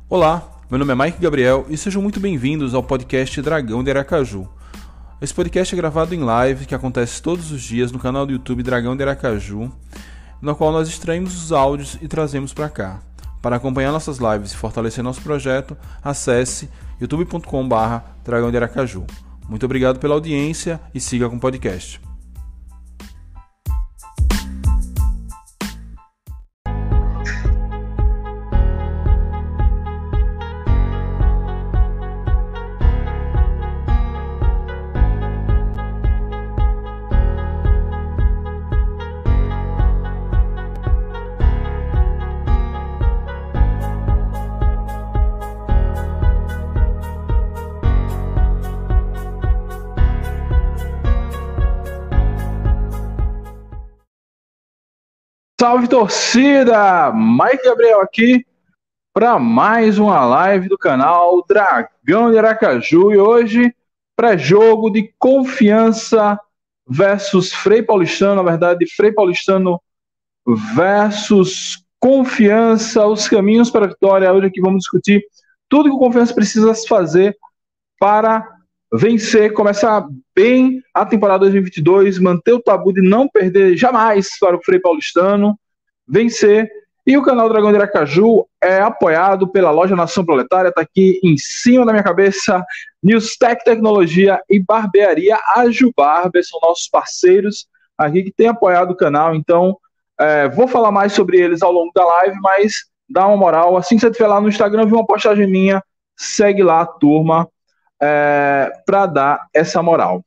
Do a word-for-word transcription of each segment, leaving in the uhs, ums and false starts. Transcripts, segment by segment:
Olá, meu nome é Mike Gabriel e sejam muito bem-vindos ao podcast Dragão de Aracaju. Esse podcast é gravado em live que acontece todos os dias no canal do YouTube Dragão de Aracaju, no qual nós extraímos os áudios e trazemos para cá. Para acompanhar nossas lives e fortalecer nosso projeto, acesse youtube ponto com barra Dragão de Aracaju. Muito obrigado pela audiência e siga com o podcast. Salve, torcida! Mike Gabriel aqui para mais uma live do canal Dragão de Aracaju e hoje pré-jogo de Confiança versus Frei Paulistano, na verdade Frei Paulistano versus Confiança, os caminhos para a vitória. Hoje aqui vamos discutir tudo que o Confiança precisa fazer para vencer, começar bem a temporada dois mil e vinte e dois, manter o tabu de não perder jamais para o Frei Paulistano, vencer. E o canal Dragão de Aracaju é apoiado pela loja Nação Proletária, está aqui em cima da minha cabeça, Newstech Tecnologia e Barbearia Aju Barber, são nossos parceiros aqui que têm apoiado o canal, então é, vou falar mais sobre eles ao longo da live, mas dá uma moral, assim que você estiver lá no Instagram, viu uma postagem minha, segue lá, turma, É, para dar essa moral.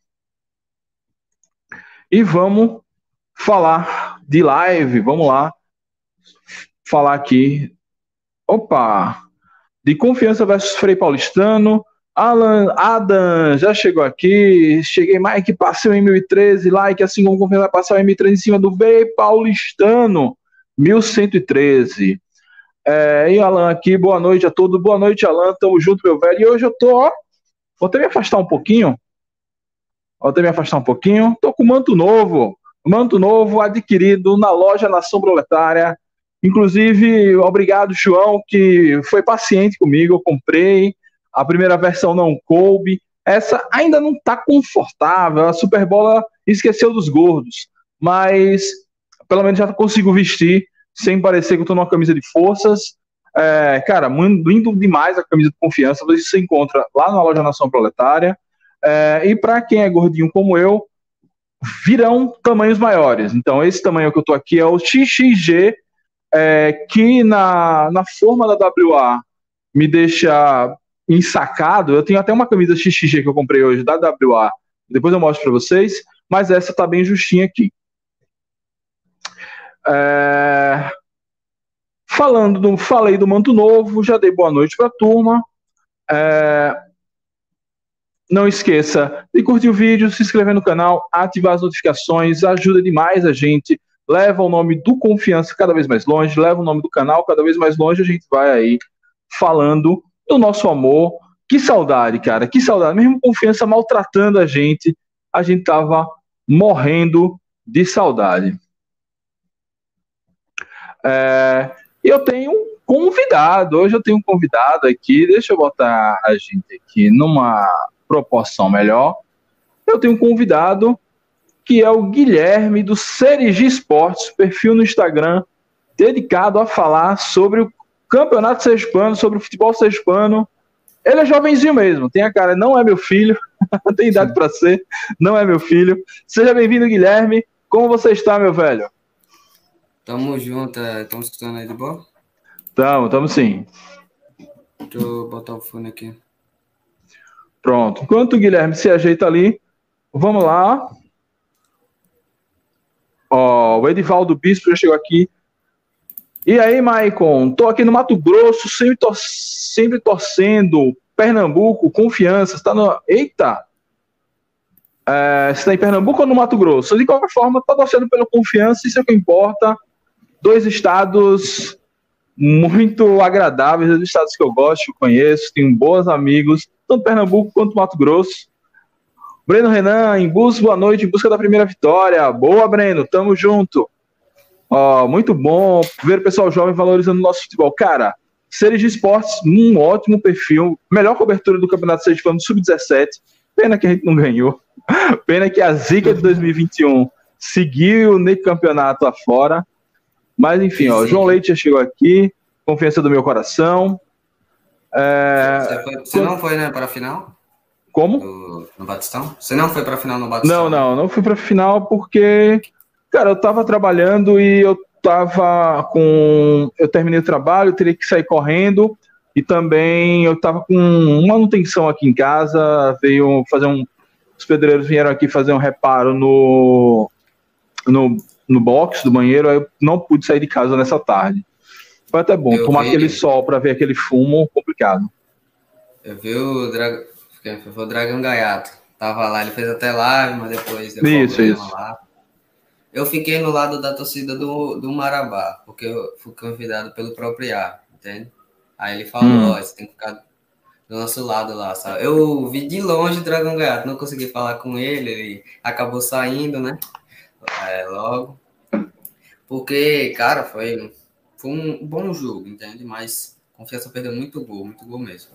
E vamos falar de live, vamos lá falar aqui, opa, de Confiança versus Frei Paulistano. Alan, Adam já chegou aqui, cheguei, Mike, passei o em mil e treze, like, assim como Confiança vai passar o em mil e treze em cima do Frei Paulistano, mil cento e treze. É, e Alan aqui, boa noite a todos, boa noite Alan, tamo junto meu velho, e hoje eu tô, ó, vou até me afastar um pouquinho. Vou até me afastar um pouquinho. Tô com manto novo. Manto novo adquirido na loja Nação Proletária. Inclusive, obrigado, João, que foi paciente comigo. Eu comprei. A primeira versão não coube. Essa ainda não tá confortável. A Superbola esqueceu dos gordos. Mas, pelo menos, já consigo vestir sem parecer que eu tô numa camisa de forças. É, cara, lindo demais a camisa de Confiança, você encontra lá na loja Nação Proletária, é, e para quem é gordinho como eu, virão tamanhos maiores. Então esse tamanho que eu tô aqui é o X X G, é, que na, na forma da W A me deixa ensacado. Eu tenho até uma camisa X X G que eu comprei hoje da W A, depois eu mostro para vocês, mas essa tá bem justinha aqui. É... Falando do, falei do manto novo, já dei boa noite para a turma. É, não esqueça de curtir o vídeo, se inscrever no canal, ativar as notificações, ajuda demais a gente, leva o nome do Confiança cada vez mais longe, leva o nome do canal cada vez mais longe, a gente vai aí falando do nosso amor. Que saudade, cara, que saudade. Mesmo Confiança maltratando a gente, a gente tava morrendo de saudade. É... E eu tenho um convidado, hoje eu tenho um convidado aqui, deixa eu botar a gente aqui numa proporção melhor. Eu tenho um convidado que é o Guilherme do Serigi Esportes, perfil no Instagram, dedicado a falar sobre o campeonato sergipano, sobre o futebol sergipano. Ele é jovenzinho mesmo, tem a cara, não é meu filho, tem idade para ser, não é meu filho. Seja bem-vindo, Guilherme. Como você está, meu velho? Tamo junto, estamos escutando aí de boa? Tamo, tamo sim. Deixa eu botar o fone aqui. Pronto. Enquanto o Guilherme se ajeita ali, vamos lá. Ó, o Edivaldo Bispo já chegou aqui. E aí, Maicon? Tô aqui no Mato Grosso, sempre, tor sempre torcendo. Pernambuco, Confiança. Você tá no... Eita! É, você tá em Pernambuco ou no Mato Grosso? De qualquer forma, tá torcendo pelo Confiança, isso é o que importa. Dois estados muito agradáveis, dois estados que eu gosto, que eu conheço, tenho bons amigos, tanto Pernambuco quanto Mato Grosso. Breno Renan, em busca, boa noite, em busca da primeira vitória. Boa, Breno, tamo junto. Ó, muito bom ver o pessoal jovem valorizando o nosso futebol. Cara, Seres de Esportes, um ótimo perfil, melhor cobertura do Campeonato Sergipano sub dezessete, pena que a gente não ganhou, pena que a zica de dois mil e vinte e um seguiu no campeonato afora, mas enfim, ó, João Leite já chegou aqui, confiança do meu coração. É... Você, foi, você não foi, né, para a final? Como? Do, no Batistão? Você não foi para a final no Batistão? Não, não, não fui para a final porque, cara, eu tava trabalhando e eu tava com... Eu terminei o trabalho, teria que sair correndo e também eu tava com manutenção aqui em casa, veio fazer um... Os pedreiros vieram aqui fazer um reparo no, no, no box do banheiro, aí eu não pude sair de casa nessa tarde. Foi até bom, eu tomar vi, aquele sol para ver aquele fumo, complicado. Eu vi o, Dra... o Dragão Gaiato, tava lá, ele fez até live, mas depois deu isso, problema isso. lá. Eu fiquei no lado da torcida do, do Marabá, porque eu fui convidado pelo próprio A, entende? Aí ele falou, Hum. ó, você tem que ficar do nosso lado lá, sabe? Eu vi de longe o Dragão Gaiato, não consegui falar com ele, ele acabou saindo, né? É, logo. Porque, cara, foi, foi um bom jogo, entende? Mas Confiança perdeu muito gol, muito gol mesmo.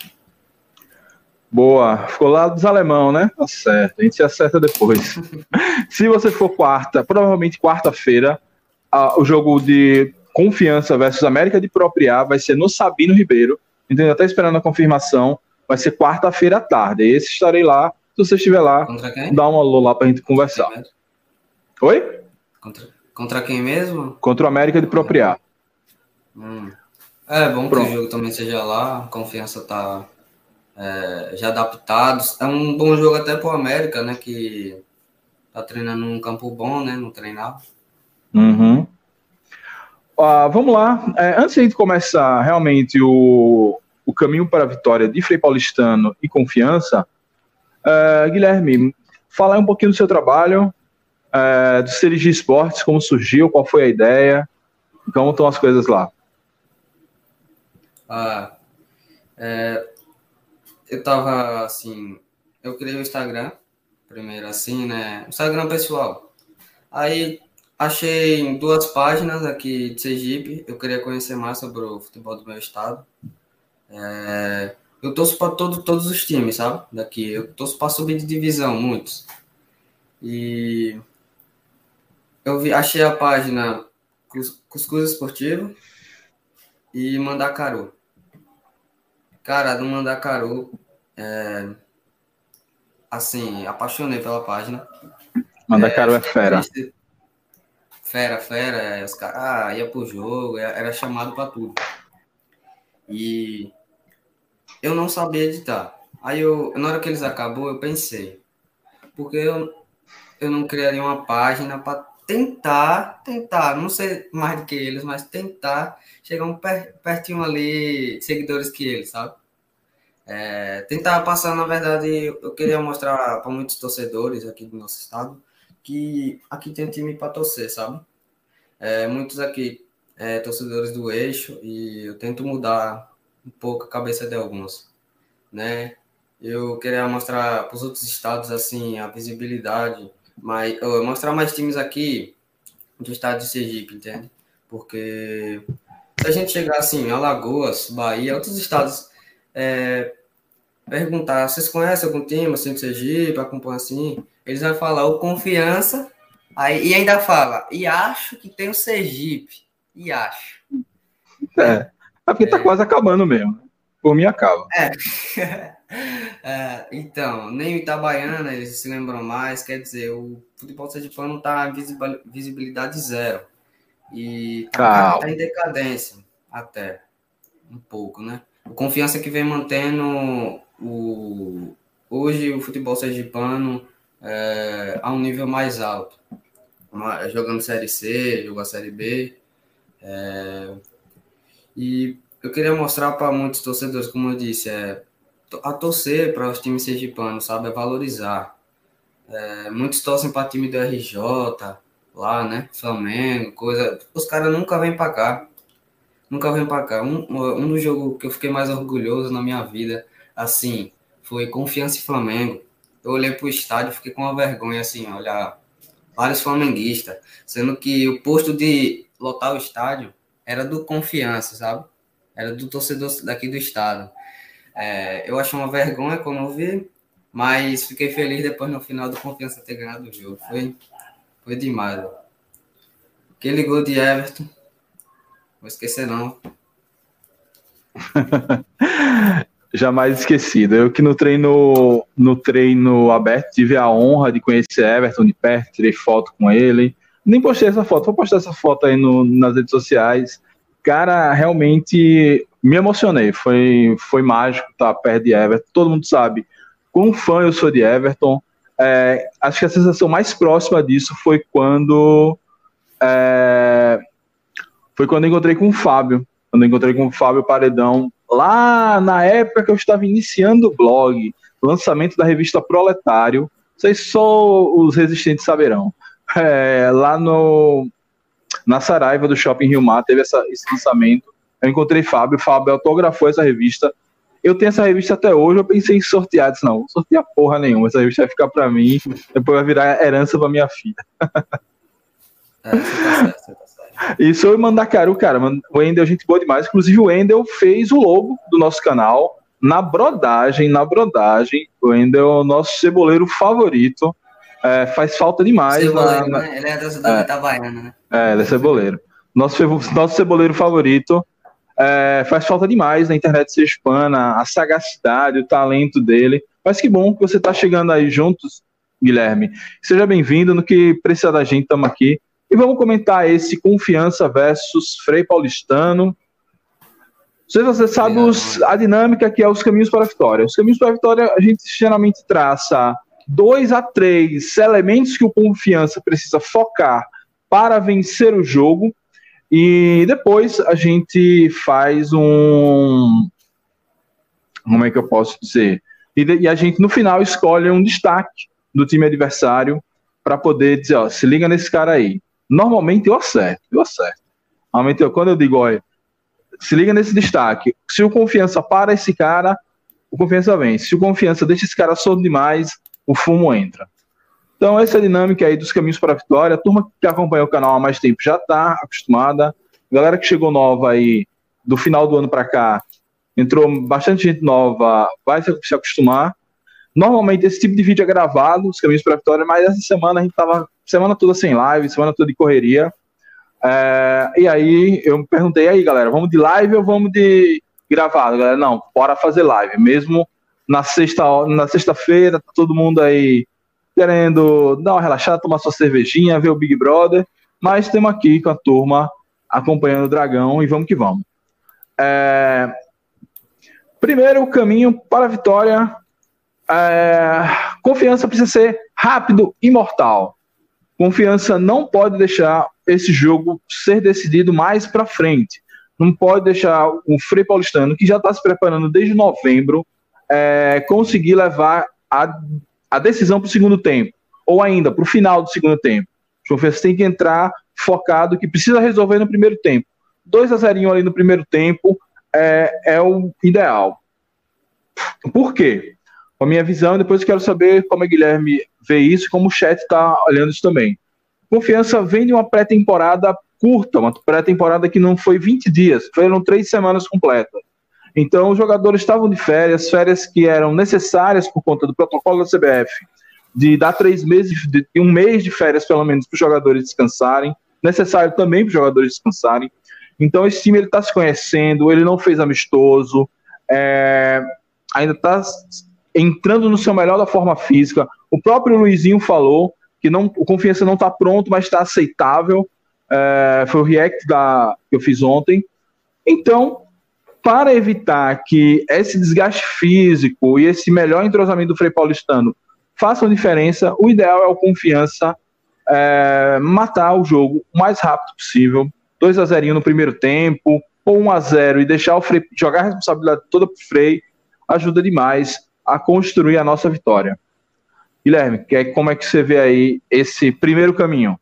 Boa, ficou lá dos alemão, né? Tá certo, a gente se acerta depois. Se você for quarta, provavelmente quarta-feira, o jogo de Confiança versus América de Propriá vai ser no Sabino Ribeiro. Entendeu? Até esperando a confirmação. Vai ser quarta-feira à tarde. Esse estarei lá. Se você estiver lá, Contra quem? dá um alô lá pra gente conversar. Oi? Contra, contra quem mesmo? Contra o América de Propriá. Hum. É bom Pronto. que o jogo também seja lá. A Confiança tá é, já adaptado. É um bom jogo até pro América, né? Que tá treinando num campo bom, né? Não treinava. Uhum. Uh, vamos lá. É, antes de a gente começar realmente o, o caminho para a vitória de Frei Paulistano e Confiança, uh, Guilherme, falar um pouquinho do seu trabalho, uh, do Seres de Esportes, como surgiu, qual foi a ideia, como estão as coisas lá. Ah, é, eu tava assim, eu criei o Instagram, primeiro assim, né? Instagram pessoal. Aí achei duas páginas aqui de Sergipe, eu queria conhecer mais sobre o futebol do meu estado. É, eu torço para todo, todos os times, sabe? Daqui, eu torço para subir de divisão, muitos. E eu vi, achei a página Cuscuz Esportivo e Mandacaru. Cara, no Mandacaru, é, assim, apaixonei pela página. Mandacaru é, é fera. Triste. Fera, fera. Os caras ah, iam pro jogo, era chamado para tudo. E eu não sabia editar. Aí, eu, na hora que eles acabou, eu pensei, porque eu, eu não criaria uma página para tentar, tentar, não sei mais do que eles, mas tentar chegar um per, pertinho ali, seguidores que eles, sabe? É, tentar passar, na verdade, eu queria mostrar para muitos torcedores aqui do nosso estado que aqui tem time para torcer, sabe? É, muitos aqui é, torcedores do Eixo e eu tento mudar um pouco a cabeça de alguns, né? Eu queria mostrar para os outros estados assim a visibilidade, mas uh, mostrar mais times aqui do estado de Sergipe, entende? Porque se a gente chegar assim, Alagoas, Bahia, outros estados, é, perguntar, vocês conhecem algum time assim de Sergipe, acompanham assim? Eles vão falar o Confiança, aí, e ainda fala, e acho que tem o Sergipe, e acho. É, é porque tá é. quase acabando mesmo. Por mim acaba. É. É, então, nem o Itabaiana eles se lembram mais, quer dizer, o futebol sergipano tá em visibilidade zero e tá, ah. tá em decadência até um pouco, né? O Confiança que vem mantendo o hoje o futebol sergipano é, a um nível mais alto, jogando Série C, jogando Série B, é, e eu queria mostrar para muitos torcedores, como eu disse, é a torcer para os times sergipanos, sabe? É valorizar. É, muitos torcem para time do R J, lá, né? Flamengo, coisa. Os caras nunca vêm para cá. Nunca vêm para cá. Um, um dos jogos que eu fiquei mais orgulhoso na minha vida, assim, foi Confiança e Flamengo. Eu olhei pro estádio e fiquei com uma vergonha, assim, olhar vários flamenguistas, sendo que o posto de lotar o estádio era do Confiança, sabe? era do torcedor daqui do estado. É, eu achei uma vergonha quando eu vi, mas fiquei feliz depois no final do Confiança ter ganhado o jogo. Foi, foi demais. Ó. Aquele gol de Everton, vou esquecer não. Jamais esquecido. Eu que no treino, no treino aberto tive a honra de conhecer Everton de perto, tirei foto com ele. Nem postei essa foto, vou postar essa foto aí no, nas redes sociais. Cara, realmente me emocionei. Foi, foi mágico estar perto de Everton. Todo mundo sabe quão fã eu sou de Everton. É, acho que a sensação mais próxima disso foi quando é, foi quando eu encontrei com o Fábio. Quando eu encontrei com o Fábio Paredão, lá na época que eu estava iniciando o blog, lançamento da revista Proletário, vocês só os resistentes saberão. É, lá no, na Saraiva do Shopping Rio Mar, teve essa, esse lançamento. Eu encontrei Fábio, o Fábio autografou essa revista. Eu tenho essa revista até hoje, eu pensei em sortear, disse, não, não sortear porra nenhuma, essa revista vai ficar para mim, depois vai virar herança para minha filha. É, você tá certo, você tá certo. E sou o Mandacaru, cara, o Wendel é gente boa demais, inclusive o Wendel fez o logo do nosso canal, na brodagem, na brodagem, o Wendel é o nosso ceboleiro favorito, é, faz falta demais. Ceboleiro, na, né? Ele é da, da é, Itabaiana, né? É, ele é ceboleiro. Nosso, nosso ceboleiro favorito, é, faz falta demais na internet ser hispana, a sagacidade, o talento dele, mas que bom que você está chegando aí juntos, Guilherme. Seja bem-vindo, no que precisa da gente, estamos aqui. E vamos comentar esse Confiança versus Frei Paulistano. Não sei se você sabe os, a dinâmica que é os caminhos para a vitória. Os caminhos para a vitória, a gente geralmente traça dois a três elementos que o Confiança precisa focar para vencer o jogo. E depois a gente faz um... Como é que eu posso dizer? E, e a gente, no final, escolhe um destaque do time adversário para poder dizer, ó, se liga nesse cara aí. Normalmente eu acerto, eu acerto. Normalmente eu, quando eu digo, olha, se liga nesse destaque. Se o Confiança para esse cara, o Confiança vence. Se o Confiança deixa esse cara solto demais, o fumo entra. Então essa é a dinâmica aí dos caminhos para a vitória. A turma que acompanha o canal há mais tempo já está acostumada. A galera que chegou nova aí, do final do ano para cá, entrou bastante gente nova, vai se acostumar. Normalmente esse tipo de vídeo é gravado, os caminhos para a vitória, mas essa semana a gente estava semana toda sem live, semana toda de correria. É, e aí eu me perguntei, aí galera, vamos de live ou vamos de gravado? Galera, não, bora fazer live. Mesmo na sexta, na sexta-feira, tá todo mundo aí querendo dar uma relaxada, tomar sua cervejinha, ver o Big Brother, mas estamos aqui com a turma acompanhando o Dragão e vamos que vamos. É, primeiro, o caminho para a vitória. É, Confiança precisa ser rápido e mortal. Confiança não pode deixar esse jogo ser decidido mais para frente. Não pode deixar o Frei Paulistano, que já está se preparando desde novembro, é, conseguir levar a, a decisão para o segundo tempo, ou ainda para o final do segundo tempo. O Confiança tem que entrar focado, que precisa resolver no primeiro tempo. dois a zero ali no primeiro tempo é, é o ideal. Por quê? Com a minha visão, depois eu quero saber como a Guilherme vê isso, como o chat está olhando isso também. Confiança vem de uma pré-temporada curta, uma pré-temporada que não foi vinte dias, foram três semanas completas. Então, os jogadores estavam de férias, férias que eram necessárias por conta do protocolo da C B F, de dar três meses, de um mês de férias, pelo menos, para os jogadores descansarem, necessário também para os jogadores descansarem. Então, esse time está se conhecendo, ele não fez amistoso, é, ainda está entrando no seu melhor da forma física. O próprio Luizinho falou que não, o Confiança não está pronto, mas está aceitável. É, foi o react da, que eu fiz ontem. Então, para evitar que esse desgaste físico e esse melhor entrosamento do Frei Paulistano façam diferença, o ideal é o Confiança é, matar o jogo o mais rápido possível. dois a zero no primeiro tempo, ou um a zero, e deixar o Frei jogar a responsabilidade toda para o Frei, ajuda demais a construir a nossa vitória. Guilherme, como é que você vê aí esse primeiro caminho?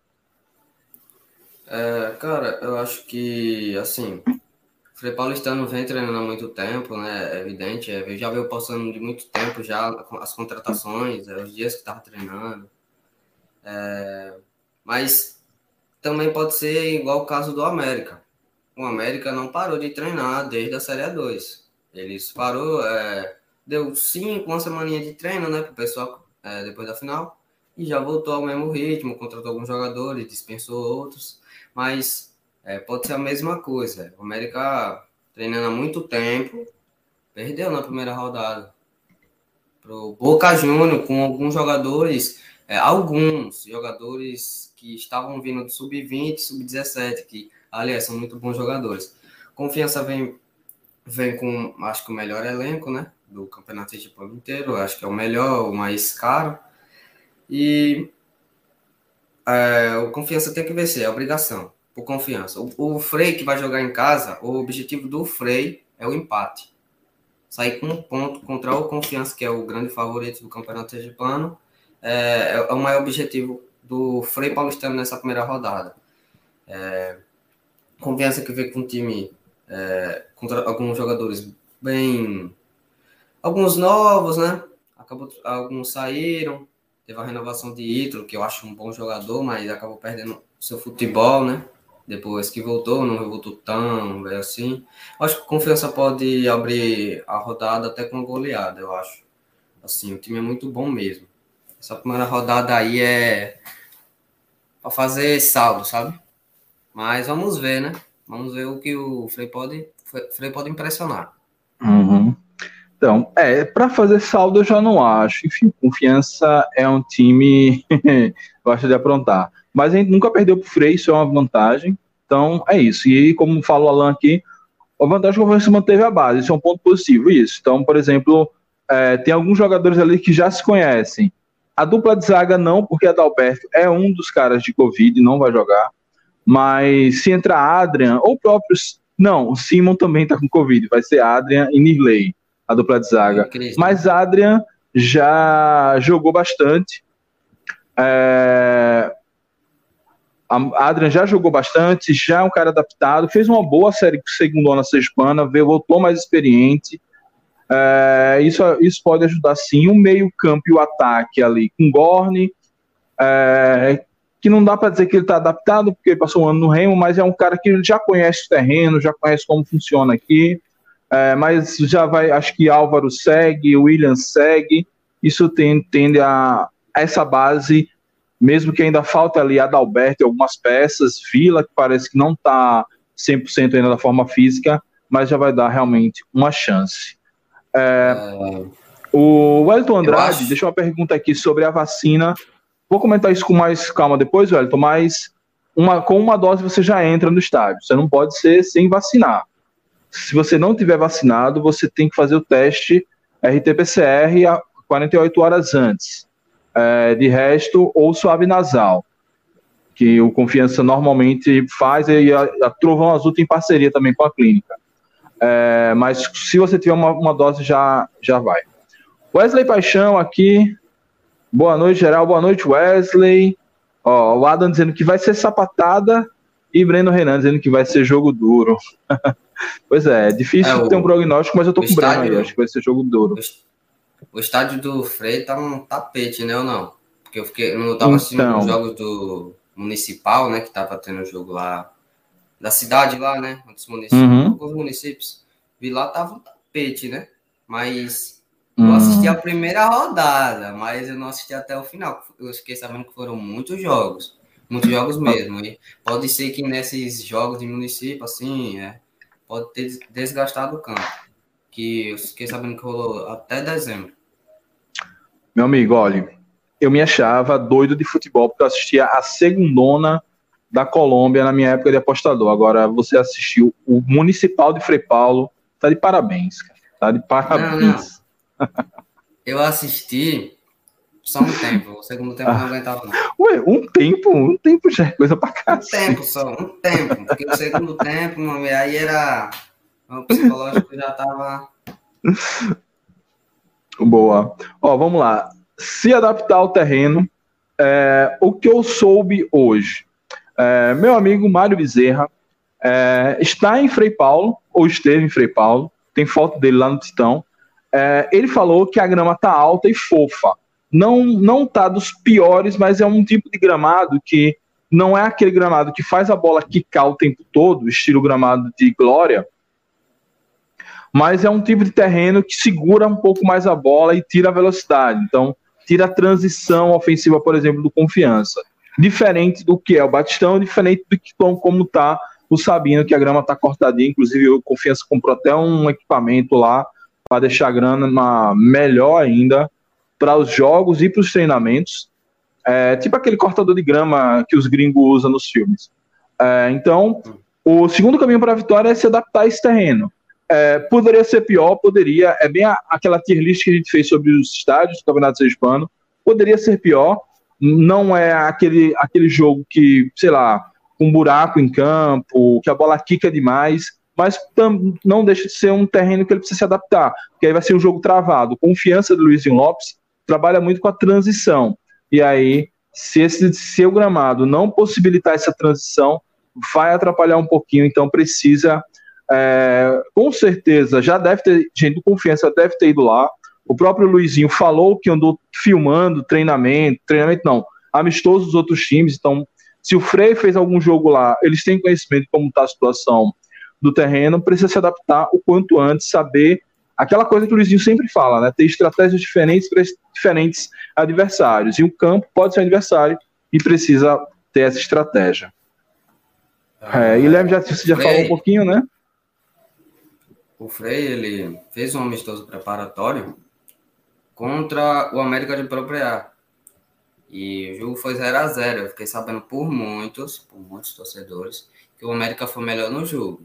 É, cara, eu acho que, assim, o Frei Paulistano vem treinando há muito tempo, né? É evidente, é, já veio passando de muito tempo já as contratações, é, os dias que estava treinando. É, mas também pode ser igual o caso do América. o América não parou de treinar desde a Série A dois. Eles parou, é, deu cinco, uma semaninha de treino, né, pro pessoal, é, depois da final, e já voltou ao mesmo ritmo, contratou alguns jogadores, dispensou outros, mas é, pode ser a mesma coisa. O América treinando há muito tempo, perdeu na primeira rodada pro Boca Juniors, com alguns jogadores, é, alguns jogadores que estavam vindo do sub vinte, sub dezessete, que, aliás, são muito bons jogadores. Confiança vem, vem com, acho que o melhor elenco, né, do Campeonato Sergipano inteiro, acho que é o melhor, o mais caro, e é, o Confiança tem que vencer, é obrigação, por Confiança. O, o Frei, que vai jogar em casa, o objetivo do Frei é o empate. Sair com um ponto contra o Confiança, que é o grande favorito do Campeonato Sergipano, é, é o maior objetivo do Frei Paulistano nessa primeira rodada. É, Confiança que vem com um time é, contra alguns jogadores bem... Alguns novos, né? Acabou, alguns saíram. Teve a renovação de Ítalo, que eu acho um bom jogador, mas acabou perdendo o seu futebol, né? Depois que voltou, não voltou tão bem assim. Acho que a Confiança pode abrir a rodada até com uma goleada, eu acho. Assim, o time é muito bom mesmo. Essa primeira rodada aí é para fazer saldo, sabe? Mas vamos ver, né? Vamos ver o que o Frei pode, Frei pode impressionar. Uhum. Então, é, para fazer saldo eu já não acho. Enfim, Confiança é um time que gosta de aprontar. Mas a gente nunca perdeu pro Frei, isso é uma vantagem. Então, é isso. E como fala o Alan aqui, a vantagem é que o Confiança manteve a base. Isso é um ponto positivo, isso. Então, por exemplo, é, tem alguns jogadores ali que já se conhecem. A dupla de zaga não, porque a Adalberto é um dos caras de Covid, não vai jogar. Mas se entrar Adrian, ou próprio... Não, o Simon também tá com Covid. Vai ser Adrian e Nirley, a dupla de zaga. Mas Adrian já jogou bastante. É... Adrian já jogou bastante, já é um cara adaptado, fez uma boa série segundona sergipana, veio, voltou mais experiente. É... Isso, isso pode ajudar sim. O meio campo e o ataque ali com Gorni, é... que não dá para dizer que ele está adaptado, porque ele passou um ano no Remo, mas é um cara que já conhece o terreno, já conhece como funciona aqui. É, mas já vai, acho que Álvaro segue, William segue, isso tem, tende a, a essa base, mesmo que ainda falta ali Adalberto e algumas peças, Vila, que parece que não está cem por cento ainda da forma física, mas já vai dar realmente uma chance. É, é... O Wellington Andrade acho... deixou uma pergunta aqui sobre a vacina, vou comentar isso com mais calma depois, Wellington, mas uma, com uma dose você já entra no estádio, você não pode ser sem vacinar. Se você não tiver vacinado, você tem que fazer o teste R T P C R a quarenta e oito horas antes. É, de resto, ou suave nasal, que o Confiança normalmente faz, e a, a Trovão Azul tem parceria também com a clínica. É, mas se você tiver uma, uma dose, já, já vai. Wesley Paixão aqui. Boa noite, geral. Boa noite, Wesley. Ó, o Adam dizendo que vai ser sapatada e Breno Renan dizendo que vai ser jogo duro. Pois é, é difícil é, o, ter um prognóstico, mas eu tô com o Breno aí, acho que vai ser jogo duro. O, o estádio do Frei tá um tapete, né, ou não? Porque eu fiquei, não tava assistindo então, os jogos do Municipal, né, que tava tendo jogo lá, da cidade lá, né, dos municípios, uhum. Alguns municípios, vi lá tava um tapete, né, mas eu uhum. assisti a primeira rodada, mas eu não assisti até o final, eu fiquei sabendo que foram muitos jogos, muitos jogos mesmo, e pode ser que nesses jogos de município, assim, é, pode ter desgastado o campo, que eu fiquei sabendo que rolou até dezembro. Meu amigo, olha, eu me achava doido de futebol, porque eu assistia a segundona da Colômbia na minha época de apostador. Agora, você assistiu o Municipal de Frei Paulo, tá de parabéns, cara. Tá de parabéns. Não, não. Eu assisti só um tempo, o segundo tempo ah. não aguentava não. Ué, um tempo? Um tempo já é coisa pra cá. Um tempo só, um tempo. Porque o segundo tempo, aí era... O psicológico já tava... Boa. Ó, vamos lá. Se adaptar ao terreno, é, o que eu soube hoje. É, meu amigo Mário Bezerra é, está em Frei Paulo, ou esteve em Frei Paulo, tem foto dele lá no Titão. É, ele falou que a grama tá alta e fofa. Não, não tá dos piores, mas é um tipo de gramado que não é aquele gramado que faz a bola quicar o tempo todo, estilo gramado de Glória, mas é um tipo de terreno que segura um pouco mais a bola e tira a velocidade. Então, tira a transição ofensiva, por exemplo, do Confiança. Diferente do que é o Batistão, diferente do que como está o Sabino, que a grama está cortadinha. Inclusive, o Confiança comprou até um equipamento lá para deixar a grama melhor ainda para os jogos e para os treinamentos. É, tipo aquele cortador de grama que os gringos usam nos filmes. É, então, o segundo caminho para a vitória é se adaptar a esse terreno. É, poderia ser pior, poderia. É bem a, aquela tier list que a gente fez sobre os estádios do Campeonato Sergipano. Poderia ser pior. Não é aquele, aquele jogo que, sei lá, com um buraco em campo, que a bola quica demais, mas tam, não deixa de ser um terreno que ele precisa se adaptar, porque aí vai ser um jogo travado. Confiança do Luizinho Lopes trabalha muito com a transição. E aí, se esse seu gramado não possibilitar essa transição, vai atrapalhar um pouquinho, então precisa. É, com certeza, já deve ter, gente do Confiança deve ter ido lá. O próprio Luizinho falou que andou filmando treinamento, treinamento não, amistoso dos outros times. Então, se o Frei fez algum jogo lá, eles têm conhecimento de como está a situação do terreno, precisa se adaptar o quanto antes, saber aquela coisa que o Luizinho sempre fala, né? Ter estratégias diferentes para diferentes adversários. E o campo pode ser um adversário e precisa ter essa estratégia. Ah, é, e Leve já, você já Frei, falou um pouquinho, né? O Frei, ele fez um amistoso preparatório contra o América de Propriá. E o jogo foi zero a zero. Eu fiquei sabendo por muitos, por muitos torcedores, que o América foi melhor no jogo.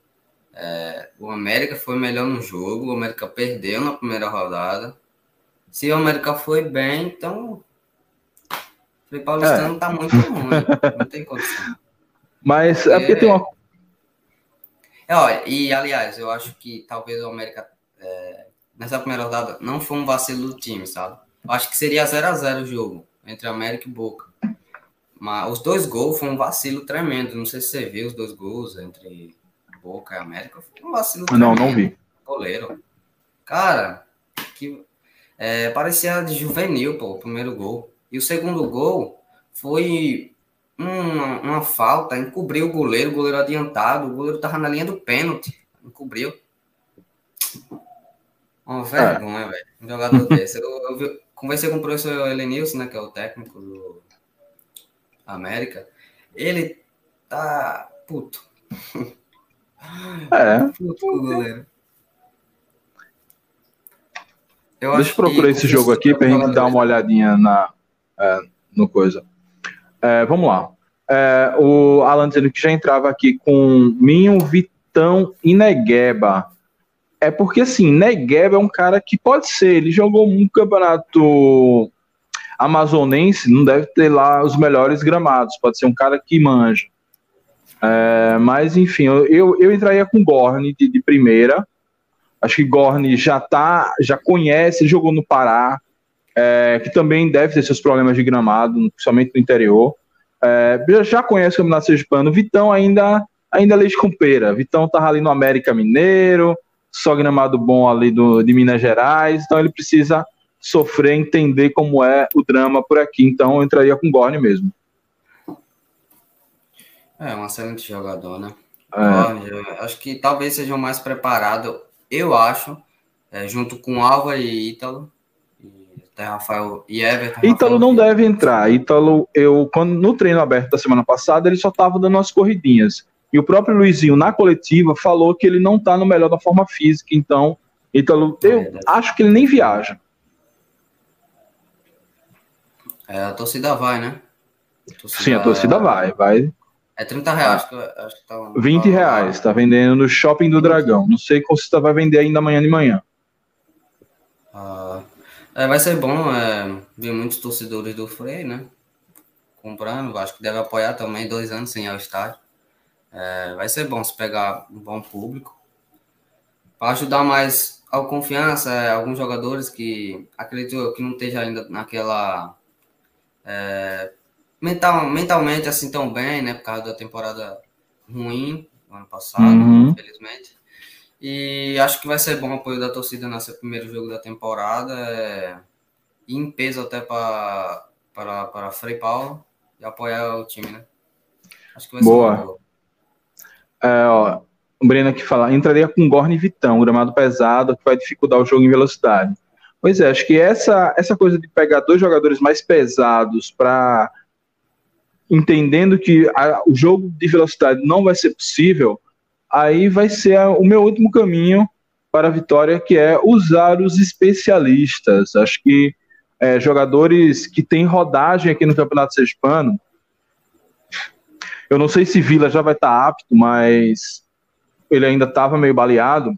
É, o América foi melhor no jogo, o América perdeu na primeira rodada. Se o América foi bem, então o Frei Paulistano é. tá muito ruim. Não tem condição. Mas porque... é porque tem uma... É, olha, e aliás, eu acho que talvez o América, é, nessa primeira rodada, não foi um vacilo do time, sabe? Eu acho que seria zero a zero o jogo, entre América e Boca. Mas os dois gols foi um vacilo tremendo. Não sei se você viu os dois gols entre Boca e América. Foi um vacilo tremendo. Não, não vi. Goleiro. Cara, que, é, parecia de juvenil, pô, o primeiro gol. E o segundo gol foi... Uma, uma falta, encobriu o goleiro, o goleiro adiantado, o goleiro tava na linha do pênalti, encobriu. Uma vergonha, é. velho, um jogador desse. Eu, eu vi, conversei com o professor Elenilson, né, que é o técnico do América, ele tá puto. É. Puto com o goleiro. Eu Deixa eu procurar esse jogo aqui pra gente dar uma olhadinha na, é, no coisa. É, vamos lá. É, o Alan dizendo que já entrava aqui com Minho, Vitão e Negueba. É porque, assim, Negueba é um cara que pode ser, ele jogou um campeonato amazonense, não deve ter lá os melhores gramados, pode ser um cara que manja. É, mas, enfim, eu, eu, eu entraria com Gorni de, de primeira. Acho que Gorni já tá, já conhece, ele jogou no Pará, É, que também deve ter seus problemas de gramado, principalmente no interior. É, já conhece o Campeonato Sergipano. Vitão ainda, ainda leite com pera. Vitão tá ali no América Mineiro, só gramado bom ali do, de Minas Gerais, então ele precisa sofrer, entender como é o drama por aqui. Então eu entraria com o Gorni mesmo. É, um excelente jogador, né? É. Gorni, acho que talvez seja o mais preparado, eu acho, é, junto com Alva e Ítalo. Até Rafael e Everton. Ítalo não Rafael deve entrar. Ítalo, eu, quando, no treino aberto da semana passada, ele só estava dando umas corridinhas. E o próprio Luizinho, na coletiva, falou que ele não está no melhor da forma física. Então, Ítalo, eu é, acho que ele nem viaja. É, a torcida vai, né? A torcida... Sim, a torcida vai. vai. É trinta reais. Ah, que eu, acho que tá um... vinte reais. Está vendendo no Shopping do Dragão. Não sei como você vai vender ainda amanhã de manhã. Ah... É, vai ser bom é, ver muitos torcedores do Frei, né? Comprando, acho que deve apoiar também, dois anos sem ir ao estádio. É, vai ser bom se pegar um bom público. Para ajudar mais ao Confiança, é, alguns jogadores que acredito que não esteja ainda naquela... É, mental, mentalmente assim tão bem, né? Por causa da temporada ruim do ano passado, uhum. infelizmente. E acho que vai ser bom o apoio da torcida nesse primeiro jogo da temporada. É, e em peso até para Frei Paulo e apoiar o time, né? Acho que vai ser uma Boa. boa. É, ó, o Breno aqui fala, entraria com Gorne e Vitão, gramado pesado, que vai dificultar o jogo em velocidade. Pois é, acho que essa, essa coisa de pegar dois jogadores mais pesados para entendendo que a, o jogo de velocidade não vai ser possível, aí vai ser a, o meu último caminho para a vitória, que é usar os especialistas. Acho que é, jogadores que têm rodagem aqui no Campeonato Sergipano, eu não sei se Vila já vai estar apto, mas ele ainda estava meio baleado.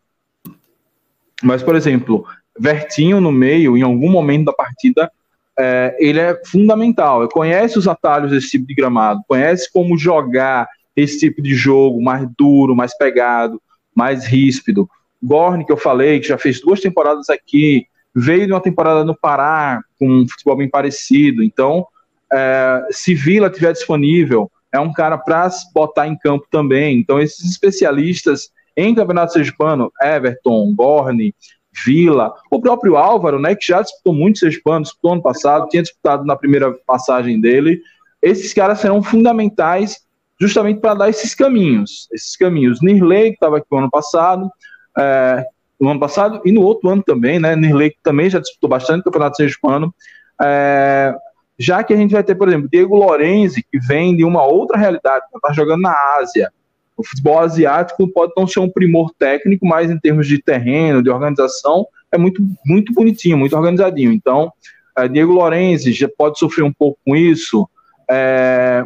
Mas, por exemplo, Vertinho no meio, em algum momento da partida, é, ele é fundamental. Ele conhece os atalhos desse tipo de gramado, conhece como jogar esse tipo de jogo mais duro, mais pegado, mais ríspido. Gorne, que eu falei, que já fez duas temporadas aqui, veio de uma temporada no Pará com um futebol bem parecido. Então, é, se Vila estiver disponível, é um cara para botar em campo também. Então, esses especialistas em Campeonato Sergipano, Everton, Gorne, Vila, o próprio Álvaro, né, que já disputou muito Sergipano, disputou ano passado, tinha disputado na primeira passagem dele. Esses caras serão fundamentais justamente para dar esses caminhos. Esses caminhos. Nirley, que estava aqui no ano passado, é, no ano passado e no outro ano também, né? Nirley, que também já disputou bastante Campeonato Sergipano. É, já que a gente vai ter, por exemplo, Diego Lorenzi, que vem de uma outra realidade, está jogando na Ásia. O futebol asiático pode não ser um primor técnico, mas em termos de terreno, de organização, é muito, muito bonitinho, muito organizadinho. Então, é, Diego Lorenzi já pode sofrer um pouco com isso. É,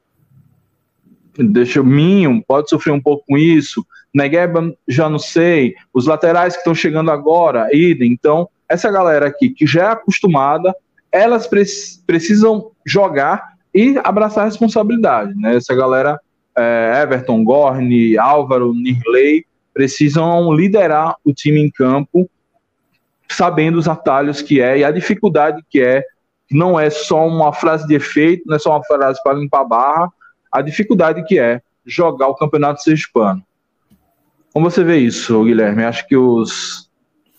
deixa o Minho pode sofrer um pouco com isso. Negueba, já não sei. Os laterais que estão chegando agora, idem. Então, essa galera aqui, que já é acostumada, elas pre- precisam jogar e abraçar a responsabilidade, né? Essa galera, é, Everton, Gorne, Álvaro, Nirley, precisam liderar o time em campo, sabendo os atalhos que é e a dificuldade que é. Não é só uma frase de efeito, não é só uma frase para limpar a barra, a dificuldade que é jogar o Campeonato Sergipano. Como você vê isso, Guilherme? Acho que os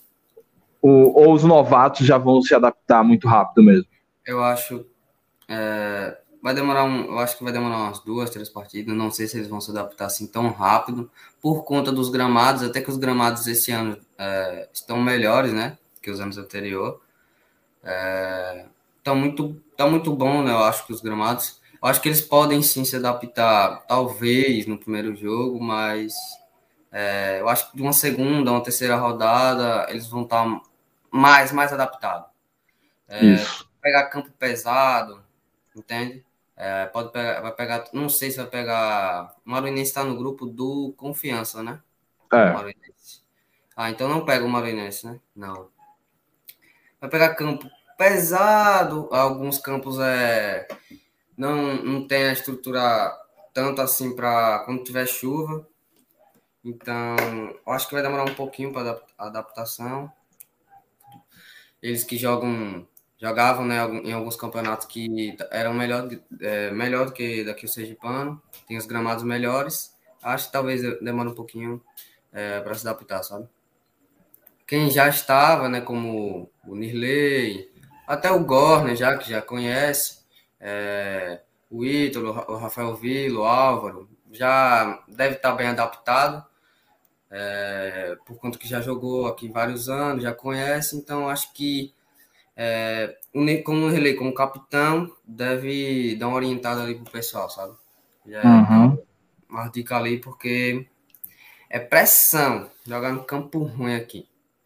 o, ou os novatos já vão se adaptar muito rápido mesmo. Eu acho é, vai demorar um, eu acho que vai demorar umas duas, três partidas. Não sei se eles vão se adaptar assim tão rápido por conta dos gramados. Até que os gramados esse ano é, estão melhores, né, que os anos anteriores. É, tá muito, tá muito bom, né? Eu acho que os gramados. Eu acho que eles podem sim se adaptar, talvez no primeiro jogo, mas é, eu acho que de uma segunda, uma terceira rodada, eles vão estar mais, mais adaptados. É, Isso. pegar campo pesado, entende? É, pode pegar, vai pegar, não sei se vai pegar. O Maranhense está no grupo do Confiança, né? É. Maranhense. Ah, então não pega o Maranhense, né? Não. Vai pegar campo pesado, alguns campos é, não, não tem a estrutura tanto assim para quando tiver chuva. Então, eu acho que vai demorar um pouquinho para a adaptação. Eles que jogam, jogavam, né, em alguns campeonatos que eram melhor, é, melhor do que daqui o Sergipano, tem os gramados melhores. Acho que talvez demore um pouquinho é, para se adaptar, sabe? Quem já estava, né, como o Nirley, até o Gorne, já que já conhece, é, o Ítalo, o Rafael Vila, o Álvaro, já deve estar bem adaptado, é, por conta que já jogou aqui vários anos, já conhece, então acho que é, como o Nirley, como capitão, deve dar uma orientada ali pro pessoal, sabe? Já Uhum. dá uma dica ali, porque é pressão jogar no campo ruim aqui.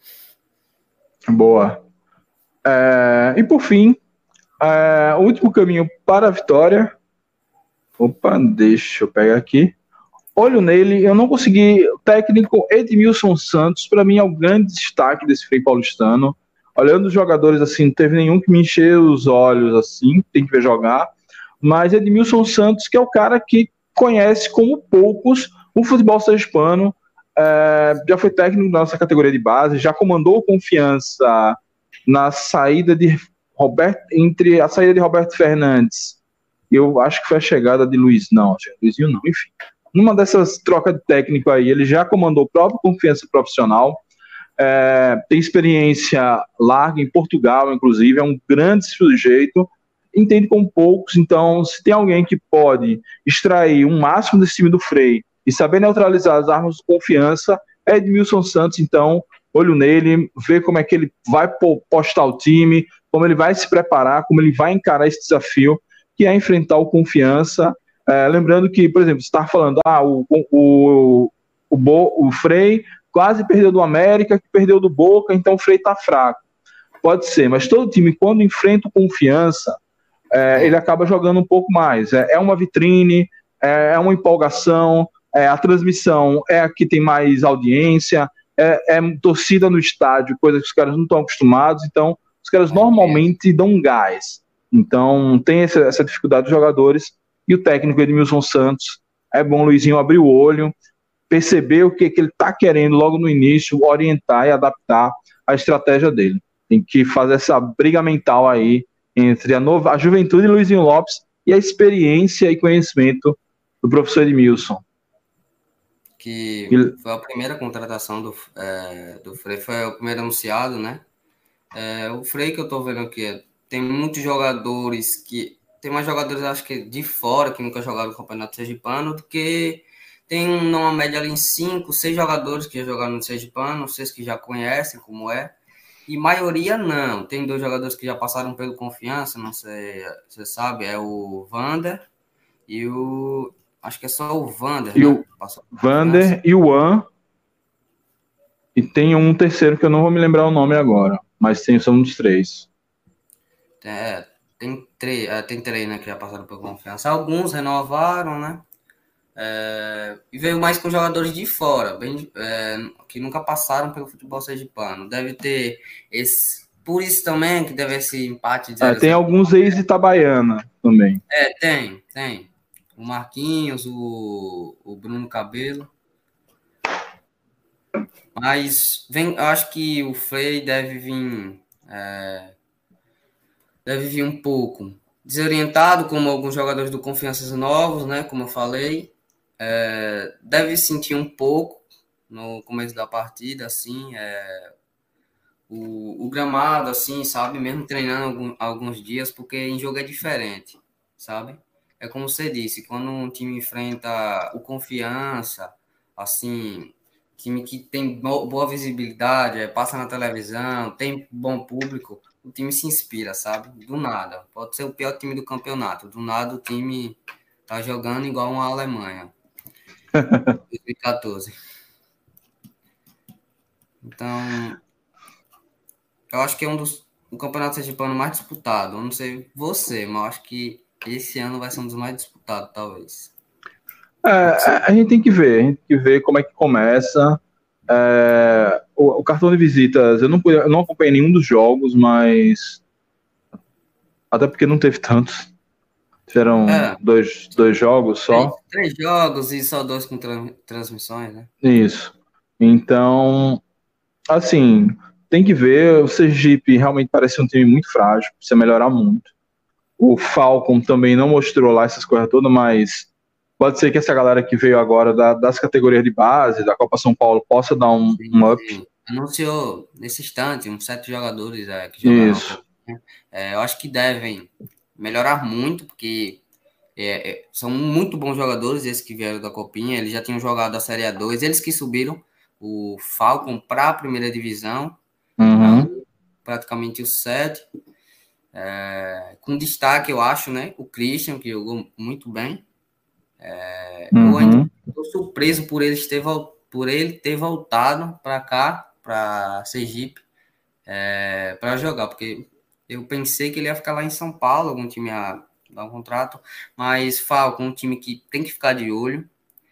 Boa. É, e por fim, é, o último caminho para a vitória. Opa, deixa eu pegar aqui. Olho nele, eu não consegui. O técnico Edmilson Santos, para mim, é o grande destaque desse Frei Paulistano. Olhando os jogadores, assim, não teve nenhum que me encheu os olhos, assim, tem que ver jogar. Mas Edmilson Santos, que é o cara que conhece como poucos o futebol sergipano, é, já foi técnico da nossa categoria de base, já comandou Confiança na saída de Roberto, entre a saída de Roberto Fernandes, eu acho que foi a chegada de Luiz, não, Luizinho não, enfim. Numa dessas trocas de técnico aí, ele já comandou o próprio Confiança Profissional, é, tem experiência larga em Portugal, inclusive, é um grande sujeito, entende com poucos, então se tem alguém que pode extrair um máximo desse time do Frei e saber neutralizar as armas de confiança, é Edmilson Santos. Então olho nele, ver como é que ele vai postar o time, como ele vai se preparar, como ele vai encarar esse desafio, que é enfrentar o Confiança. É, lembrando que, por exemplo, você está falando, ah, o, o, o, Bo, o Frei quase perdeu do América, que perdeu do Boca, então o Frei está fraco. Pode ser, mas todo time, quando enfrenta o Confiança, é, ele acaba jogando um pouco mais. É, é uma vitrine, é, é uma empolgação, é, a transmissão é a que tem mais audiência, é, é torcida no estádio, coisa que os caras não estão acostumados, então os caras normalmente dão um gás. Então tem essa, essa dificuldade dos jogadores, e o técnico Edmilson Santos, é bom Luizinho abrir o olho, perceber o que, que ele está querendo logo no início, orientar e adaptar a estratégia dele. Tem que fazer essa briga mental aí entre a, nova, a juventude de Luizinho Lopes e a experiência e conhecimento do professor Edmilson. Que foi a primeira contratação do, é, do Frei, foi o primeiro anunciado, né? É, o Frei que eu tô vendo aqui, tem muitos jogadores que... Tem mais jogadores, acho que de fora, que nunca jogaram no Campeonato Sergipano, do que tem uma média ali em cinco, seis jogadores que já jogaram no Sergipano, vocês que já conhecem como é. E maioria não. Tem dois jogadores que já passaram pelo Confiança, não sei, você sabe, é o Vander e o... Acho que é só o Vander, e né? o Vander e o An. E tem um terceiro que eu não vou me lembrar o nome agora, mas tem, são uns três. É, tem três, é, tem três, né, que já passaram pelo Confiança. Alguns renovaram, né? É, e veio mais com jogadores de fora, bem, é, que nunca passaram pelo futebol sergipano. Deve ter esse... Por isso também que deve esse empate de zero a zero. É, tem alguns ex de Itabaiana também. É, tem, tem. O Marquinhos, o, o Bruno Cabelo. Mas vem, eu acho que o Frei deve vir... É, deve vir um pouco desorientado, como alguns jogadores do Confianças novos, né? Como eu falei. É, deve sentir um pouco no começo da partida, assim, é, o, o gramado, assim, sabe? Mesmo treinando algum, alguns dias, porque em jogo é diferente, sabe? É como você disse, quando um time enfrenta o Confiança, assim, time que tem boa visibilidade, é, passa na televisão, tem bom público, o time se inspira, sabe? Do nada. Pode ser o pior time do campeonato. Do nada o time tá jogando igual uma Alemanha. dois mil e quatorze. Então, eu acho que é um dos o campeonato sergipano mais disputado. Eu não sei você, mas eu acho que esse ano vai ser um dos mais disputados, talvez. É, a gente tem que ver, a gente tem que ver como é que começa. É, o, o cartão de visitas, eu não, eu não acompanhei nenhum dos jogos, mas até porque não teve tantos. Tiveram é, dois, dois jogos só. Três, três jogos e só dois com tra transmissões, né? Isso. Então, assim, tem que ver. O Sergipe realmente parece um time muito frágil, precisa melhorar muito. O Falcon também não mostrou lá essas coisas todas, mas pode ser que essa galera que veio agora da, das categorias de base, da Copa São Paulo, possa dar um, sim, um up. Sim. Anunciou nesse instante uns sete jogadores é, que jogaram. Isso. É, eu acho que devem melhorar muito, porque é, é, são muito bons jogadores, esses que vieram da Copinha. Eles já tinham jogado a Série A dois, eles que subiram o Falcon para a primeira divisão, uhum. Então, praticamente os sete. É, com destaque, eu acho, né? O Christian, que jogou muito bem. É, uhum. Eu ainda estou surpreso por ele ter, por ele ter voltado para cá, para Sergipe, é, para jogar, porque eu pensei que ele ia ficar lá em São Paulo, algum time ia dar um contrato, mas Falcon, um time que tem que ficar de olho.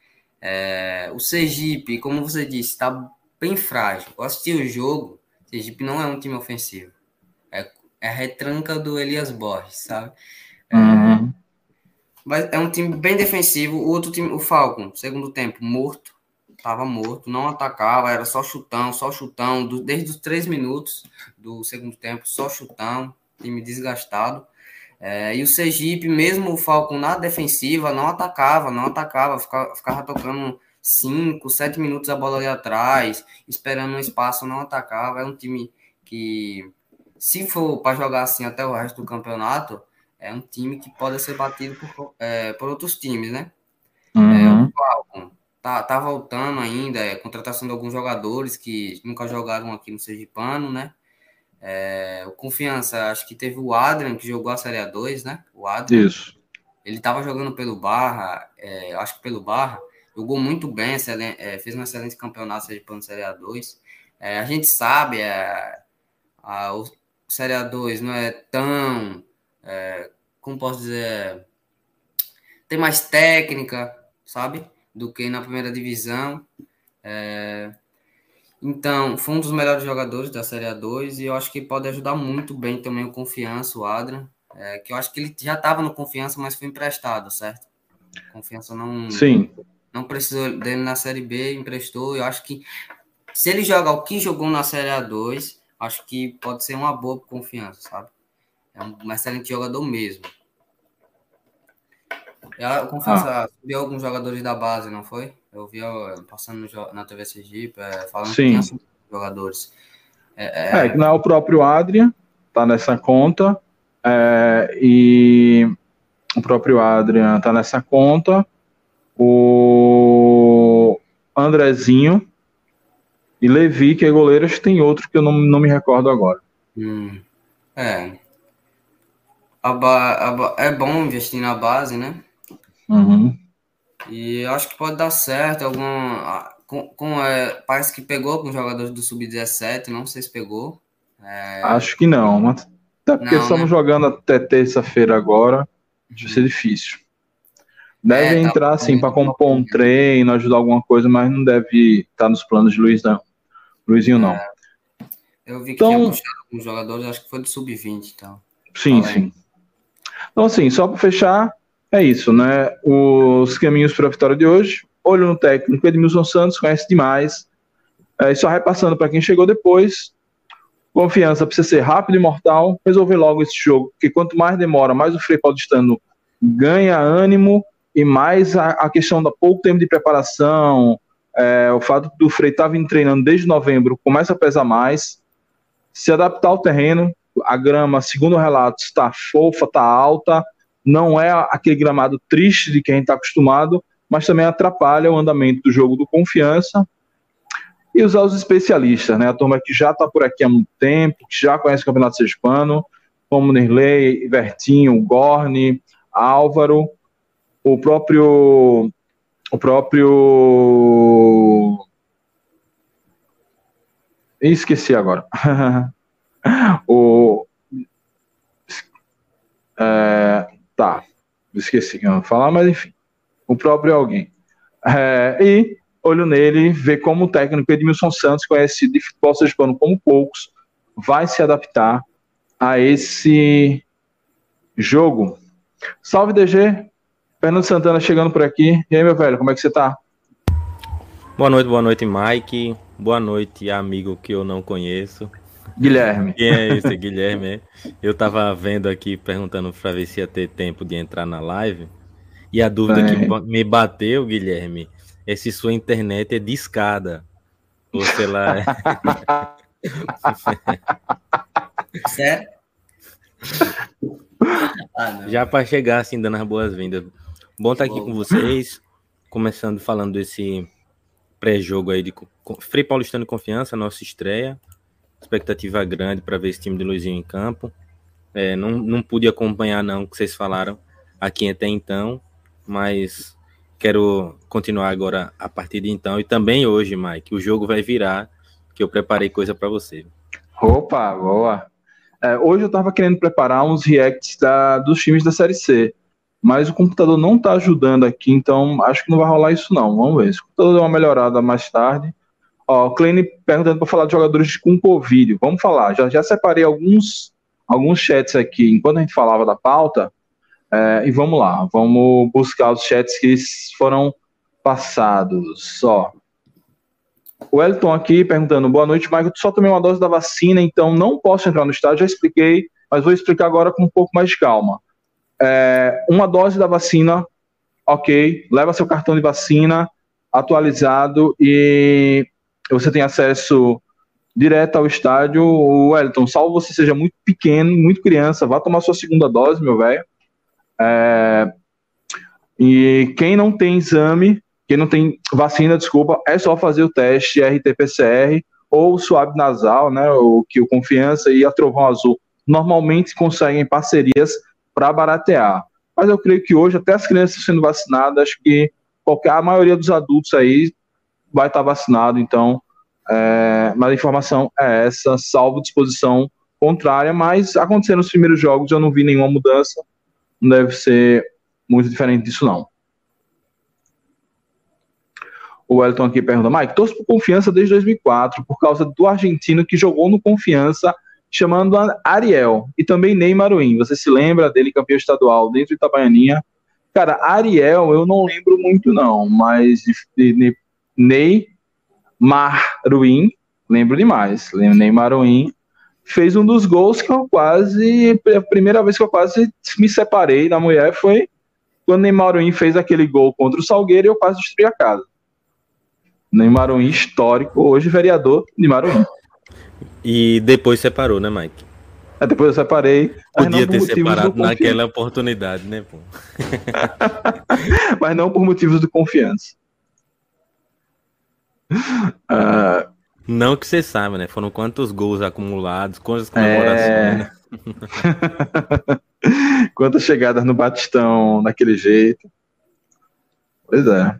É, o Sergipe, como você disse, está bem frágil. Eu assisti o jogo, o Sergipe não é um time ofensivo. É, é a retranca do Elias Borges, sabe? É, uhum. Mas é um time bem defensivo. O outro time, o Falcon, segundo tempo, morto. Tava morto, não atacava, era só chutão, só chutão. Do, desde os três minutos do segundo tempo, só chutão. Time desgastado. É, e o Sergipe, mesmo o Falcon na defensiva, não atacava, não atacava. Ficava, ficava tocando cinco, sete minutos a bola ali atrás, esperando um espaço, não atacava. É um time que, se for para jogar assim até o resto do campeonato, é um time que pode ser batido por, é, por outros times, né? Uhum. É, o Falcon tá, tá voltando ainda, é, contratação de alguns jogadores que nunca jogaram aqui no Sergipano, né? É, o Confiança, acho que teve o Adrian, que jogou a Série A dois, né? O Adrian. Isso. Ele estava jogando pelo Barra, é, acho que pelo Barra, jogou muito bem, excelente, é, fez um excelente campeonato Sergipano Série A dois. É, a gente sabe, é, a, o Série A dois não é tão, é, como posso dizer, tem mais técnica, sabe, do que na primeira divisão. É, então, foi um dos melhores jogadores da Série A dois e eu acho que pode ajudar muito bem também o Confiança, o Adrian, é, que eu acho que ele já estava no Confiança, mas foi emprestado, certo? Confiança não, Sim. não precisou dele na Série B, emprestou. Eu acho que se ele jogar o que jogou na Série A dois, acho que pode ser uma boa Confiança, sabe? É um excelente jogador mesmo. A Confiança ah. subiu alguns jogadores da base, não foi? Eu vi passando na T V Sergipe, é, falando Sim. que tinha cinco jogadores. É, é, que não é o próprio Adrian, tá nessa conta, é, e o próprio Adrian tá nessa conta, o Andrezinho e Levi, que é goleiro, acho que tem outro que eu não, não me recordo agora. Hum, é. A ba, a ba, é bom investir na base, né? Uhum. E acho que pode dar certo. Algum, com, com, é, parece que pegou com os jogadores do sub dezessete, não sei se pegou. É... Acho que não, mas até porque não, estamos né? jogando até terça-feira agora, vai ser difícil. Deve é, entrar tá, assim para compor um treino, ajudar alguma coisa, mas não deve estar nos planos de Luiz, não. Luizinho, não. É, eu vi que então, tinha puxado alguns jogadores, acho que foi do sub vinte, então. Sim, sim. Então, assim, só para fechar, é isso, né? Os caminhos para a vitória de hoje. Olho no técnico, Edmilson Santos, conhece demais. É, só repassando para quem chegou depois. Confiança precisa ser rápido e mortal. Resolver logo esse jogo, porque quanto mais demora, mais o Frei Paulistano ganha ânimo e mais a, a questão da pouco tempo de preparação, é, o fato do Frei estar vindo treinando desde novembro começa a pesar mais. Se adaptar ao terreno, a grama, segundo relatos, está fofa, está alta, não é aquele gramado triste de que a gente está acostumado, mas também atrapalha o andamento do jogo do Confiança. E usar os especialistas, né? A turma que já está por aqui há muito tempo, que já conhece o Campeonato Sergipano, como Nerley, Vertinho, Gorni, Álvaro, o próprio o próprio esqueci agora o é, tá, esqueci que eu ia falar, mas enfim, o próprio alguém, é, e olho nele, ver como o técnico Edmilson Santos conhece de futebol sergipano como poucos, vai se adaptar a esse jogo. Salve D G, Fernando Santana chegando por aqui. E aí, meu velho, como é que você tá? Boa noite, boa noite, Mike. Boa noite, amigo que eu não conheço. Guilherme. Quem é esse, Guilherme? Eu tava vendo aqui, perguntando pra ver se ia ter tempo de entrar na live. E a dúvida é. que me bateu, Guilherme, é se sua internet é de escada. Ou sei lá. Sério? Ah, já para chegar assim, dando as boas-vindas. Bom estar aqui Bom. com vocês. Começando falando desse pré-jogo aí de Frei Paulistano e Confiança, nossa estreia. Expectativa grande para ver esse time de Luizinho em campo. É, não, não pude acompanhar não o que vocês falaram aqui até então, mas quero continuar agora a partir de então. E também hoje, Mike, o jogo vai virar, que eu preparei coisa para você. Opa, boa. É, hoje eu estava querendo preparar uns reacts da, dos times da Série C, mas o computador não está ajudando aqui, então acho que não vai rolar isso não. Vamos ver. Se o computador der uma melhorada mais tarde. Ó, o Kleine perguntando para falar de jogadores com Covid. Vamos falar. Já, já separei alguns, alguns chats aqui enquanto a gente falava da pauta. É, e vamos lá. Vamos buscar os chats que foram passados. Ó. O Elton aqui perguntando, boa noite, Michael, só tomei uma dose da vacina, então não posso entrar no estádio, já expliquei, mas vou explicar agora com um pouco mais de calma. É, uma dose da vacina, ok, leva seu cartão de vacina atualizado e você tem acesso direto ao estádio. O Elton, salvo você seja muito pequeno, muito criança, vá tomar sua segunda dose, meu velho, É, e quem não tem exame, quem não tem vacina, desculpa, é só fazer o teste R T P C R ou suave nasal, né, o que o Confiança e a Trovão Azul normalmente conseguem parcerias para baratear. Mas eu creio que hoje, até as crianças sendo vacinadas, acho que qualquer, a maioria dos adultos aí vai estar vacinado, então, é, mas a informação é essa, salvo disposição contrária, mas acontecendo nos primeiros jogos, eu não vi nenhuma mudança, não deve ser muito diferente disso, não. O Wellington aqui pergunta, Mike, torço por Confiança desde dois mil e quatro, por causa do argentino que jogou no Confiança, chamando Ariel, e também Ney Maruim. Você se lembra dele, campeão estadual, dentro de Itabaianinha? Cara, Ariel eu não lembro muito, não, mas de, de, de Ney Maruim, lembro demais. Lembro, Ney Maruim fez um dos gols que eu quase, a primeira vez que eu quase me separei da mulher foi quando Ney Maruim fez aquele gol contra o Salgueiro e eu quase destruí a casa. Ney Maruim histórico, hoje vereador de Maruim. E depois separou, né, Mike? É, depois eu separei. Podia ter separado naquela oportunidade, né, pô? Mas não por motivos de confiança. Uh, não que você saiba, né? Foram quantos gols acumulados, quantas comemorações, é... né? Quantas chegadas no Batistão daquele jeito. Pois é.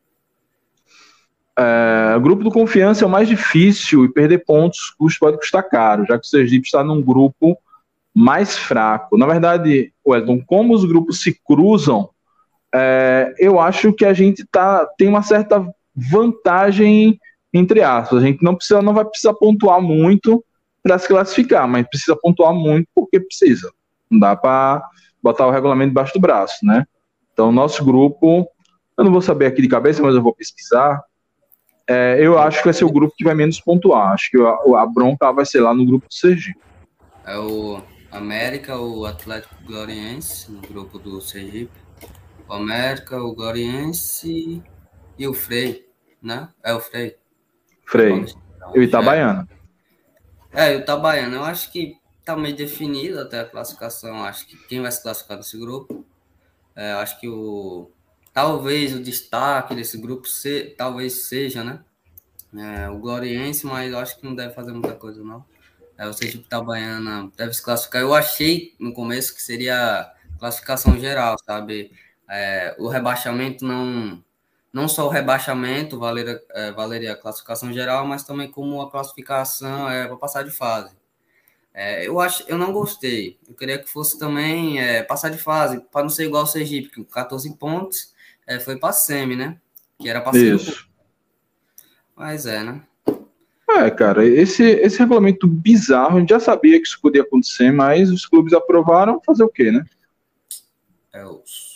É, o grupo do Confiança é o mais difícil e perder pontos pode custar caro, já que o Sergipe está num grupo mais fraco. Na verdade, Wellington, como os grupos se cruzam, é, eu acho que a gente tá, tem uma certa vantagem, entre aspas. A gente não, precisa, não vai precisar pontuar muito para se classificar, mas precisa pontuar muito porque precisa. Não dá para botar o regulamento debaixo do braço, né? Então, nosso grupo, eu não vou saber aqui de cabeça, mas eu vou pesquisar. É, eu acho que vai ser o grupo que vai menos pontuar. Acho que a, a bronca vai ser lá no grupo do Sergipe. É o América, o Atlético Gloriense, no grupo do Sergipe. O América, o Gloriense e o Frei, né? É o Frei. Frei. E o Itabaiana. É, e o Itabaiana. Eu acho que tá meio definido até a classificação. Acho que quem vai se classificar nesse grupo. É, acho que o... Talvez o destaque desse grupo se, talvez seja, né? É, o Gloriense, mas eu acho que não deve fazer muita coisa, não. É, o Sergipe Itabaiana deve se classificar. Eu achei no começo que seria classificação geral, sabe? É, o rebaixamento não... Não só o rebaixamento valeria, é, valeria a classificação geral, mas também como a classificação é, para passar de fase. É, eu, acho, eu não gostei. Eu queria que fosse também é, passar de fase, para não ser igual ao Sergipe, que com catorze pontos é, foi para a semi, né? Que era para ser. Isso. Mas é, né? É, cara, esse, esse regulamento bizarro, a gente já sabia que isso podia acontecer, mas os clubes aprovaram, fazer o quê, né? É os...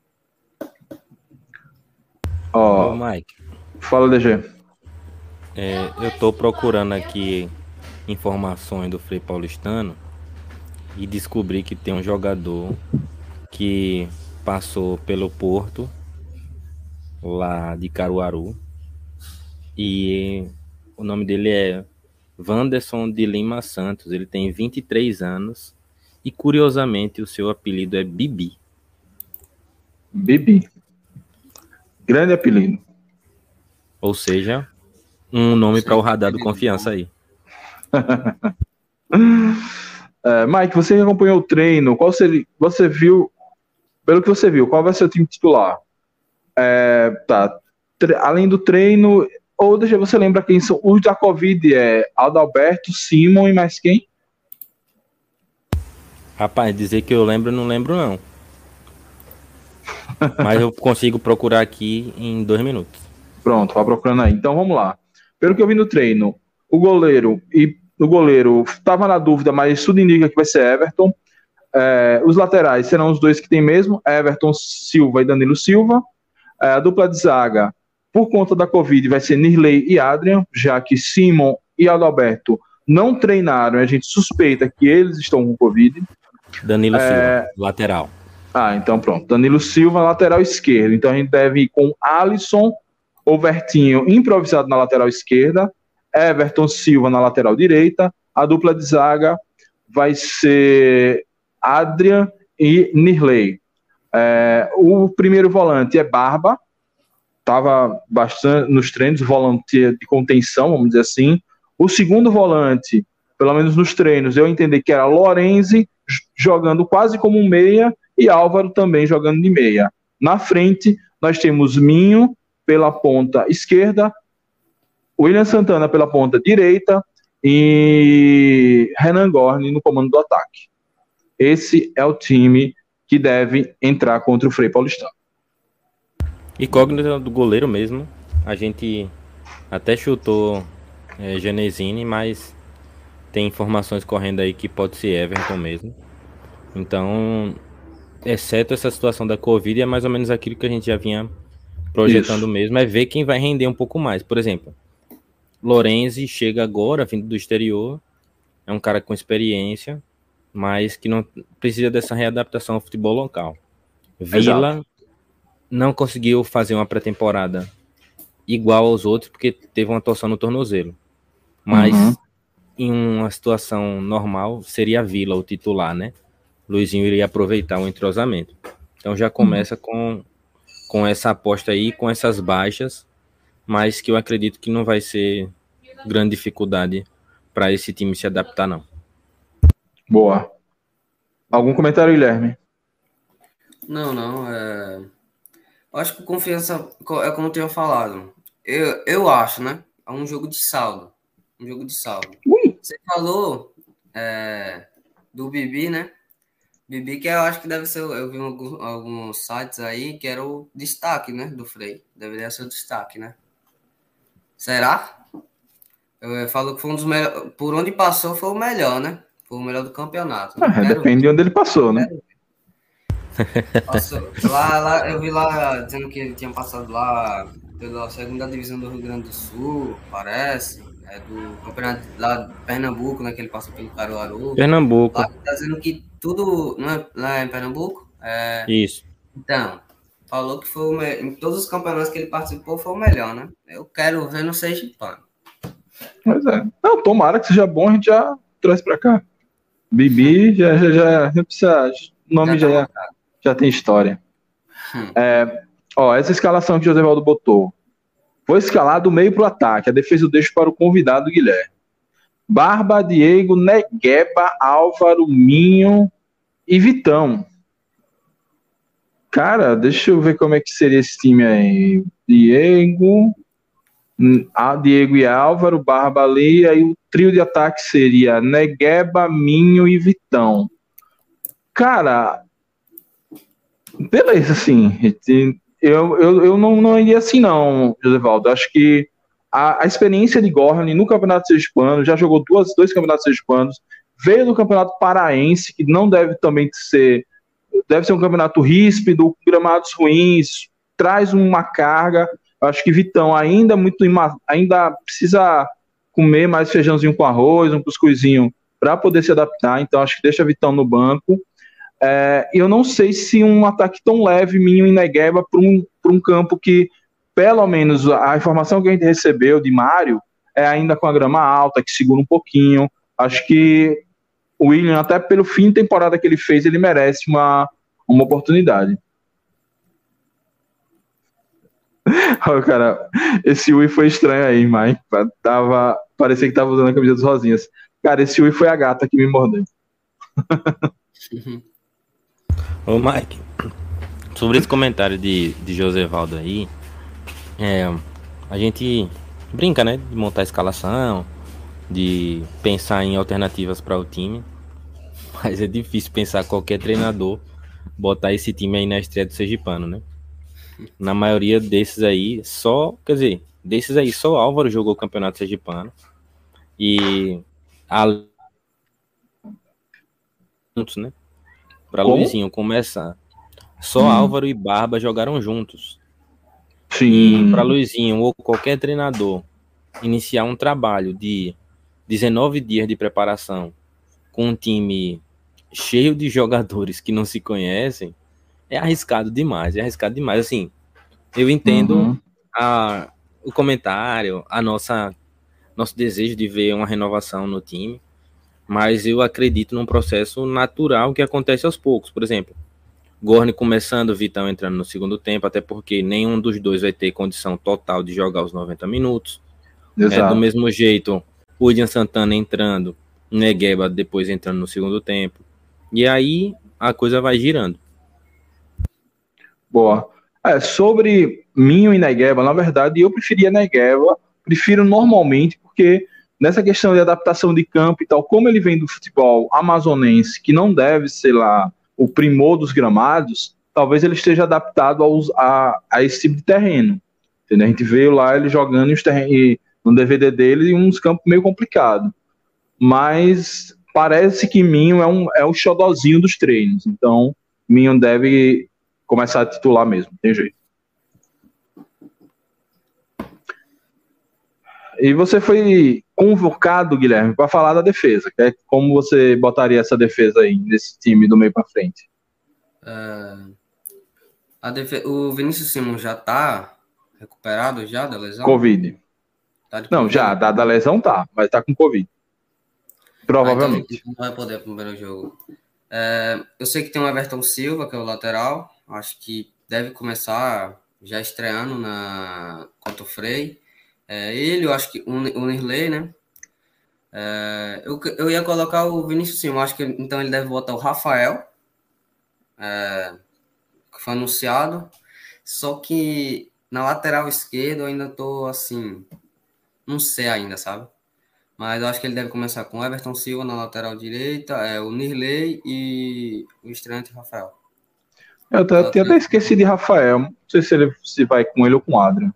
Ó, Ô, Mike. Fala, D G. É, eu tô procurando aqui informações do Frei Paulistano e descobri que tem um jogador que passou pelo Porto, lá de Caruaru, e o nome dele é Wanderson de Lima Santos. Ele tem vinte e três anos e, curiosamente, o seu apelido é Bibi. Bibi. Grande apelido. Ou seja, um nome para o radar do Confiança aí. é, Mike, você que acompanhou o treino, qual seria, você viu, pelo que você viu, qual vai ser o time titular? É, tá, tre, além do treino, ou deixa você lembra quem são os da Covid? É Adalberto, Simon e mais quem? Rapaz, dizer que eu lembro, eu não lembro não. Mas eu consigo procurar aqui em dois minutos. Pronto, vai procurando aí. Então vamos lá. Pelo que eu vi no treino, o goleiro e o goleiro estava na dúvida, mas tudo indica que vai ser Everton. É, os laterais serão os dois que tem mesmo, Everton Silva e Danilo Silva. É, a dupla de zaga, por conta da Covid, vai ser Nirley e Adrian, já que Simon e Adalberto não treinaram, a gente suspeita que eles estão com Covid. Danilo é... Silva, lateral. Ah, então pronto. Danilo Silva, lateral esquerdo. Então a gente deve ir com Alisson ou Vertinho improvisado na lateral esquerda, Everton Silva na lateral direita. A dupla de zaga vai ser Adrian e Nirley. É, o primeiro volante é Barba, estava bastante nos treinos, volante de contenção, vamos dizer assim. O segundo volante, pelo menos nos treinos, eu entendi que era Lorenzi, jogando quase como um meia, e Álvaro também jogando de meia. Na frente, nós temos Minho pela ponta esquerda, William Santana pela ponta direita e Renan Gorni no comando do ataque. Esse é o time que deve entrar contra o Frei Paulistano. Incógnita do goleiro mesmo. A gente até chutou é, Genesini, mas tem informações correndo aí que pode ser Everton mesmo. Então, exceto essa situação da Covid, é mais ou menos aquilo que a gente já vinha projetando. Isso. Mesmo, é ver quem vai render um pouco mais. Por exemplo, Lorenzi chega agora, vindo do exterior, é um cara com experiência, mas que não precisa dessa readaptação ao futebol local. Vila Exato. Não conseguiu fazer uma pré-temporada igual aos outros, porque teve uma torção no tornozelo. Mas, uhum. em uma situação normal, seria a Vila o titular, né? Luizinho iria aproveitar o entrosamento. Então já começa uhum. com, com essa aposta aí, com essas baixas, mas que eu acredito que não vai ser grande dificuldade para esse time se adaptar, não. Boa. Algum comentário, Guilherme? Não, não. É... Eu acho que Confiança, é como eu tinha falado. Eu, eu acho, né? É um jogo de saldo. Um jogo de saldo. Ui. Você falou é, do Bibi, né? Bibi, que eu acho que deve ser. Eu vi alguns, alguns sites aí que era o destaque, né? Do Frei. Deveria ser o destaque, né? Será? Eu falo que foi um dos melhores. Por onde passou foi o melhor, né? Foi o melhor do campeonato. Né? Ah, depende de onde ele passou, né? Passou, lá, lá, eu vi lá dizendo que ele tinha passado lá pela segunda divisão do Rio Grande do Sul, parece. É do campeonato lá de Pernambuco, né? Que ele passou pelo Caruaru. Pernambuco. Lá tá dizendo que tudo. Não é, lá em Pernambuco? É, Isso. Então, falou que foi o me... em todos os campeonatos que ele participou foi o melhor, né? Eu quero ver no Sergipano. Pois é. Não, tomara que seja bom, a gente já traz pra cá. Bibi, já, já, já, não precisa. O nome já, já, tá já, já tem história. Hum. É, ó, essa escalação que o José Valdo botou. Foi escalado do meio pro ataque. A defesa eu deixo para o convidado Guilherme. Barba, Diego, Negueba, Álvaro, Minho e Vitão. Cara, deixa eu ver como é que seria esse time aí. Diego, a Diego e Álvaro, Barba ali, aí o trio de ataque seria Negueba, Minho e Vitão. Cara, beleza, assim, eu, eu, eu não, não iria assim não, Josevaldo. Acho que a, a experiência de Gorni no Campeonato Sergipano, já jogou duas, dois Campeonatos Sergipanos, veio do Campeonato Paraense, que não deve também ser, deve ser um campeonato ríspido, gramados ruins, traz uma carga. Acho que Vitão ainda muito ainda precisa comer mais feijãozinho com arroz, um cuscuzinho para poder se adaptar. Então acho que deixa Vitão no banco. É, eu não sei se um ataque tão leve, Minho e Negueba, para um, um campo que, pelo menos a informação que a gente recebeu de Mário, é ainda com a grama alta, que segura um pouquinho. Acho que o William, até pelo fim de temporada que ele fez, ele merece uma, uma oportunidade. Oh, cara, esse Ui foi estranho aí, Mike. Tava, parecia que tava usando a camisa dos Rosinhas. Cara, esse Ui foi a gata que me mordeu. Ô, Mike, sobre esse comentário de, de Josevaldo aí, é, a gente brinca, né, de montar a escalação, de pensar em alternativas para o time, mas é difícil pensar qualquer treinador botar esse time aí na estreia do Sergipano, né? Na maioria desses aí, só, quer dizer, desses aí, só Álvaro jogou o Campeonato Sergipano. E a juntos, né? Para Luizinho começar. Só hum. Álvaro e Barba jogaram juntos. Sim. E para Luizinho ou qualquer treinador iniciar um trabalho de dezenove dias de preparação com um time cheio de jogadores que não se conhecem, é arriscado demais, é arriscado demais. Assim, eu entendo uhum. a, o comentário, a nossa nosso desejo de ver uma renovação no time, mas eu acredito num processo natural que acontece aos poucos. Por exemplo, Gorni começando, Vitão entrando no segundo tempo, até porque nenhum dos dois vai ter condição total de jogar os noventa minutos. É, do mesmo jeito, o William Santana entrando, Negueba depois entrando no segundo tempo. E aí a coisa vai girando. Boa. É, sobre Minho e Negueba, na verdade, eu preferia Negueba, prefiro normalmente, porque nessa questão de adaptação de campo e tal, como ele vem do futebol amazonense, que não deve ser lá o primor dos gramados, talvez ele esteja adaptado aos, a, a esse tipo de terreno. Entendeu? A gente veio lá ele jogando os terrenos, no D V D dele em uns campos meio complicados. Mas parece que Minho é, um, é o xodozinho dos treinos. Então, Minho deve começar a titular mesmo, tem jeito. E você foi convocado, Guilherme, para falar da defesa. Que é como você botaria essa defesa aí, nesse time do meio para frente? Uh, a defe... O Vinícius Simões já tá recuperado já da lesão? Covid. Tá de Não, COVID? já, da, da lesão tá, mas tá com Covid. Provavelmente. Ah, então não vai poder pro primeiro jogo. É, eu sei que tem o Everton Silva, que é o lateral. Acho que deve começar já estreando na... contra o Frei. É, ele, eu acho que o, o Nirley, né? É, eu, eu ia colocar o Vinícius Simões. Acho que então ele deve botar o Rafael, é, que foi anunciado. Só que na lateral esquerda eu ainda tô assim... Não sei ainda, sabe? Mas eu acho que ele deve começar com o Everton Silva na lateral direita, é, o Nirley e o estreante Rafael. Eu até, eu até esqueci de Rafael. Não sei se ele se vai com ele ou com o Adrian.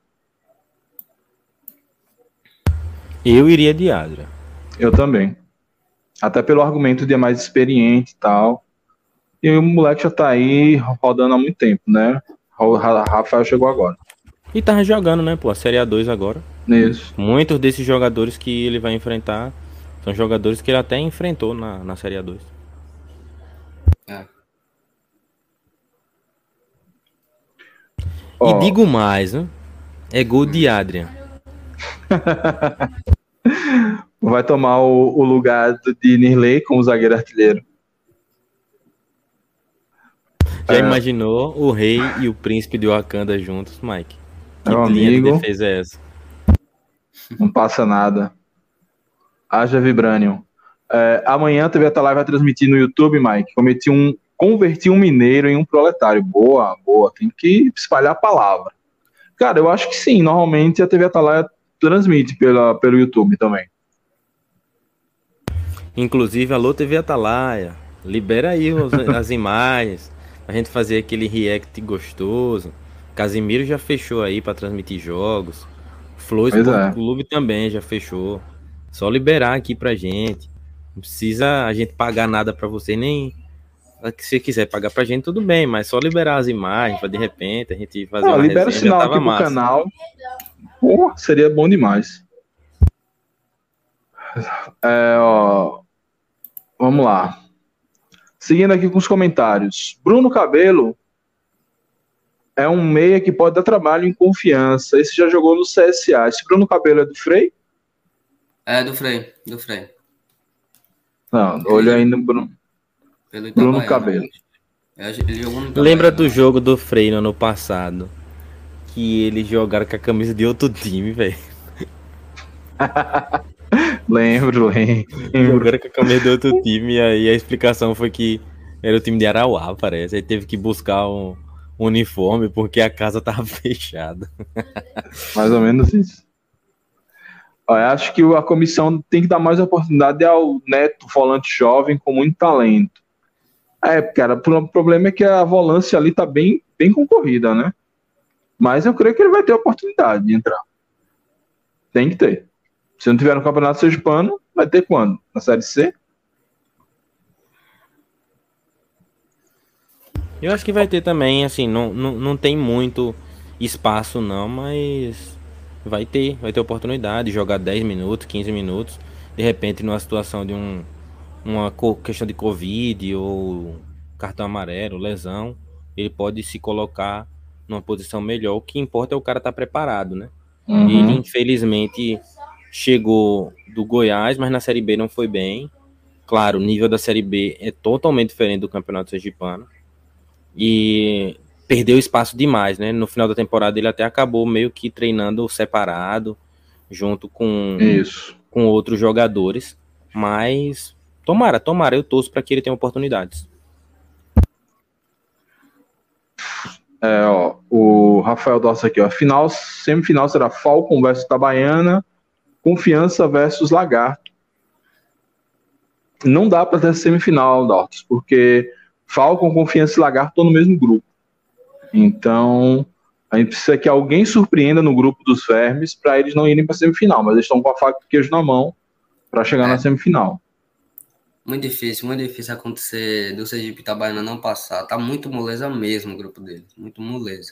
Eu iria de Adrian. Eu também. Até pelo argumento de é mais experiente e tal. E o moleque já tá aí rodando há muito tempo, né? O Rafael chegou agora. E tava jogando, né, pô? A Série A dois agora. Isso. Muitos desses jogadores que ele vai enfrentar são jogadores que ele até enfrentou na, na Série A dois. É. Oh. E digo mais, né? É gol de Adrian. Vai tomar o, o lugar de Nirley como zagueiro artilheiro. Já é. Imaginou o rei e o príncipe de Wakanda juntos, Mike? Que Meu linha amigo, de defesa é essa? Não passa nada. Haja Vibranium. É, amanhã a T V Atalaya vai transmitir no YouTube, Mike. Cometi um, converti um mineiro em um proletário. Boa, boa. Tem que espalhar a palavra. Cara, eu acho que sim. Normalmente a T V Atalaya transmite pela, pelo YouTube também. Inclusive, alô T V Atalaya. Libera aí os, as imagens. A gente fazer aquele react gostoso. Casimiro já fechou aí para transmitir jogos. Flow Sport Clube também já fechou. Só liberar aqui pra gente. Não precisa a gente pagar nada pra você, nem se quiser pagar pra gente, tudo bem, mas só liberar as imagens pra de repente a gente fazer ah, uma libera resenha, o sinal já tava aqui pro massa. Canal. Pô, seria bom demais. É, ó, vamos lá. Seguindo aqui com os comentários. Bruno Cabelo é um meia que pode dar trabalho em Confiança. Esse já jogou no C S A. Esse Bruno Cabelo é do Frei? É, do Frei, do Frei. Não, olha aí no Bruno, Bruno Cabelo. Lembra do jogo do Frei no ano passado? Que eles jogaram com a camisa de outro time, velho. Lembro, lembro. Jogaram com a camisa de outro time, e aí a explicação foi que era o time de Arauá, parece. Aí teve que buscar um uniforme porque a casa tava fechada. Mais ou menos isso. Eu acho que a comissão tem que dar mais oportunidade ao Neto, volante jovem com muito talento. É, cara, o problema é que a volância ali tá bem, bem concorrida, né? Mas eu creio que ele vai ter oportunidade de entrar. Tem que ter. Se não tiver no Campeonato Sergipano, vai ter quando? Na Série C? Eu acho que vai ter também, assim, não, não, não tem muito espaço não, mas vai ter, vai ter oportunidade de jogar dez minutos, quinze minutos, de repente numa situação de um, uma questão de Covid ou cartão amarelo, lesão, ele pode se colocar numa posição melhor. O que importa é o cara estar preparado, né? Uhum. Ele, infelizmente, chegou do Goiás, mas na Série B não foi bem. Claro, o nível da Série B é totalmente diferente do Campeonato Sergipano. e perdeu espaço demais, né? No final da temporada ele até acabou meio que treinando separado, junto com, Isso. com outros jogadores, mas tomara, tomara, eu torço para que ele tenha oportunidades. É, ó, o Rafael Dossa aqui, ó, final, semifinal será Falcon versus Itabaiana, Confiança versus Lagarto. Não dá para ter semifinal, Dortos, porque Falcon, Confiança e Lagarto estão no mesmo grupo. Então, a gente precisa que alguém surpreenda no grupo dos Vermes para eles não irem para a semifinal, mas eles estão com a faca e queijo na mão para chegar é. na semifinal. Muito difícil, muito difícil acontecer do Sergipe Itabaiana não passar. Tá muito moleza mesmo o grupo deles, muito moleza.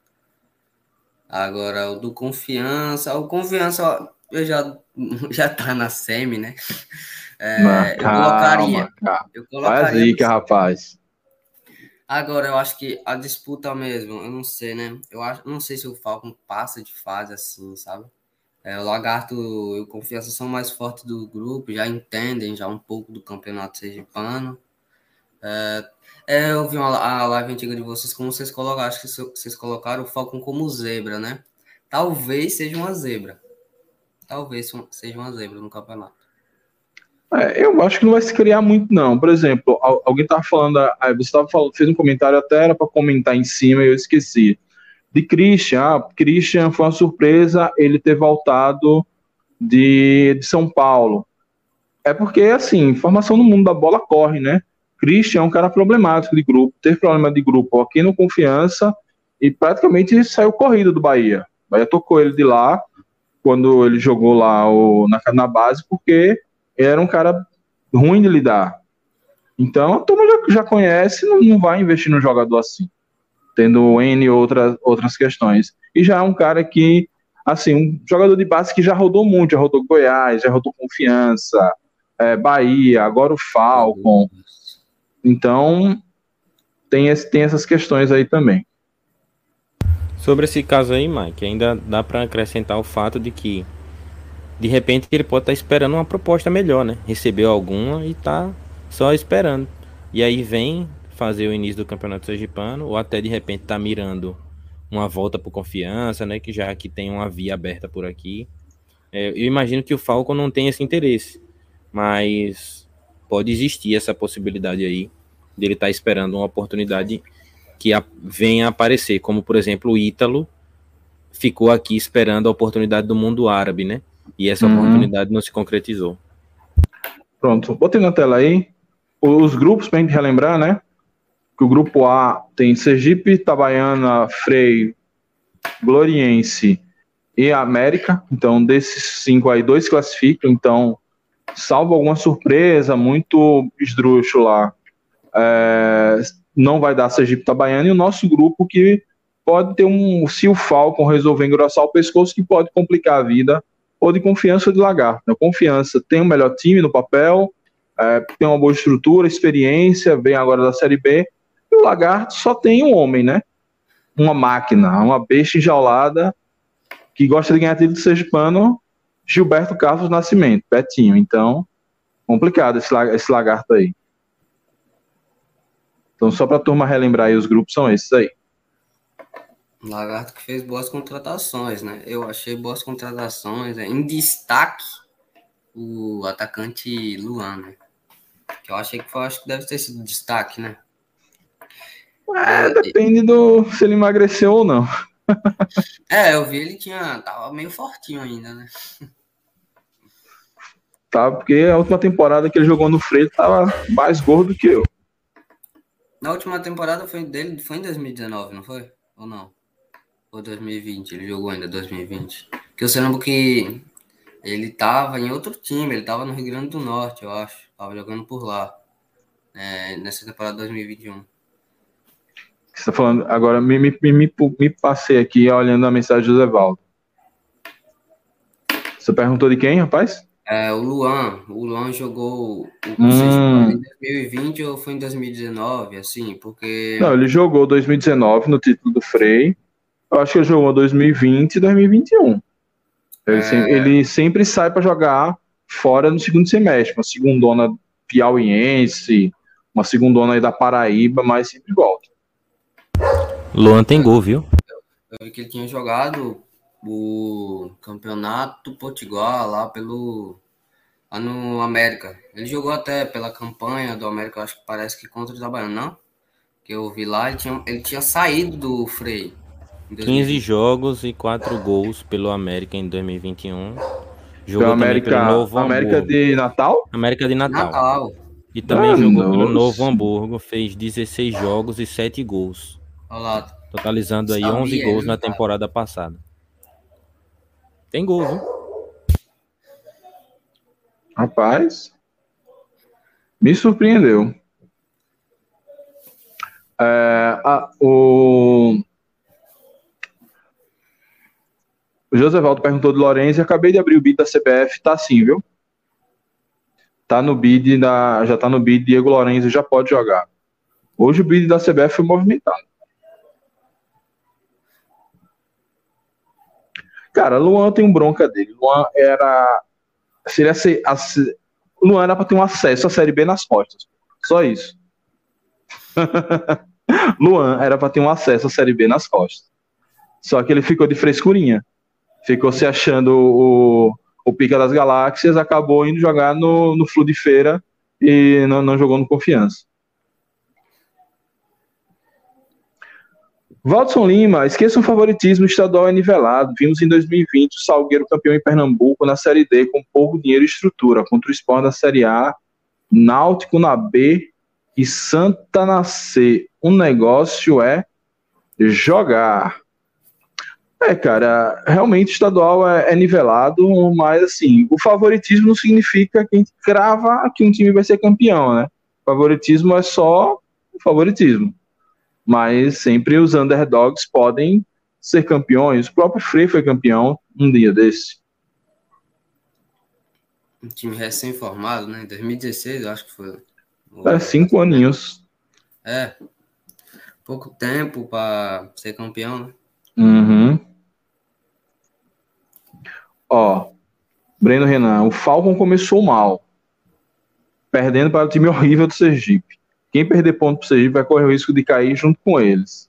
Agora, o do Confiança, o Confiança, eu já, já tá na semi, né? É, Não, eu calma, colocaria. Calma. Eu colocaria Faz zica, rapaz. Agora, eu acho que a disputa mesmo, eu não sei, né? Eu acho, não sei se o Falcon passa de fase assim, sabe? É, o Lagarto e o Confiança são mais fortes do grupo, já entendem já um pouco do campeonato sergipano. É, é, eu vi uma, a live antiga de vocês, como vocês colocaram, acho que vocês colocaram o Falcon como zebra, né? Talvez seja uma zebra. Talvez seja uma zebra no campeonato. É, eu acho que não vai se criar muito, não. Por exemplo, alguém estava falando, aí você tava falando, fez um comentário, até era para comentar em cima e eu esqueci. De Christian, ah, Christian foi uma surpresa ele ter voltado de, de São Paulo. É porque, assim, formação no mundo da bola corre, né? Christian é um cara problemático de grupo, teve problema de grupo aqui no Confiança e praticamente saiu corrido do Bahia. O Bahia tocou ele de lá, quando ele jogou lá o, na, na base, porque ele era um cara ruim de lidar. Então, a turma já, já conhece, não, não vai investir num jogador assim, tendo N outras, outras questões. E já é um cara que, assim, um jogador de base que já rodou muito, já rodou Goiás, já rodou Confiança, é, Bahia, agora o Falcon. Então, tem, esse, tem essas questões aí também. Sobre esse caso aí, Mike, ainda dá para acrescentar o fato de que, de repente, ele pode estar esperando uma proposta melhor, né? Recebeu alguma e tá só esperando. E aí vem fazer o início do Campeonato Sergipano, ou até de repente tá mirando uma volta por Confiança, né? Que já que tem uma via aberta por aqui. É, eu imagino que o Falcon não tem esse interesse, mas pode existir essa possibilidade aí dele estar esperando uma oportunidade que a, venha a aparecer, como por exemplo o Ítalo ficou aqui esperando a oportunidade do mundo árabe, né? E essa uhum. oportunidade não se concretizou. Pronto, botei na tela aí os grupos para a gente relembrar, né? Que o grupo A tem Sergipe, Itabaiana, Frei, Gloriense e América. Então, desses cinco aí, dois classificam. Então, salvo alguma surpresa, muito esdrúxulo lá, é, não vai dar Sergipe, Itabaiana. E o nosso grupo que pode ter um, se o Falcon resolver engrossar o pescoço, que pode complicar a vida, ou de Confiança ou de Lagarto. A Confiança tem o melhor time no papel, é, tem uma boa estrutura, experiência, vem agora da Série B, e o Lagarto só tem um homem, né? Uma máquina, uma besta enjaulada, que gosta de ganhar título de sergipano, Gilberto Carlos Nascimento, Betinho. Então, complicado esse, esse Lagarto aí. Então, só para a turma relembrar aí, os grupos são esses aí. Lagarto que fez boas contratações, né? Eu achei boas contratações, né? Em destaque, o atacante Luan, né? Que eu achei que foi, acho que deve ter sido destaque, né? É, é, depende do se ele emagreceu ou não. É, eu vi ele tinha tava meio fortinho ainda, né? Tá, porque a última temporada que ele jogou no Freire tava mais gordo que eu. Na última temporada foi dele, foi em dois mil e dezenove, não foi? Ou não? Ou dois mil e vinte, ele jogou ainda dois mil e vinte. Porque eu lembro que ele tava em outro time, ele tava no Rio Grande do Norte, eu acho. Tava jogando por lá, é, nessa temporada dois mil e vinte e um. Você tá falando, agora me, me, me, me passei aqui olhando a mensagem do José Valdo. Você perguntou de quem, rapaz? É, o Luan. O Luan jogou o hum. em dois mil e vinte ou foi em dois mil e dezenove, assim, porque... Não, ele jogou dois mil e dezenove no título do Frei. Eu acho que ele jogou dois mil e vinte e dois mil e vinte e um. Ele, é... sempre, ele sempre sai para jogar fora no segundo semestre, uma segundona piauiense, uma segundona aí da Paraíba, mas sempre volta. Luan tem gol, viu? Eu vi que ele tinha jogado o campeonato potiguar lá pelo... lá no América. Ele jogou até pela campanha do América, acho que parece que contra o Itabaiana, não? Que eu vi lá, ele tinha, ele tinha saído do Frei. quinze jogos e quatro gols pelo América em dois mil e vinte e um. Jogou Pelo também América, pelo Novo América Hamburgo. de Natal? América de Natal. Natal. E também Ah, jogou pelo nossa. Novo Hamburgo, fez dezesseis jogos e sete gols. Olha lá. Totalizando aí Sabia, onze gols hein, na cara? temporada passada. Tem gol, viu? Rapaz, me surpreendeu. É, a- o... o José Valdo perguntou do Lourenço e acabei de abrir o bid da C B F, tá sim, viu? Tá no bid da, já tá no bid, Diego Lourenço já pode jogar. Hoje o bid da C B F foi movimentado. Cara, Luan tem um bronca dele. Luan era seria ser, a, Luan era pra ter um acesso à Série B nas costas. Só isso. Luan era pra ter um acesso à Série B nas costas. Só que ele ficou de frescurinha. Ficou se achando o, o pica das galáxias, acabou indo jogar no, no Flu de Feira e não, não jogou no Confiança. Valdson Lima, esqueça o favoritismo, o estadual é nivelado. Vimos em dois mil e vinte o Salgueiro campeão em Pernambuco na Série D com pouco dinheiro e estrutura, contra o Sport na Série A, Náutico na B e Santa na C. O negócio é jogar. É, cara, realmente o estadual é, é nivelado, mas assim, o favoritismo não significa que a gente crava que um time vai ser campeão, né? O favoritismo é só o favoritismo. Mas sempre os underdogs podem ser campeões. O próprio Frei foi campeão um dia desse. Um time recém-formado, né? Em dois mil e dezesseis, eu acho que foi. É, cinco aninhos. É. Pouco tempo para ser campeão, né? Uhum. Ó, Breno Renan, o Falcon começou mal, perdendo para o time horrível do Sergipe. Quem perder ponto pro Sergipe vai correr o risco de cair junto com eles.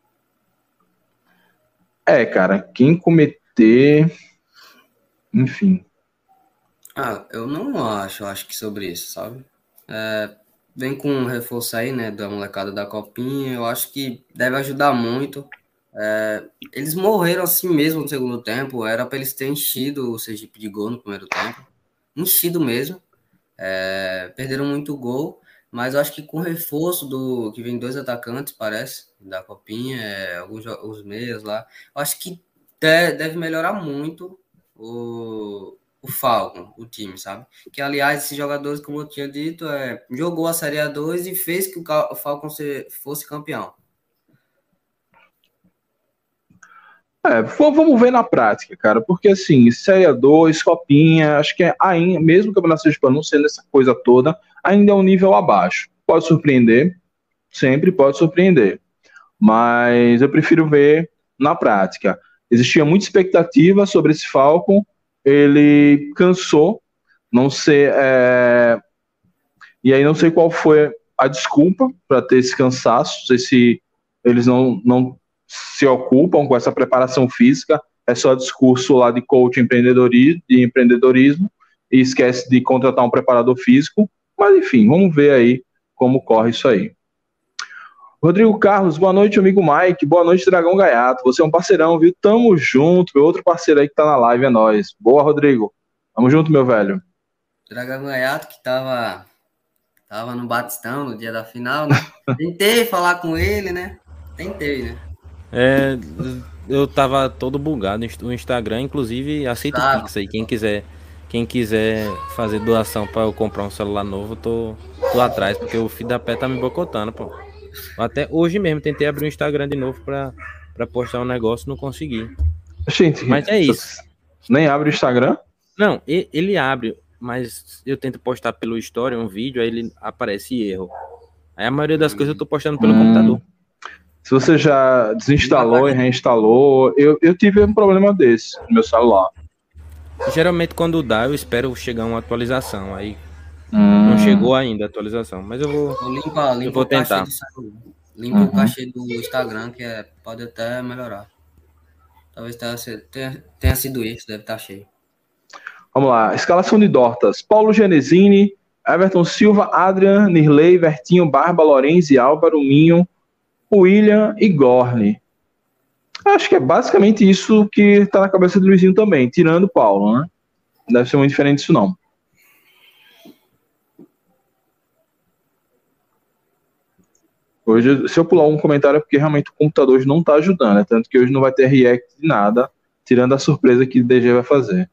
É, cara, quem cometer... Enfim. Ah, eu não acho, acho que sobre isso, sabe? É, vem com um reforço aí, né, da molecada da Copinha, eu acho que deve ajudar muito. É, eles morreram assim mesmo no segundo tempo, era para eles terem enchido o Sergipe de gol no primeiro tempo. Enchido mesmo. É, perderam muito gol. Mas eu acho que com o reforço do que vem dois atacantes, parece, da Copinha, é, alguns os meias lá, eu acho que de, deve melhorar muito o, o Falcon, o time, sabe? Que, aliás, esses jogadores, como eu tinha dito, é, jogou a Série A dois e fez que o, o Falcon se, fosse campeão. É, vamos ver na prática, cara, porque assim, Série A dois, Copinha, acho que é ainda, mesmo o Campeonato Sergipano não sendo essa coisa toda, ainda é um nível abaixo. Pode surpreender, sempre pode surpreender, mas eu prefiro ver na prática. Existia muita expectativa sobre esse Falcon, ele cansou, não sei, é... e aí não sei qual foi a desculpa para ter esse cansaço, não sei se eles não, não se ocupam com essa preparação física, é só discurso lá de coach empreendedorismo, de empreendedorismo, e esquece de contratar um preparador físico, mas enfim, vamos ver aí como corre isso aí. Rodrigo Carlos, boa noite, amigo Mike, boa noite, Dragão Gaiato, você é um parceirão, viu? Tamo junto, meu outro parceiro aí que tá na live é nóis. Boa, Rodrigo, tamo junto, meu velho. Dragão Gaiato, que tava, tava no Batistão no dia da final, né? Tentei falar com ele, né? Tentei, né? É, eu tava todo bugado no Instagram, inclusive aceito Tá. Pix aí, quem quiser, quem quiser fazer doação pra eu comprar um celular novo, eu tô, tô atrás, porque o filho da pé tá me boicotando, pô. Até hoje mesmo tentei abrir o Instagram de novo pra, pra postar um negócio, não consegui. Gente, Mas é isso. Nem abre o Instagram? Não, ele abre, mas eu tento postar pelo Story um vídeo, aí ele aparece erro. Aí a maioria das coisas eu tô postando pelo hum. computador. Se você já desinstalou e reinstalou, eu, eu tive um problema desse no meu celular. Geralmente quando dá, eu espero chegar uma atualização. Aí hum. não chegou ainda a atualização, mas eu vou, Limpa, limpa eu vou tentar. Limpou Uhum. o cachê do Instagram, que é, pode até melhorar. Talvez tenha, tenha, tenha sido isso, deve estar cheio. Vamos lá. Escalação de Dortas. Paulo Genesini, Everton Silva, Adrian, Nirley, Vertinho, Barba, Lorenzi, Álvaro, Minho, William e Gorne. Acho que é basicamente isso que está na cabeça do Luizinho também, tirando o Paulo, né? Não deve ser muito diferente disso, não. Hoje, se eu pular um comentário, é porque realmente o computador hoje não está ajudando, né? Tanto que hoje não vai ter react de nada, tirando a surpresa que o D G vai fazer.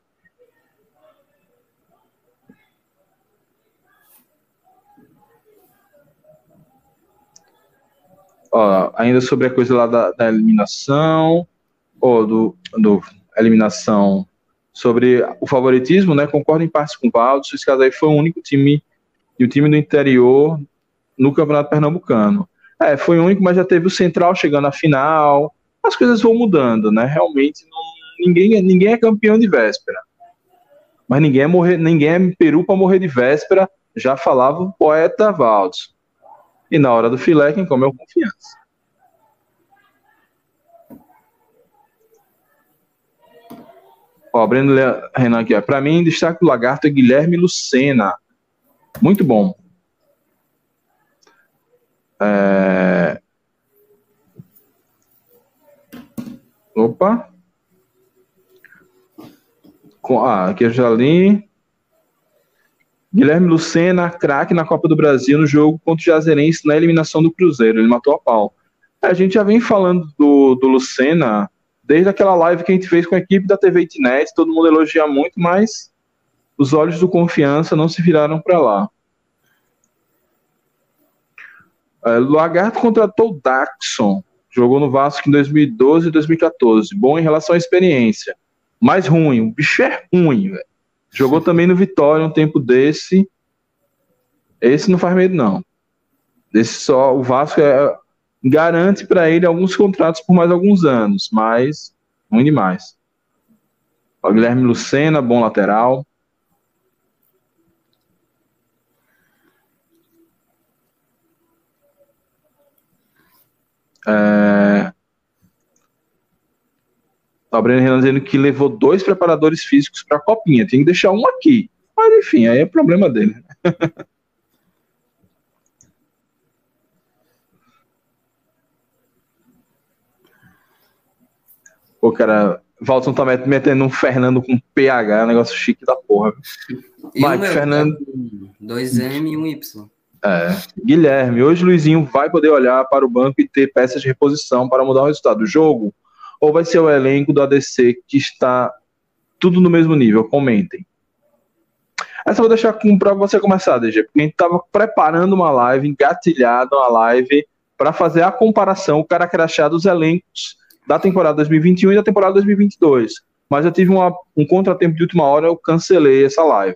Ó, ainda sobre a coisa lá da, da eliminação, ou do, do eliminação sobre o favoritismo, né? Concordo em partes com o Valdo. Esse caso aí foi o único time, e o time do interior no Campeonato Pernambucano. É, foi o único, mas já teve o Central chegando à final. As coisas vão mudando, né? Realmente, não, ninguém, ninguém é campeão de véspera. Mas ninguém é, morrer, ninguém é peru para morrer de véspera, já falava o poeta Valdo. E na hora do filé, quem come é o Confiança. Ó, Breno Renan aqui, ó. Para mim, destaque do Lagarto é Guilherme Lucena. Muito bom. É... Opa. Ah, aqui eu já li. Guilherme Lucena, craque na Copa do Brasil no jogo contra o Juazeirense na eliminação do Cruzeiro. Ele matou a pau. A gente já vem falando do, do Lucena desde aquela live que a gente fez com a equipe da T V Itnet. Todo mundo elogia muito, mas os olhos do Confiança não se viraram para lá. É, Lagarto contratou o Daxon. Jogou no Vasco em dois mil e doze e dois mil e quatorze. Bom em relação à experiência. Mas ruim. O bicho é ruim, velho. Jogou também no Vitória um tempo desse. Esse não faz medo, não. Esse só, o Vasco é, garante para ele alguns contratos por mais alguns anos, mas ruim demais. O Guilherme Lucena, bom lateral. É... O Breno Renan dizendo que levou dois preparadores físicos para a Copinha. Tem que deixar um aqui. Mas enfim, aí é problema dele. Pô, cara, Valton tá metendo um Fernando com P H, um negócio chique da porra. Mike, Fernando. dois M e um Y. É. Guilherme, hoje Luizinho vai poder olhar para o banco e ter peças de reposição para mudar o resultado do jogo? Ou vai ser o elenco do A D C que está tudo no mesmo nível? Comentem. Essa eu vou deixar para você começar, D G, porque a gente estava preparando uma live, engatilhado uma live, para fazer a comparação, o cara crachá dos elencos da temporada dois mil e vinte e um e da temporada dois mil e vinte e dois. Mas eu tive uma, um contratempo de última hora, eu cancelei essa live.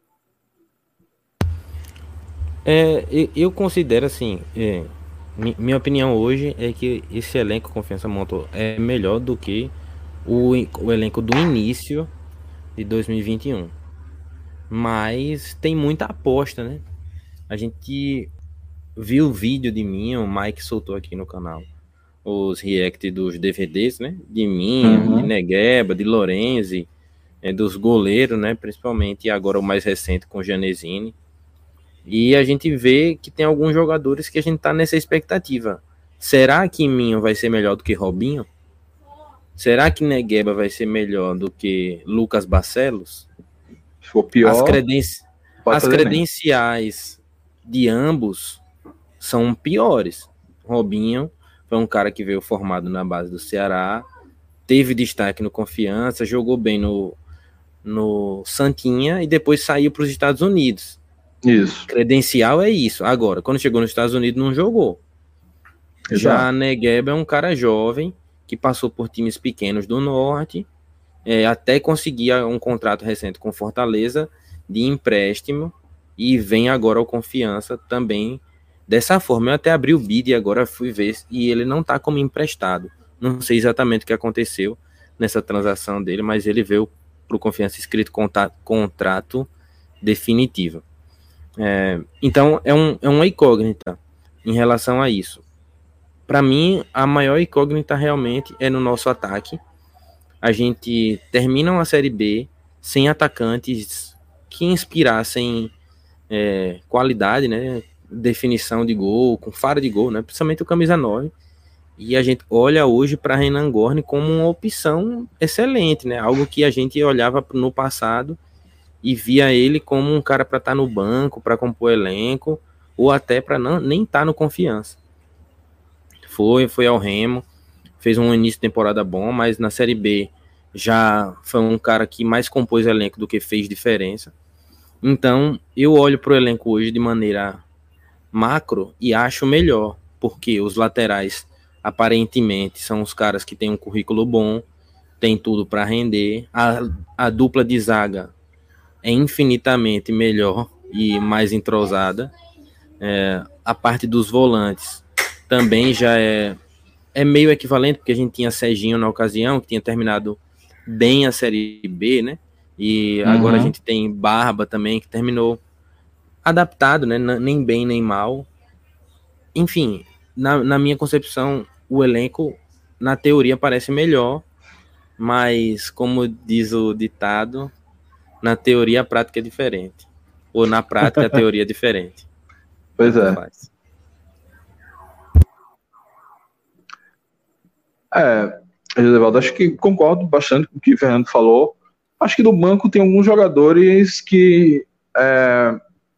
É, eu considero assim, é, minha opinião hoje é que esse elenco Confiança montou é melhor do que o, o elenco do início de dois mil e vinte e um. Mas tem muita aposta, né? A gente viu o vídeo de mim, o Mike soltou aqui no canal, os react dos D V Ds, né? De mim, uhum. de Negueba, de Lorenzi, é, dos goleiros, né? Principalmente, e agora o mais recente com o Genesini. E a gente vê que tem alguns jogadores que a gente tá nessa expectativa. Será que Minho vai ser melhor do que Robinho? Será que Negueba vai ser melhor do que Lucas Barcelos? Se for pior, as, creden as credenciais mesmo. De ambos são piores. Robinho foi um cara que veio formado na base do Ceará, teve destaque no Confiança, jogou bem no, no Santinha e depois saiu para os Estados Unidos. Isso. Credencial é isso. Agora, quando chegou nos Estados Unidos, não jogou. Exato. Já Negueba é um cara jovem que passou por times pequenos do Norte, é, até conseguir um contrato recente com Fortaleza de empréstimo e vem agora ao Confiança também dessa forma. Eu até abri o bid e agora fui ver e ele não está como emprestado. Não sei exatamente o que aconteceu nessa transação dele, mas ele veio para o Confiança escrito contato, contrato definitivo. É, então é, um, é uma incógnita em relação a isso. para mim, a maior incógnita realmente é no nosso ataque. A gente termina uma Série B sem atacantes que inspirassem é, qualidade, né? Definição de gol, com faro de gol, né? Principalmente o camisa nove. E a gente olha hoje para Renan Gorni como uma opção excelente, né? Algo que a gente olhava no passado e via ele como um cara para estar tá no banco, para compor elenco, ou até para não nem estar tá no Confiança. Foi, foi ao Remo, fez um início de temporada bom, mas na Série B já foi um cara que mais compôs elenco do que fez diferença. Então, eu olho para o elenco hoje de maneira macro e acho melhor, porque os laterais aparentemente são os caras que têm um currículo bom, tem tudo para render. A, a dupla de zaga é infinitamente melhor e mais entrosada. É, a parte dos volantes também já é, é meio equivalente, porque a gente tinha Serginho na ocasião, que tinha terminado bem a Série B, né? E uhum. agora a gente tem Barba também, que terminou adaptado, né? Nem bem nem mal. Enfim, na, na minha concepção, o elenco, na teoria, parece melhor, mas, como diz o ditado, na teoria a prática é diferente. Ou na prática a teoria é diferente. Pois é. Faz. É, José, acho que concordo bastante com o que o Fernando falou. Acho que no banco tem alguns jogadores que é,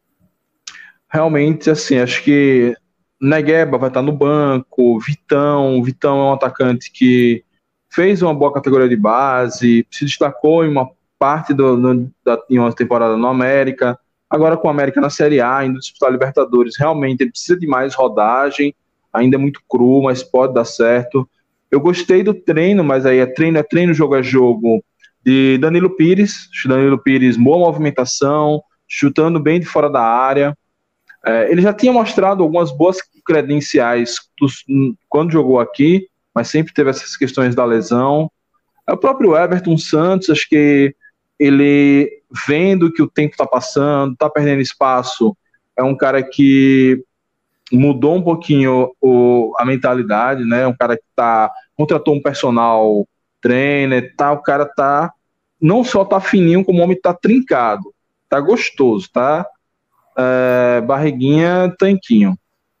realmente, assim, acho que Negueba vai estar no banco, Vitão, Vitão é um atacante que fez uma boa categoria de base, se destacou em uma parte do, do, da em uma temporada no América, agora com o América na Série A, indo disputar a Libertadores, realmente ele precisa de mais rodagem, ainda é muito cru, mas pode dar certo. Eu gostei do treino, mas aí é treino, é treino, jogo é jogo, de Danilo Pires, Danilo Pires, boa movimentação, chutando bem de fora da área. É, ele já tinha mostrado algumas boas credenciais dos, quando jogou aqui, mas sempre teve essas questões da lesão. O próprio Everton Santos, acho que ele, vendo que o tempo está passando, está perdendo espaço, é um cara que mudou um pouquinho o, a mentalidade, né? Um cara que tá, contratou um personal trainer, tá, o cara tá, não só tá fininho, como o homem tá trincado, tá gostoso, tá é, barriguinha, tanquinho.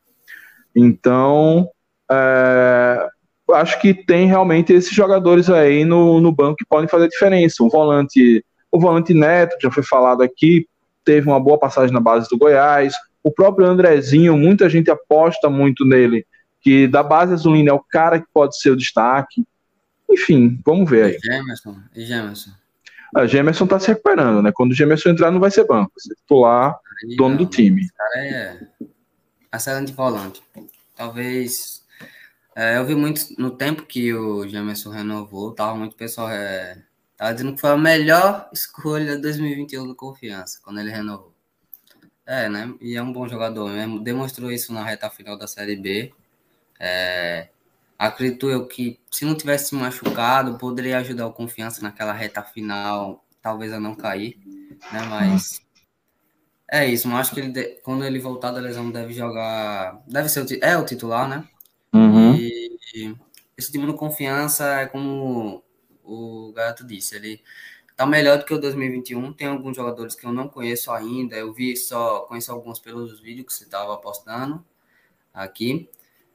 Então, é, acho que tem realmente esses jogadores aí no, no banco que podem fazer diferença. O volante, o volante Neto, já foi falado aqui, teve uma boa passagem na base do Goiás. O próprio Andrezinho, muita gente aposta muito nele, que da base azulina é o cara que pode ser o destaque. Enfim, vamos ver aí. E Gemerson, e Gemerson. A Gemerson tá se recuperando, né? Quando o Gemerson entrar, não vai ser banco, vai ser titular, aí, dono não, do time. Esse cara é excelente volante. Talvez. É, eu vi muito no tempo que o Gemerson renovou, tava muito pessoal. É, tava dizendo que foi a melhor escolha de dois mil e vinte e um do Confiança, quando ele renovou. É, né? E é um bom jogador mesmo. Demonstrou isso na reta final da Série B. É, acredito eu que, se não tivesse se machucado, poderia ajudar o Confiança naquela reta final, talvez a não cair, né? Mas é isso. Mas acho que ele, quando ele voltar da lesão, deve jogar. Deve ser o, é o titular, né? Uhum. E, e esse time no Confiança é como o Gato disse, ele tá melhor do que o dois mil e vinte e um. Tem alguns jogadores que eu não conheço ainda. Eu vi só, conheço alguns pelos vídeos que você estava postando aqui.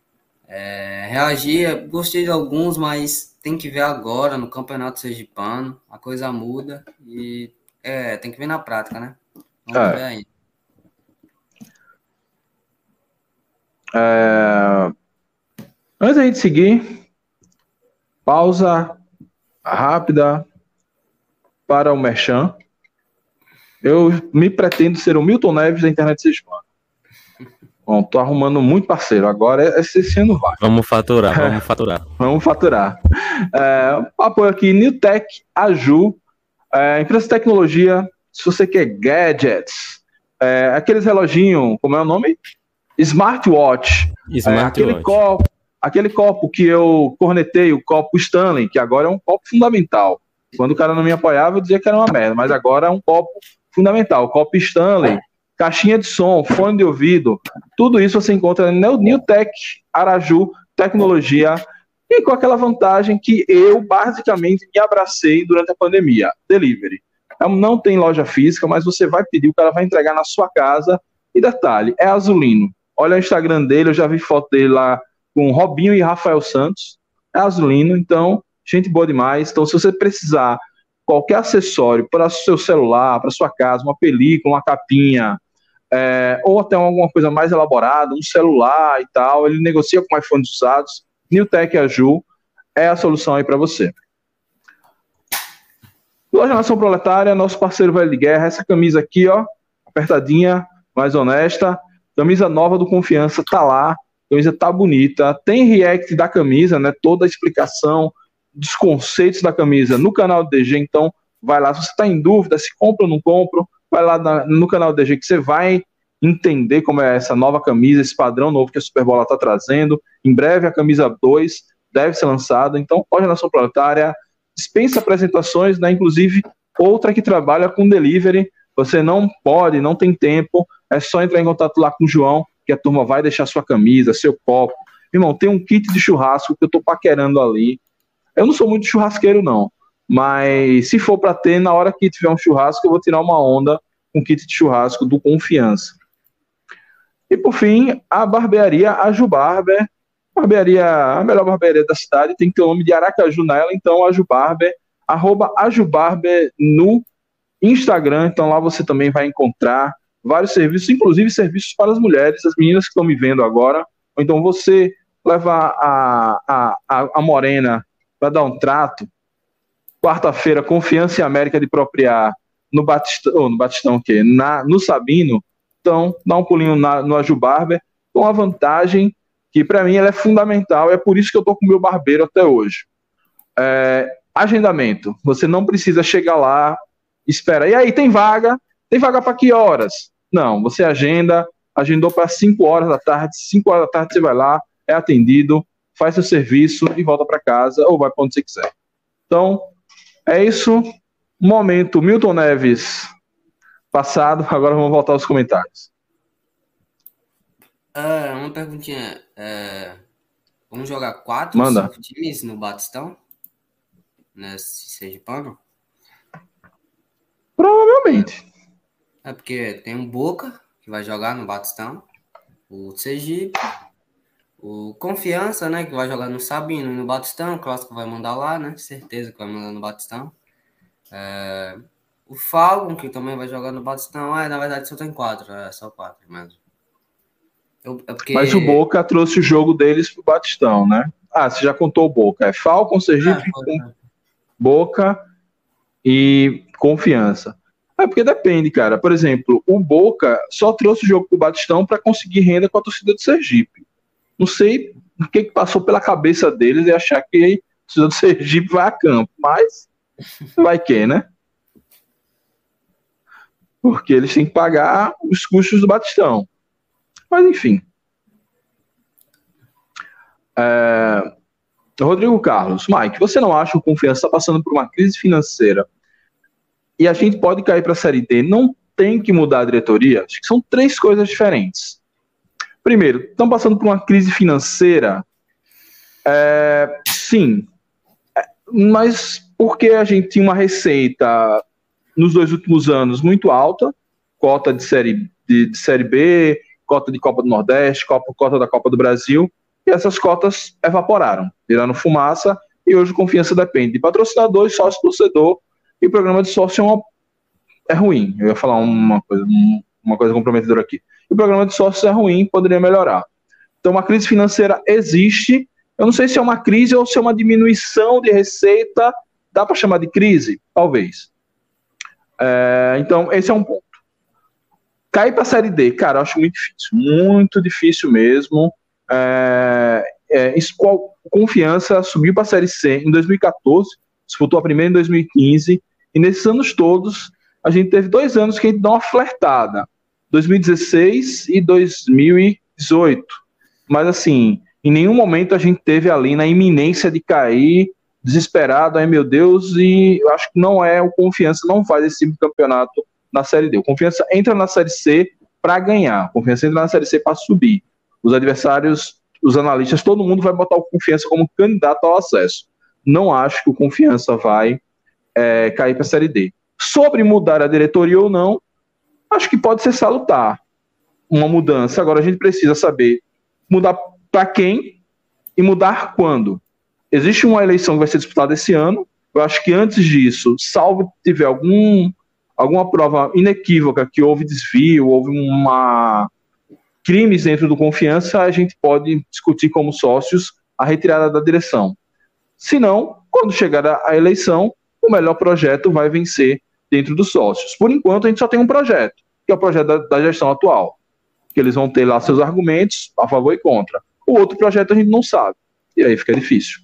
É, reagia, gostei de alguns, mas tem que ver agora no Campeonato Sergipano. A coisa muda e é, tem que ver na prática, né? Vamos é. ver ainda. É... Antes da gente seguir, pausa rápida para o Merchan. Eu me pretendo ser o Milton Neves da internet sergipana. Bom, tô arrumando muito parceiro. Agora esse ano vai. Vamos faturar, vamos faturar. Vamos faturar. É, apoio aqui, Newtek, Aju, é, empresa de tecnologia, se você quer gadgets, é, aqueles reloginhos, como é o nome? Smartwatch. Smartwatch. É, aquele copo, aquele copo que eu cornetei, o copo Stanley, que agora é um copo fundamental. Quando o cara não me apoiava, eu dizia que era uma merda, mas agora é um copo fundamental. O copo Stanley, caixinha de som, fone de ouvido, tudo isso você encontra no Newtek Araju, tecnologia e com aquela vantagem que eu basicamente me abracei durante a pandemia, delivery. Não tem loja física, mas você vai pedir, o cara vai entregar na sua casa. E detalhe, é Azulino. Olha o Instagram dele, eu já vi foto dele lá com Robinho e Rafael Santos. É Azulino, então, gente boa demais. Então, se você precisar qualquer acessório para o seu celular, para sua casa, uma película, uma capinha, é, ou até alguma coisa mais elaborada, um celular e tal, ele negocia com iPhones usados. Newtek Aju é a solução aí para você. Loja Nação Proletária, nosso parceiro velho de guerra, essa camisa aqui, ó, apertadinha, mais honesta, camisa nova do Confiança, tá lá, a camisa tá bonita, tem react da camisa, né, toda a explicação dos conceitos da camisa no canal do D G, então vai lá, se você tá em dúvida se compra ou não compra, vai lá na, no canal do D G que você vai entender como é essa nova camisa, esse padrão novo que a Superbola tá trazendo. Em breve a camisa dois deve ser lançada, então Loja Nação Proletária dispensa apresentações, né? Inclusive outra que trabalha com delivery. Você não pode, não tem tempo, é só entrar em contato lá com o João, que a turma vai deixar sua camisa, seu copo. Irmão, tem um kit de churrasco que eu tô paquerando ali. Eu não sou muito churrasqueiro, não, mas se for para ter, na hora que tiver um churrasco, eu vou tirar uma onda com kit de churrasco do Confiança. E por fim, a barbearia Aju Barber. Barbearia, a melhor barbearia da cidade, tem que ter o nome de Aracaju nela, então Aju Barber, arroba Aju Barber no Instagram, então lá você também vai encontrar vários serviços, inclusive serviços para as mulheres, as meninas que estão me vendo agora, ou então você levar a, a, a, a morena para dar um trato, quarta-feira, Confiança e América de Propriar, no Batistão, oh, no Batistão o quê? Na, no Sabino, então dá um pulinho na, no Aju Barber, com a vantagem que para mim ela é fundamental, é por isso que eu estou com o meu barbeiro até hoje. É, agendamento, você não precisa chegar lá, espera, e aí, tem vaga? Tem vaga para que horas? Não, você agenda, agendou para cinco horas da tarde, cinco horas da tarde você vai lá, é atendido, faz seu serviço e volta para casa, ou vai para onde você quiser. Então, é isso, momento Milton Neves passado, agora vamos voltar aos comentários. Uh, uma perguntinha. Uh, vamos jogar quatro Manda. cinco times no Batistão? Nesse Sergipano? Provavelmente. É porque tem um Boca, que vai jogar no Batistão. O Sergipe. O Confiança, né? Que vai jogar no Sabino e no Batistão. O Clássico vai mandar lá, né? Certeza que vai mandar no Batistão. Uh, o Falcon, que também vai jogar no Batistão. Ah, na verdade só tem quatro. É só quatro mesmo. Eu, é porque... Mas o Boca trouxe o jogo deles pro Batistão, né? Ah, você já contou o Boca. É Falcon, Sergipe, ah, foi, foi. Boca e Confiança. É porque depende, cara. Por exemplo, o Boca só trouxe o jogo pro Batistão para conseguir renda com a torcida do Sergipe. Não sei o que, que passou pela cabeça deles e achar que a torcida do Sergipe vai a campo, mas vai que, né? Porque eles têm que pagar os custos do Batistão. Mas, enfim. É... Rodrigo Carlos. Mike, você não acha que o Confiança está passando por uma crise financeira e a gente pode cair para a Série D? Não tem que mudar a diretoria? Acho que são três coisas diferentes. Primeiro, estão passando por uma crise financeira? É... Sim. É... Mas porque a gente tinha uma receita nos dois últimos anos muito alta, cota de Série, de, de série B, cota de Copa do Nordeste, Copa, cota da Copa do Brasil, e essas cotas evaporaram, virando fumaça, e hoje Confiança depende de patrocinador, sócio torcedor, e o programa de sócio é, uma, é ruim. Eu ia falar uma coisa, uma coisa comprometedora aqui. E o programa de sócio é ruim, poderia melhorar. Então, uma crise financeira existe. Eu não sei se é uma crise ou se é uma diminuição de receita. Dá para chamar de crise? Talvez. É, então, esse é um ponto. Cair para a Série D, cara, eu acho muito difícil. Muito difícil mesmo. É, é, Confiança subiu para a Série C em dois mil e catorze, disputou a primeira em dois mil e quinze, e nesses anos todos, a gente teve dois anos que a gente dá uma flertada. dois mil e dezesseis e dois mil e dezoito. Mas, assim, em nenhum momento a gente teve ali na iminência de cair, desesperado, ai meu Deus, e eu acho que não é o Confiança, não faz esse tipo de campeonato na Série D. O Confiança entra na Série C para ganhar, o Confiança entra na Série C para subir. Os adversários os analistas, todo mundo vai botar o Confiança como candidato ao acesso. Não acho que o Confiança vai é, cair para a Série D. Sobre mudar a diretoria ou não, acho que pode ser salutar uma mudança. Agora a gente precisa saber mudar para quem e mudar quando. Existe uma eleição que vai ser disputada esse ano. Eu acho que antes disso, salvo tiver algum, alguma prova inequívoca que houve desvio, houve uma crimes dentro do Confiança, a gente pode discutir como sócios a retirada da direção. Se não, quando chegar a eleição, o melhor projeto vai vencer dentro dos sócios. Por enquanto, a gente só tem um projeto, que é o projeto da, da gestão atual, que eles vão ter lá seus argumentos a favor e contra. O outro projeto a gente não sabe, e aí fica difícil.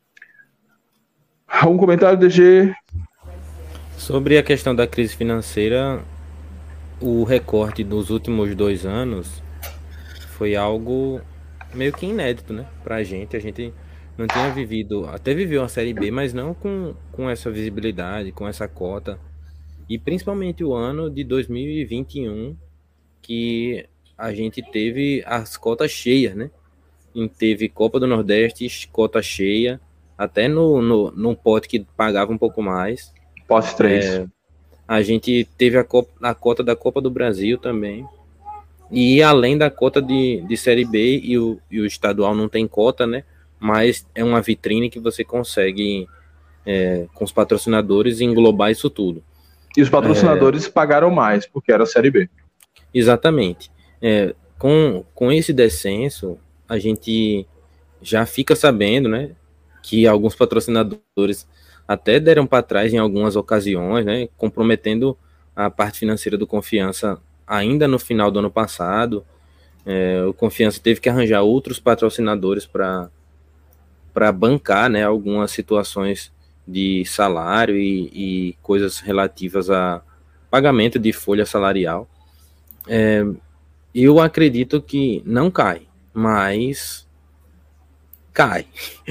Algum comentário, D G? Sobre a questão da crise financeira, o recorte dos últimos dois anos foi algo meio que inédito, né, pra gente. A gente não tinha vivido, até viveu uma Série B, mas não com, com essa visibilidade, com essa cota. E principalmente o ano de dois mil e vinte e um, que a gente teve as cotas cheias, né? E teve Copa do Nordeste, cota cheia, até no, no, no pote que pagava um pouco mais. Pote três. É, a gente teve a, Copa, a cota da Copa do Brasil também. E além da cota de, de Série B, e o, e o estadual não tem cota, né? Mas é uma vitrine que você consegue, é, com os patrocinadores, englobar isso tudo. E os patrocinadores é... pagaram mais, porque era a Série B. Exatamente. É, com, com esse descenso, a gente já fica sabendo, né, que alguns patrocinadores até deram para trás em algumas ocasiões, né, comprometendo a parte financeira do Confiança ainda no final do ano passado. É, o Confiança teve que arranjar outros patrocinadores para para bancar, né, algumas situações de salário e, e coisas relativas a pagamento de folha salarial. É, eu acredito que não cai, mas cai.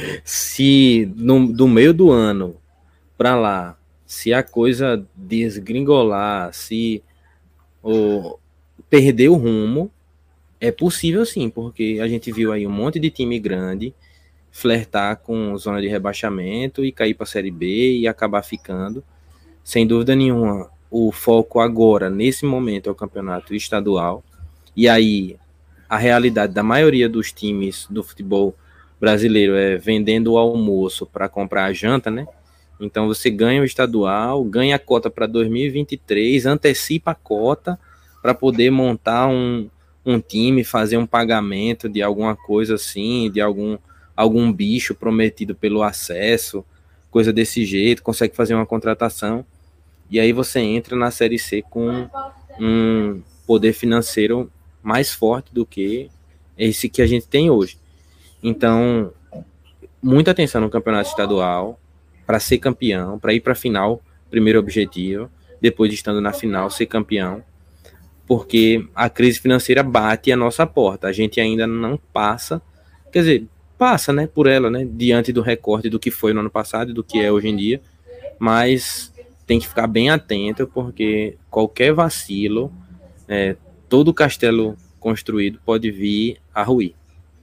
Se no, do meio do ano para lá, se a coisa desgringolar, se o, perder o rumo, é possível sim, porque a gente viu aí um monte de time grande flertar com zona de rebaixamento e cair para a Série B e acabar ficando. Sem dúvida nenhuma, o foco agora, nesse momento, é o campeonato estadual. E aí, a realidade da maioria dos times do futebol brasileiro é vendendo o almoço para comprar a janta, né? Então você ganha o estadual, ganha a cota para dois mil e vinte e três, antecipa a cota para poder montar um, um time, fazer um pagamento de alguma coisa assim, de algum, algum bicho prometido pelo acesso, coisa desse jeito, consegue fazer uma contratação. E aí você entra na Série C com um poder financeiro mais forte do que esse que a gente tem hoje. Então, muita atenção no campeonato estadual para ser campeão, para ir para a final, primeiro objetivo, depois de estando na final, ser campeão, porque a crise financeira bate a nossa porta. A gente ainda não passa, quer dizer, passa, né, por ela, né, diante do recorte do que foi no ano passado e do que é hoje em dia, mas tem que ficar bem atento, porque qualquer vacilo, é, todo o castelo construído pode vir a ruir.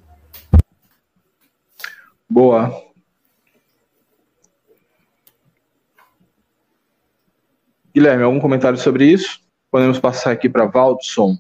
Boa. Guilherme, algum comentário sobre isso? Podemos passar aqui para Valdson.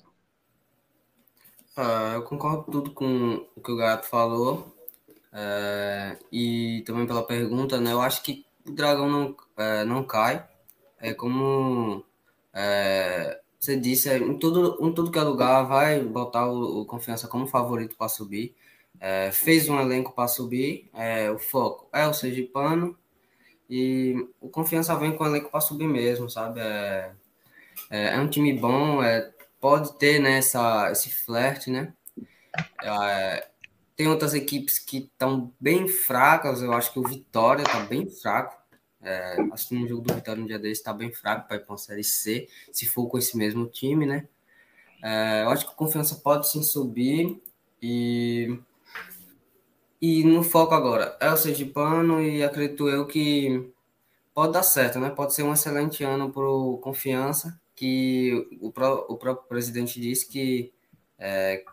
Ah, eu concordo tudo com o que o Gato falou. É, e também pela pergunta, né? Eu acho que o Dragão não, é, não cai. É como é, você disse, é, em, tudo, em tudo que é lugar vai botar o, o Confiança como favorito para subir. É, fez um elenco para subir, é, o foco é o sergipano e o Confiança vem com o elenco para subir mesmo, sabe? É, é, é um time bom, é, pode ter, né, essa, esse flerte, né? É, tem outras equipes que estão bem fracas, eu acho que o Vitória está bem fraco. É, acho que no jogo do Vitória no dia desse está bem fraco para ir para uma Série C, se for com esse mesmo time, né? É, eu acho que o Confiança pode sim subir e E no foco agora é o sergipano e acredito eu que pode dar certo, né? Pode ser um excelente ano para o Confiança, que o, pró- o próprio presidente disse que é,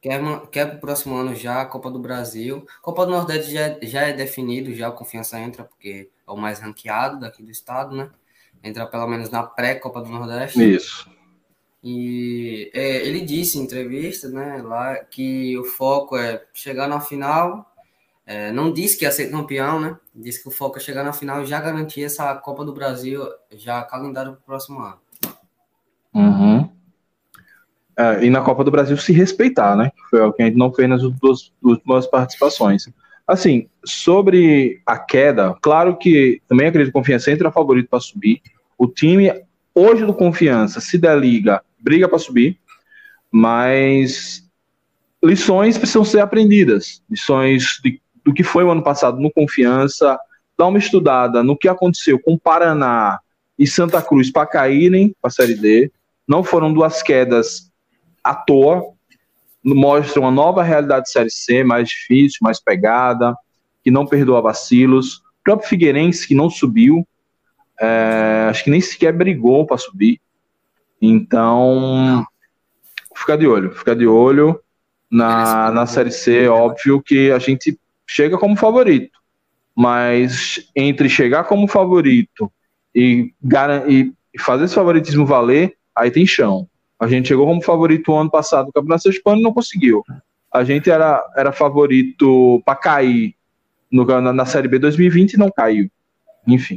Quer, quer para o próximo ano já a Copa do Brasil. Copa do Nordeste já, já é definido, já o Confiança entra, porque é o mais ranqueado daqui do estado, né? Entra pelo menos na pré-Copa do Nordeste. Isso. E é, ele disse em entrevista, né, lá, que o foco é chegar na final. É, não disse que ia ser campeão, né? Disse que o foco é chegar na final e já garantir essa Copa do Brasil, já calendário para o próximo ano. Uhum. É, e na Copa do Brasil se respeitar, né? Foi o que a gente não fez nas duas últimas participações. Assim, sobre a queda, claro que também acredito que o Confiança entra favorito para subir. O time hoje do Confiança, se der liga, briga para subir, mas lições precisam ser aprendidas. Lições de, do que foi o ano passado no Confiança, dar uma estudada no que aconteceu com Paraná e Santa Cruz para caírem para a Série D. Não foram duas quedas à toa, mostra uma nova realidade de Série C, mais difícil, mais pegada, que não perdoa vacilos. O próprio Figueirense, que não subiu, é, acho que nem sequer brigou para subir. Então, fica de olho, fica de olho na, na Série C. Óbvio que a gente chega como favorito, mas entre chegar como favorito e, e fazer esse favoritismo valer, aí tem chão. A gente chegou como favorito o ano passado no Campeonato Sergipano e não conseguiu. A gente era, era favorito para cair no, na, na Série B dois mil e vinte e não caiu. Enfim.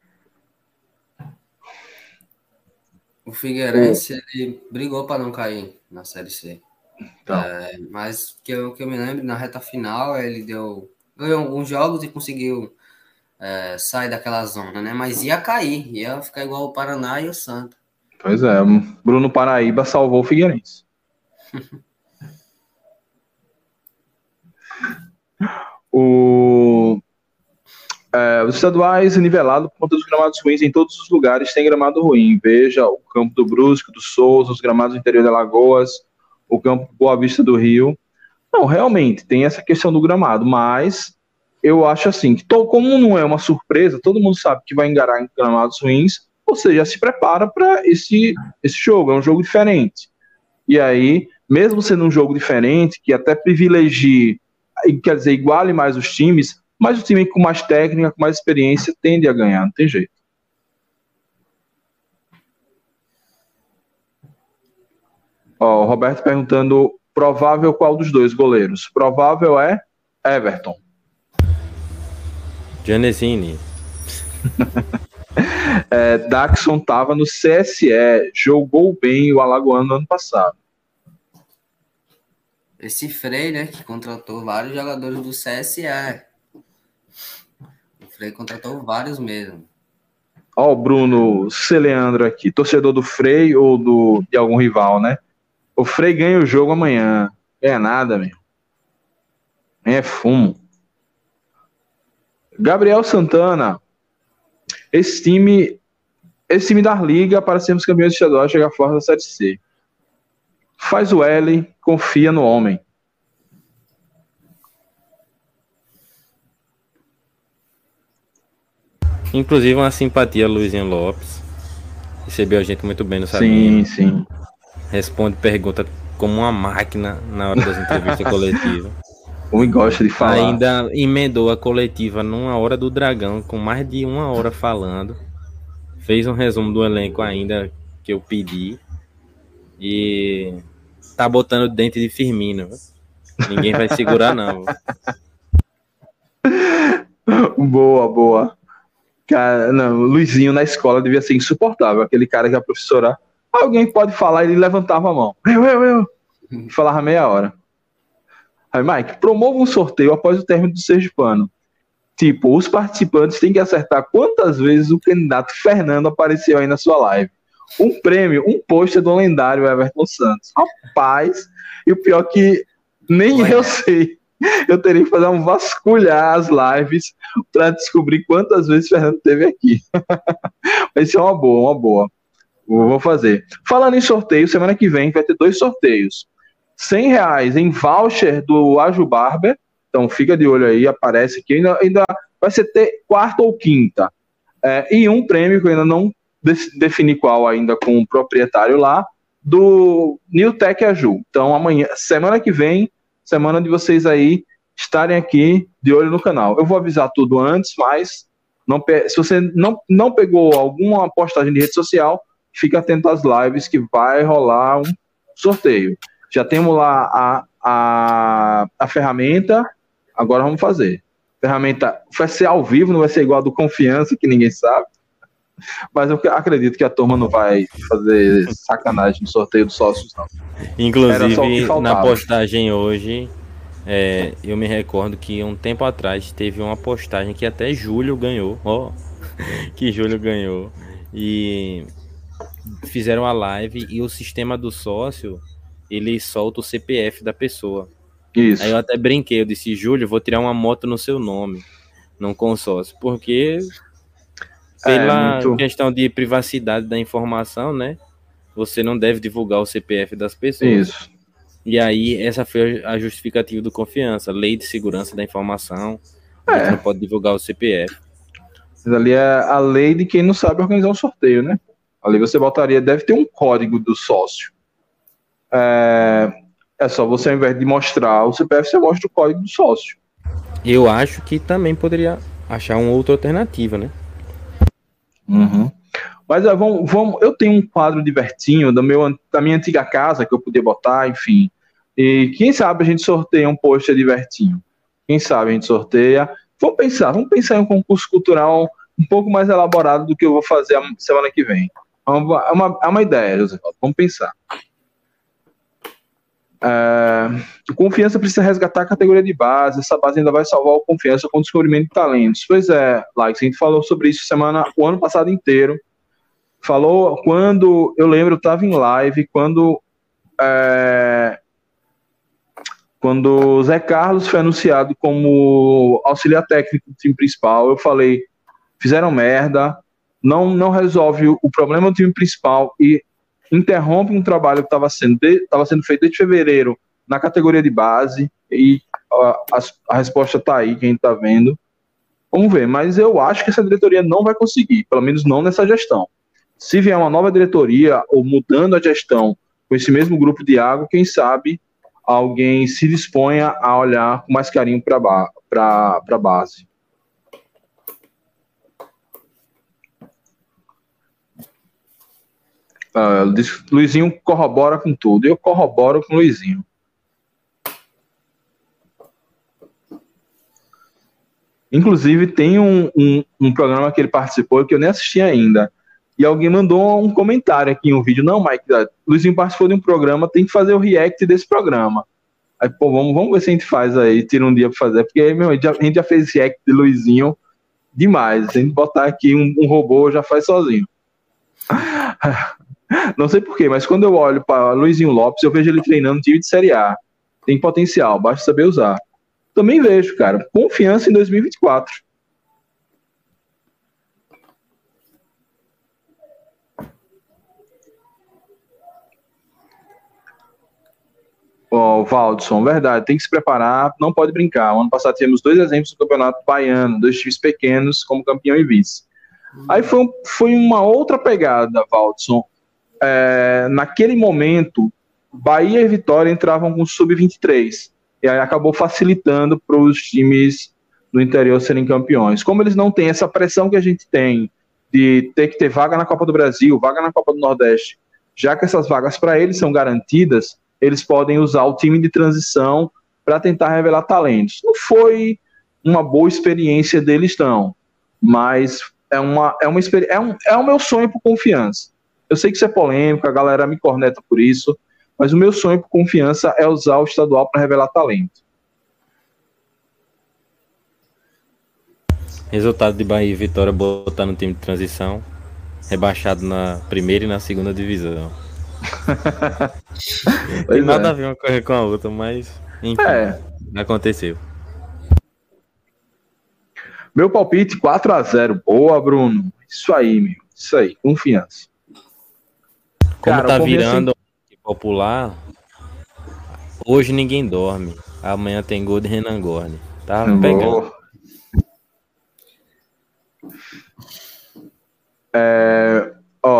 O Figueirense, ele brigou para não cair na Série C. Então. É, mas que eu, que eu me lembro, na reta final, ele deu, ganhou alguns jogos e conseguiu é, sair daquela zona, né? Mas ia cair, ia ficar igual o Paraná e o Santa. Pois é, Bruno Paraíba salvou o Figueirense. o, é, os estaduais nivelado por conta dos gramados ruins em todos os lugares tem gramado ruim. Veja o campo do Brusque, do Souza, os gramados do interior de Alagoas, o campo Boa Vista do Rio. Não, realmente tem essa questão do gramado, mas eu acho assim, que to, como não é uma surpresa, todo mundo sabe que vai engarar em gramados ruins, você já se prepara para esse, esse jogo, é um jogo diferente. E aí, mesmo sendo um jogo diferente, que até privilegie, quer dizer, iguale mais os times, mas o time com mais técnica, com mais experiência, tende a ganhar, não tem jeito. Ó, o Roberto perguntando, provável qual dos dois goleiros? Provável é Everton. Giannesini. É, Daxon estava no C S E, jogou bem o Alagoano no ano passado. Esse Frei, né, que contratou vários jogadores do C S E. O Frei contratou vários mesmo. Ó, o Bruno Celeandro aqui, torcedor do Frei ou do, de algum rival, né? O Frei ganha o jogo amanhã. É nada, meu. É fumo. Gabriel Santana. Esse time, esse time da Liga para sermos campeões estaduais chegar fora da Série C. Faz o L, confia no homem. Inclusive uma simpatia, Luizinho Lopes. Recebeu a gente muito bem no Sabino. Sim, sim. Responde pergunta como uma máquina na hora das entrevistas coletivas. Como gosta de falar. Ainda emendou a coletiva numa hora do Dragão, com mais de uma hora falando. Fez um resumo do elenco ainda que eu pedi. E tá botando dente de Firmino. Ninguém vai segurar, não. Boa, boa. Cara, não, o Luizinho na escola devia ser insuportável. Aquele cara que a professora... Alguém pode falar, ele levantava a mão. Eu, eu, eu. E falava meia hora. Aí, Mike, promova um sorteio após o término do Sergipano. Tipo, os participantes têm que acertar quantas vezes o candidato Fernando apareceu aí na sua live. Um prêmio, um pôster do lendário Everton Santos. Rapaz, e o pior que nem Ué. eu sei. Eu teria que fazer um vasculhar as lives para descobrir quantas vezes o Fernando esteve aqui. Vai ser uma boa, uma boa. Vou fazer. Falando em sorteio, semana que vem vai ter dois sorteios. cem reais em voucher do Aju Barber. Então fica de olho aí, aparece aqui. Ainda, ainda vai ser ter quarta ou quinta. É, e um prêmio que eu ainda não defini qual ainda com o proprietário lá, do Newtek Aju. Então, amanhã, semana que vem, semana de vocês aí estarem aqui de olho no canal. Eu vou avisar tudo antes, mas não, se você não, não pegou alguma postagem de rede social, fica atento às lives que vai rolar um sorteio. Já temos lá a, a, a ferramenta, agora vamos fazer. A ferramenta vai ser ao vivo, não vai ser igual a do Confiança, que ninguém sabe. Mas eu acredito que a turma não vai fazer sacanagem no sorteio dos sócios, não. Inclusive, na postagem hoje, é, eu me recordo que um tempo atrás teve uma postagem que até Júlio ganhou. Ó, oh, que Júlio ganhou. E fizeram a live e o sistema do sócio, ele solta o C P F da pessoa. Isso. Aí eu até brinquei, eu disse, Júlio, vou tirar uma moto no seu nome, não consórcio, porque... Pela é, muito... questão de privacidade da informação, né? Você não deve divulgar o C P F das pessoas. Isso. E aí, essa foi a justificativa do Confiança. Lei de segurança da informação. É. A gente não pode divulgar o C P F. Mas ali é a lei de quem não sabe organizar um sorteio, né? Ali você botaria, deve ter um código do sócio. É, é só você, ao invés de mostrar o C P F, você mostra o código do sócio. Eu acho que também poderia achar uma outra alternativa, né? Uhum. Mas é, vamos, vamos, eu tenho um quadro divertinho do meu, da minha antiga casa que eu podia botar, enfim. E quem sabe a gente sorteia um pôster divertinho. Quem sabe a gente sorteia. Vamos pensar, vamos pensar em um concurso cultural um pouco mais elaborado do que eu vou fazer a semana que vem. É uma, é uma, é uma ideia, José. Vamos pensar. É, o Confiança precisa resgatar a categoria de base. Essa base ainda vai salvar o Confiança com o descobrimento de talentos. Pois é, Likes, a gente falou sobre isso semana, o ano passado inteiro. Falou quando, eu lembro, eu estava em live, quando é, quando o Zé Carlos foi anunciado como auxiliar técnico do time principal, eu falei, fizeram merda, não, não resolve o, o problema do time principal e interrompe um trabalho que estava sendo, de, sendo feito desde fevereiro na categoria de base, e a, a, a resposta está aí, quem está vendo. Vamos ver, mas eu acho que essa diretoria não vai conseguir, pelo menos não nessa gestão. Se vier uma nova diretoria, ou mudando a gestão com esse mesmo grupo de água, quem sabe alguém se disponha a olhar com mais carinho para ba a base. Uh, Luizinho corrobora com tudo. Eu corroboro com o Luizinho. Inclusive, tem um, um, um programa que ele participou que eu nem assisti ainda. E alguém mandou um comentário aqui em um vídeo. Não, Mike, o Luizinho participou de um programa, tem que fazer o react desse programa. Aí, pô, vamos, vamos ver se a gente faz aí, tira um dia pra fazer. Porque meu, a, gente já, a gente já fez react de Luizinho demais. Se a gente botar aqui um, um robô, já faz sozinho. Não sei porquê, mas quando eu olho para Luizinho Lopes, eu vejo ele treinando time de Série A. Tem potencial, basta saber usar. Também vejo, cara, Confiança em dois mil e vinte e quatro. Ó, oh, Valdson, verdade, tem que se preparar, não pode brincar. O ano passado tivemos dois exemplos do Campeonato Baiano, dois times pequenos como campeão e vice. Hum. Aí foi, foi uma outra pegada, Valdson. É, naquele momento, Bahia e Vitória entravam com sub vinte e três, e aí acabou facilitando para os times do interior serem campeões. Como eles não têm essa pressão que a gente tem de ter que ter vaga na Copa do Brasil, vaga na Copa do Nordeste, já que essas vagas para eles são garantidas, eles podem usar o time de transição para tentar revelar talentos. Não foi uma boa experiência deles, não, mas é, uma, é, uma, é, um, é o meu sonho por Confiança. Eu sei que isso é polêmico, a galera me corneta por isso, mas o meu sonho por Confiança é usar o estadual para revelar talento. Resultado de Bahia e Vitória botar no time de transição, rebaixado na primeira e na segunda divisão. Tem nada é. a ver uma coisa com a outra, mas enfim, é. aconteceu. Meu palpite quatro a zero. Boa, Bruno. Isso aí, meu. Isso aí, Confiança. Como Cara, tá virando assim... popular, hoje ninguém dorme. Amanhã tem gol de Renan Gorni. Tá Boa. pegando. É, ó,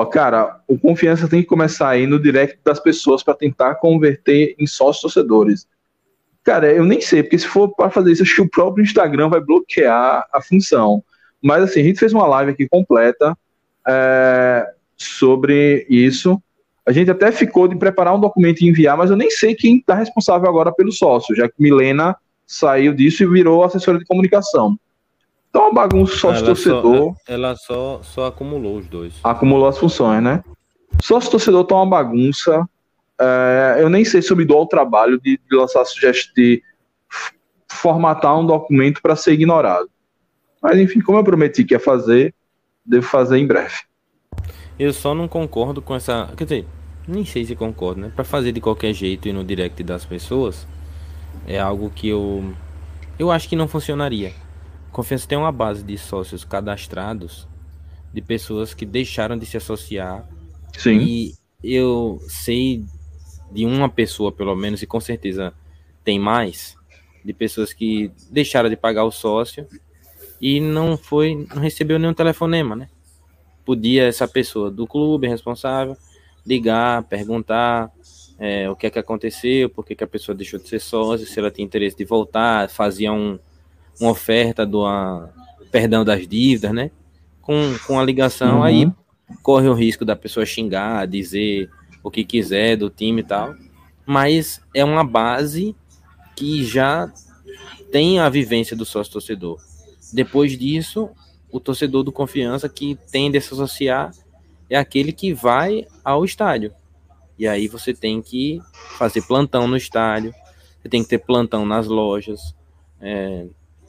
Ó, cara, o Confiança tem que começar aí no direct das pessoas para tentar converter em sócios torcedores. Cara, eu nem sei, porque se for para fazer isso, acho que o próprio Instagram vai bloquear a função. Mas assim, a gente fez uma live aqui completa é, sobre isso. A gente até ficou de preparar um documento e enviar, mas eu nem sei quem está responsável agora pelo sócio, já que Milena saiu disso e virou assessora de comunicação. Então, uma bagunça sócio-torcedor. Ela, ela só, só acumulou os dois. Acumulou as funções, né? Sócio-torcedor tá uma bagunça. É, eu nem sei se eu me dou ao trabalho de, de lançar sugestão, de formatar um documento para ser ignorado. Mas, enfim, como eu prometi que ia fazer, devo fazer em breve. Eu só não concordo com essa... Quer dizer, nem sei se concordo, né? Para fazer de qualquer jeito e no direct das pessoas, é algo que eu... Eu acho que não funcionaria. Confiança tem uma base de sócios cadastrados, de pessoas que deixaram de se associar. Sim. E eu sei de uma pessoa, pelo menos, e com certeza tem mais, de pessoas que deixaram de pagar o sócio e não foi, não recebeu nenhum telefonema, né? Podia essa pessoa do clube responsável ligar, perguntar é, o que é que aconteceu, por que, que a pessoa deixou de ser sócio, se ela tinha interesse de voltar, fazia um, uma oferta do a, perdão das dívidas, né? Com, com a ligação, uhum. Aí corre o risco da pessoa xingar, dizer o que quiser do time e tal, mas é uma base que já tem a vivência do sócio-torcedor. Depois disso, o torcedor do Confiança que tende a se associar é aquele que vai ao estádio. E aí você tem que fazer plantão no estádio, você tem que ter plantão nas lojas, é,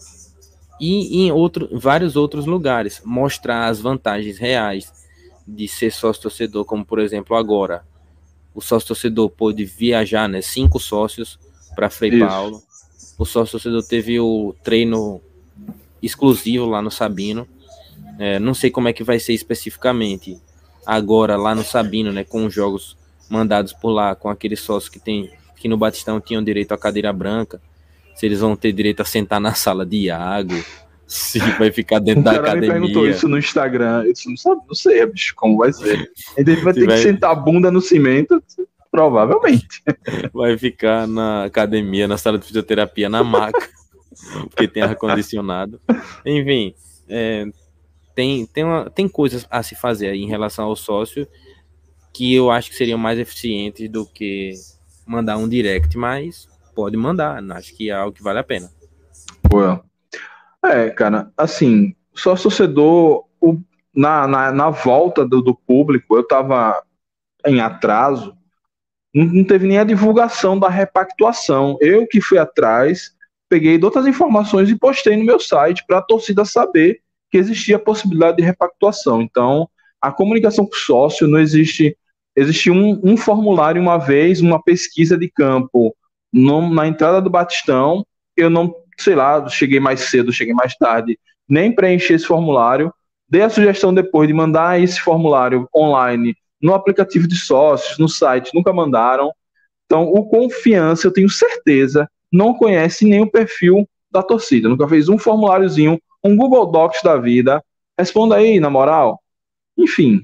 e em outro, vários outros lugares, mostrar as vantagens reais de ser sócio-torcedor, como por exemplo agora, o sócio-torcedor pôde viajar, né, cinco sócios para Frei Isso. Paulo, o sócio-torcedor teve o treino exclusivo lá no Sabino, é, não sei como é que vai ser especificamente agora lá no Sabino, né, com os jogos mandados por lá, com aqueles sócios que, tem, que no Batistão tinham direito à cadeira branca, se eles vão ter direito a sentar na sala de Iago, se vai ficar dentro da academia. O cara me perguntou isso no Instagram, eu disse, não, sabe, não sei, bicho, como vai ser. Ele vai ter vai... que sentar a bunda no cimento, provavelmente. Vai ficar na academia, na sala de fisioterapia, na maca, porque tem ar-condicionado. Enfim, é, tem, tem, uma, tem coisas a se fazer aí em relação ao sócio que eu acho que seriam mais eficientes do que mandar um direct, mas pode mandar, acho que é algo que vale a pena. Boa. É, cara, assim, sócio-torcedor, o, na, na, na volta do, do público, eu tava em atraso, não, não teve nem a divulgação da repactuação. Eu que fui atrás, peguei de outras informações e postei no meu site para a torcida saber que existia a possibilidade de repactuação. Então, a comunicação com o sócio não existe... Existe um, um formulário uma vez, uma pesquisa de campo no, na entrada do Batistão, eu não, sei lá, cheguei mais cedo, cheguei mais tarde, nem preenchi esse formulário, dei a sugestão depois de mandar esse formulário online no aplicativo de sócios, no site, nunca mandaram. Então, o Confiança, eu tenho certeza, não conhece nem o perfil da torcida, nunca fez um formuláriozinho, um Google Docs da vida, responda aí, na moral. Enfim,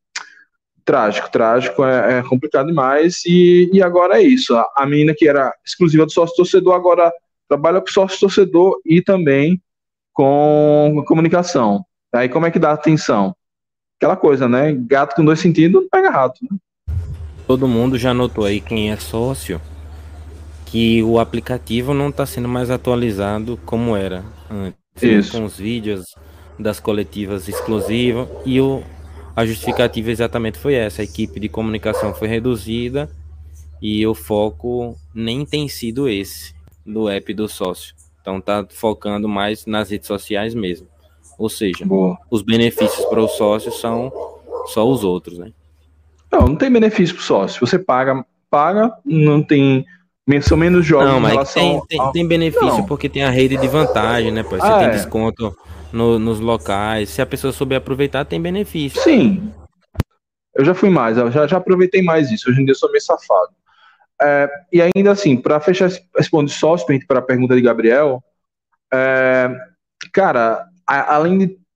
trágico, trágico, é, é complicado demais, e, e agora é isso, a, a menina que era exclusiva do sócio-torcedor, agora trabalha com sócio-torcedor e também com comunicação. Aí como é que dá atenção? Aquela coisa, né, gato com dois sentidos não pega rato, né? Todo mundo já notou aí, quem é sócio, que o aplicativo não está sendo mais atualizado como era antes, isso. Com os vídeos das coletivas exclusivas, e o a justificativa exatamente foi essa, a equipe de comunicação foi reduzida e o foco nem tem sido esse, do app do sócio. Então tá focando mais nas redes sociais mesmo. Ou seja, Boa. Os benefícios para os sócios são só os outros, né? Não, não tem benefício para o sócio. Você paga, paga, não tem... São menos jogos não, mas em relação... Tem, tem, ao... tem benefício não. Porque tem a rede de vantagem, né? Você ah, tem é. desconto... No, nos locais, se a pessoa souber aproveitar, tem benefício. Sim, eu já fui mais, eu já, já aproveitei mais isso, hoje em dia eu sou meio safado. É, e ainda assim, para fechar esse ponto de sócio, para a pergunta de Gabriel, é, cara, a, além de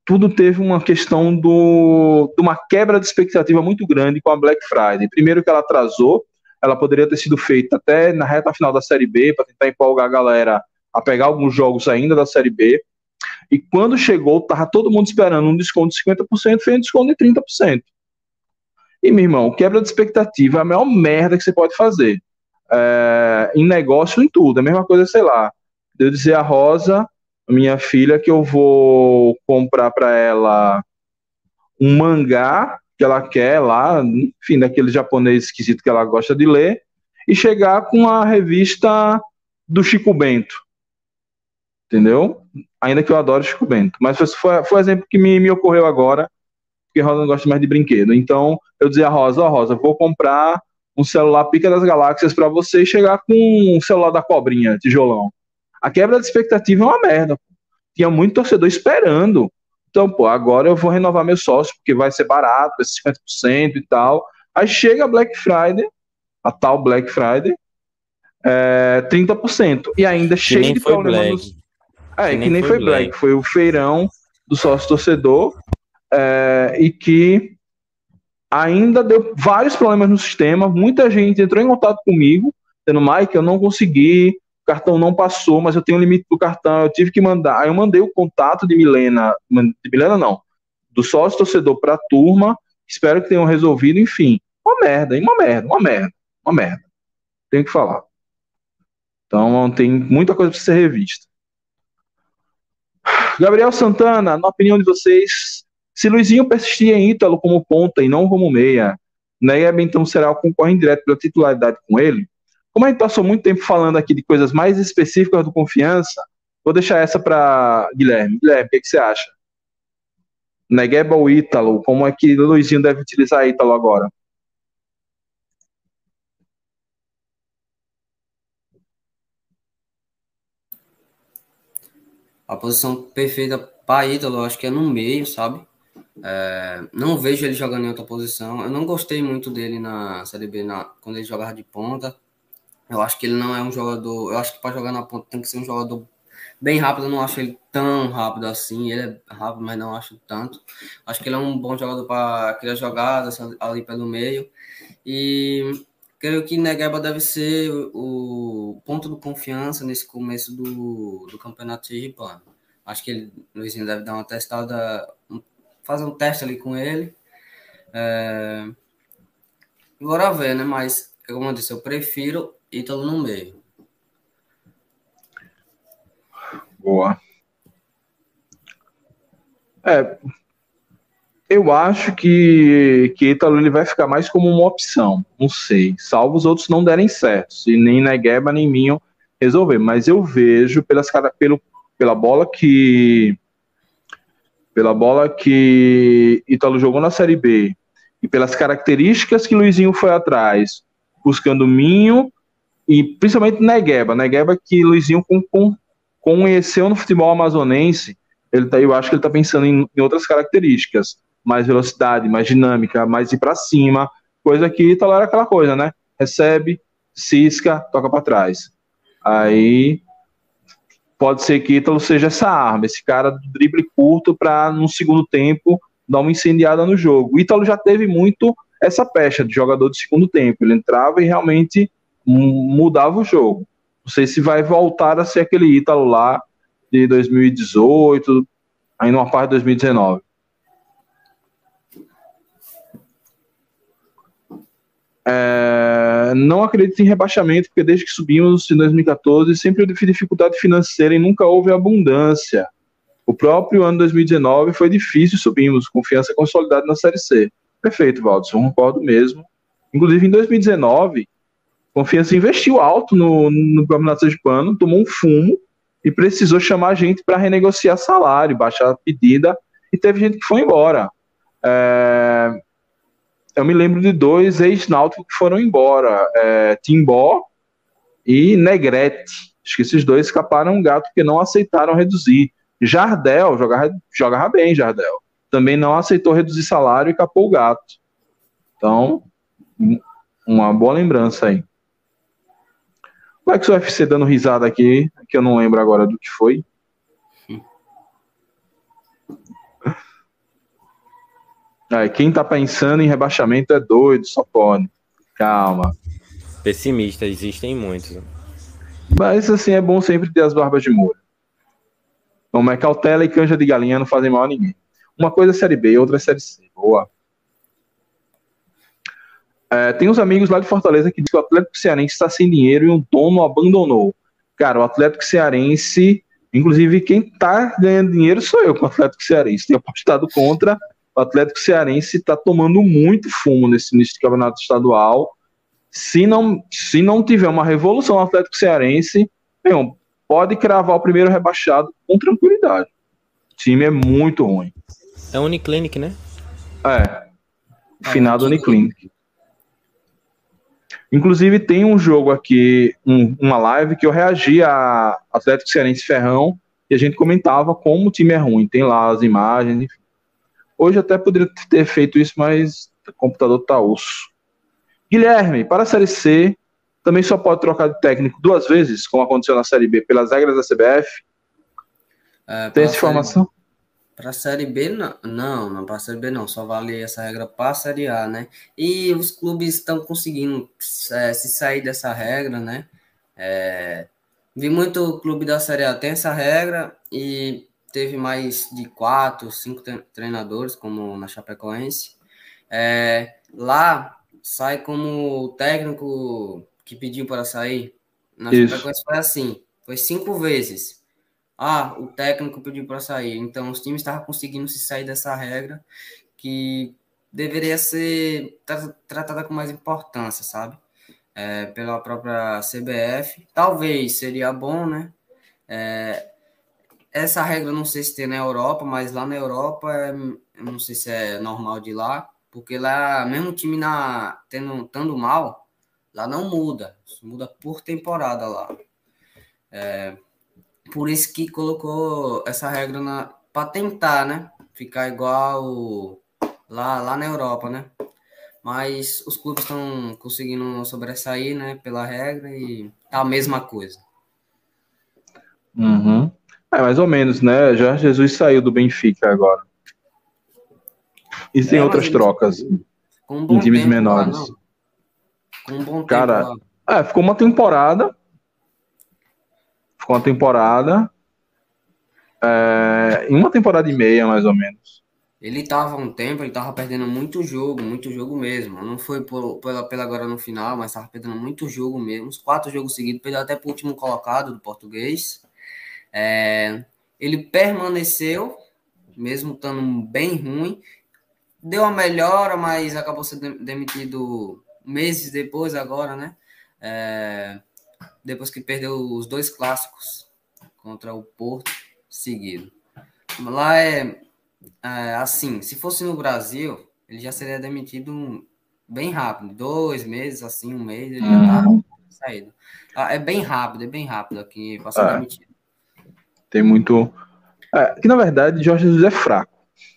tudo teve uma questão do, de uma quebra de expectativa muito grande com a Black Friday. Primeiro que ela atrasou, ela poderia ter sido feita até na reta final da Série B, para tentar empolgar a galera a pegar alguns jogos ainda da Série B. E quando chegou, tava todo mundo esperando um desconto de cinquenta por cento, fez um desconto de trinta por cento. E, meu irmão, quebra de expectativa é a maior merda que você pode fazer. É, em negócio, em tudo. É a mesma coisa, sei lá, de eu dizer a Rosa, minha filha, que eu vou comprar para ela um mangá que ela quer lá, enfim, daquele japonês esquisito que ela gosta de ler, e chegar com a revista do Chico Bento. Entendeu? Ainda que eu adoro Chico Bento. Mas foi, foi o exemplo que me, me ocorreu agora, porque a Rosa não gosta mais de brinquedo. Então, eu dizia a Rosa, ó, oh, Rosa, vou comprar um celular Pica das Galáxias para você e chegar com um celular da cobrinha, tijolão. A quebra de expectativa é uma merda. Tinha muito torcedor esperando. Então, pô, agora eu vou renovar meu sócio, porque vai ser barato, vai ser cinquenta por cento e tal. Aí chega a Black Friday, a tal Black Friday, é, trinta por cento. E ainda Que cheio nem de foi problemas. Black. Nos... É, que que nem nem foi foi Black. Black. Foi o feirão do sócio torcedor, é, e que ainda deu vários problemas no sistema. Muita gente entrou em contato comigo, dizendo, Mike, eu não consegui, o cartão não passou, mas eu tenho um limite do cartão, eu tive que mandar. Aí eu mandei o contato de Milena, de Milena não, do sócio torcedor para a turma, espero que tenham resolvido, enfim. Uma merda, hein? Uma merda, uma merda, uma merda. Tenho que falar. Então tem muita coisa para ser revista. Gabriel Santana, na opinião de vocês, se Luizinho persistir em Ítalo como ponta e não como meia, Negueba então será o concorrente direto pela titularidade com ele? Como a gente passou muito tempo falando aqui de coisas mais específicas do Confiança, vou deixar essa para Guilherme. Guilherme, o que, que você acha? Negueba ou Ítalo? Como é que Luizinho deve utilizar Ítalo agora? A posição perfeita para Ítalo, eu acho que é no meio, sabe? É, não vejo ele jogando em outra posição. Eu não gostei muito dele na Série B, na, quando ele jogava de ponta. Eu acho que ele não é um jogador... Eu acho que para jogar na ponta tem que ser um jogador bem rápido. Eu não acho ele tão rápido assim. Ele é rápido, mas não acho tanto. Acho que ele é um bom jogador para criar jogadas ali pelo meio. E creio que Negueba deve ser o, o ponto de confiança nesse começo do, do campeonato sergipano. Acho que ele, Luizinho deve dar uma testada, fazer um teste ali com ele. É, agora ver, né? Mas, como eu disse, eu prefiro Ítalo no meio. Boa. É, eu acho que, que Ítalo ele vai ficar mais como uma opção, não sei, salvo os outros não derem certo, se nem Negueba nem Minho resolver, mas eu vejo pelas, pelo, pela bola que pela bola que Ítalo jogou na Série B e pelas características que Luizinho foi atrás, buscando Minho e principalmente Negueba, Negueba que Luizinho com, com, conheceu no futebol amazonense, ele tá, eu acho que ele está pensando em, em outras características, mais velocidade, mais dinâmica, mais ir para cima, coisa que Ítalo era aquela coisa, né? Recebe, cisca, toca para trás. Aí pode ser que Ítalo seja essa arma, esse cara do drible curto para no segundo tempo dar uma incendiada no jogo. O Ítalo já teve muito essa pecha de jogador de segundo tempo, ele entrava e realmente mudava o jogo. Não sei se vai voltar a ser aquele Ítalo lá de dois mil e dezoito, ainda uma parte de dois mil e dezenove. É, não acredito em rebaixamento, porque desde que subimos em dois mil e quatorze sempre houve dificuldade financeira e nunca houve abundância. O próprio ano dois mil e dezenove foi difícil, subimos, confiança consolidada na Série C. Perfeito, Valdes, eu concordo mesmo. Inclusive em dois mil e dezenove, Confiança investiu alto no, no Campeonato Sergipano, tomou um fumo e precisou chamar a gente para renegociar salário, baixar a pedida, e teve gente que foi embora. É... Eu me lembro de dois ex-náuticos que foram embora, é, Timbó e Negrete. Acho que esses dois escaparam um gato porque não aceitaram reduzir. Jardel, jogava, jogava bem, Jardel. Também não aceitou reduzir salário e capou o gato. Então, uma boa lembrança aí. O X U F C dando risada aqui, que eu não lembro agora do que foi. Aí, quem tá pensando em rebaixamento é doido, só pode. Calma. Pessimista, existem muitos. Mas, assim, é bom sempre ter as barbas de molho. Como é cautela e canja de galinha não fazem mal a ninguém. Uma coisa é Série B, outra é Série C. Boa. É, tem uns amigos lá de Fortaleza que dizem que o Atlético Cearense está sem dinheiro e um dono abandonou. Cara, o Atlético Cearense, inclusive quem está ganhando dinheiro sou eu com o Atlético Cearense. Tenho apostado contra. O Atlético Cearense está tomando muito fumo nesse início de campeonato estadual. Se não, se não tiver uma revolução no Atlético Cearense, meu, pode cravar o primeiro rebaixado com tranquilidade. O time é muito ruim. É o Uniclinic, né? É. Finado Uniclinic. Inclusive, tem um jogo aqui, um, uma live, que eu reagi a Atlético Cearense Ferrão e a gente comentava como o time é ruim. Tem lá as imagens, enfim. Hoje até poderia ter feito isso, mas o computador tá osso. Guilherme, para a Série C, também só pode trocar de técnico duas vezes, como aconteceu na Série B, pelas regras da C B F? É, tem essa informação? Para a Série B, não, não, não para a Série B não, só vale essa regra para a Série A, né? E os clubes estão conseguindo é, se sair dessa regra, né? É, vi muito clube da Série A tem essa regra e teve mais de quatro, cinco treinadores, como na Chapecoense. É, lá sai como o técnico que pediu para sair. Na Isso. Chapecoense foi assim, foi cinco vezes. Ah, o técnico pediu para sair. Então, os times estavam conseguindo se sair dessa regra que deveria ser tra- tratada com mais importância, sabe? É, pela própria C B F. Talvez seria bom, né? É, essa regra não sei se tem na Europa, mas lá na Europa, é, eu não sei se é normal de lá, porque lá, mesmo o time na, tendo, tendo mal, lá não muda. Muda por temporada lá. É, por isso que colocou essa regra para tentar, né? Ficar igual lá, lá na Europa, né? Mas os clubes estão conseguindo sobressair, né? Pela regra e tá a mesma coisa. Uhum. É, mais ou menos, né? Já Jesus saiu do Benfica agora. E tem É, outras mas trocas com um bom em times tempo menores. lá, não. Com um bom Cara, tempo lá. é, ficou uma temporada. Ficou uma temporada. É, em uma temporada e meia, mais ou menos. Ele tava um tempo, ele tava perdendo muito jogo, muito jogo mesmo. Não foi por, pela, pela agora no final, mas tava perdendo muito jogo mesmo. Uns quatro jogos seguidos, perdeu até pro último colocado do Português. É, ele permaneceu, mesmo estando bem ruim. Deu uma melhora, mas acabou sendo demitido meses depois agora, né? É, depois que perdeu os dois clássicos contra o Porto seguido. Lá é, é assim, se fosse no Brasil, ele já seria demitido bem rápido. Dois meses, assim, um mês, ele já tá saído. É bem rápido, é bem rápido aqui para ser É. demitido. Tem muito... É, que na verdade Jorge Jesus é fraco.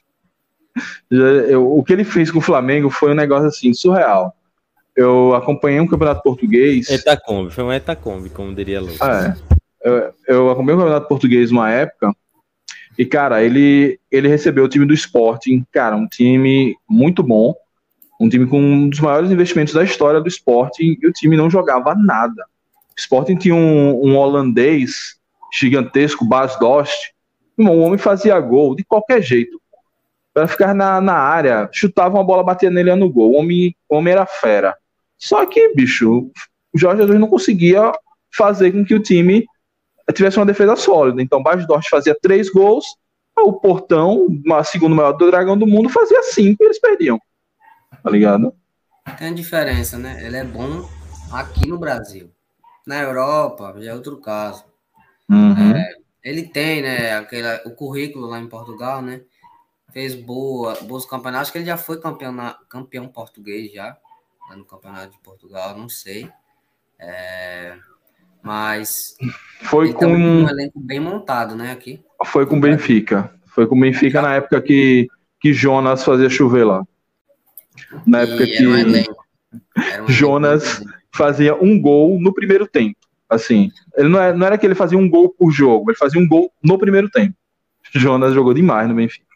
Eu, o que ele fez com o Flamengo foi um negócio assim, surreal. Eu acompanhei um campeonato português. Etacombe, foi um etacombe, como diria Lucas. É, eu, eu acompanhei um campeonato português uma época. E, cara, ele, ele recebeu o time do Sporting. Cara, um time muito bom. Um time com um dos maiores investimentos da história do Sporting. E o time não jogava nada. O Sporting tinha um, um holandês gigantesco, Bas Dost. O homem fazia gol de qualquer jeito. Para ficar na, na área, chutava uma bola, batia nele no gol. O homem, o homem era fera. Só que, bicho, o Jorge Jesus não conseguia fazer com que o time tivesse uma defesa sólida. Então, o Bas Dost fazia três gols, o Portão, o segundo maior do Dragão do Mundo, fazia cinco e eles perdiam. Tá ligado? Tem a diferença, né? Ele é bom aqui no Brasil. Na Europa, já é outro caso. Uhum. É, ele tem, né, aquele, o currículo lá em Portugal, né? Fez boa, bons campeonatos. Acho que ele já foi campeão, na, campeão português já, lá no Campeonato de Portugal, não sei. É, mas foi com um elenco bem montado, né, aqui. Foi com o Benfica. Foi com o Benfica na época que, que Jonas fazia chover lá. Na época e que era um elenco. Era um Jonas elenco. fazia um gol no primeiro tempo. Assim, ele não, é, não era que ele fazia um gol por jogo, ele fazia um gol no primeiro tempo. Jonas jogou demais no Benfica.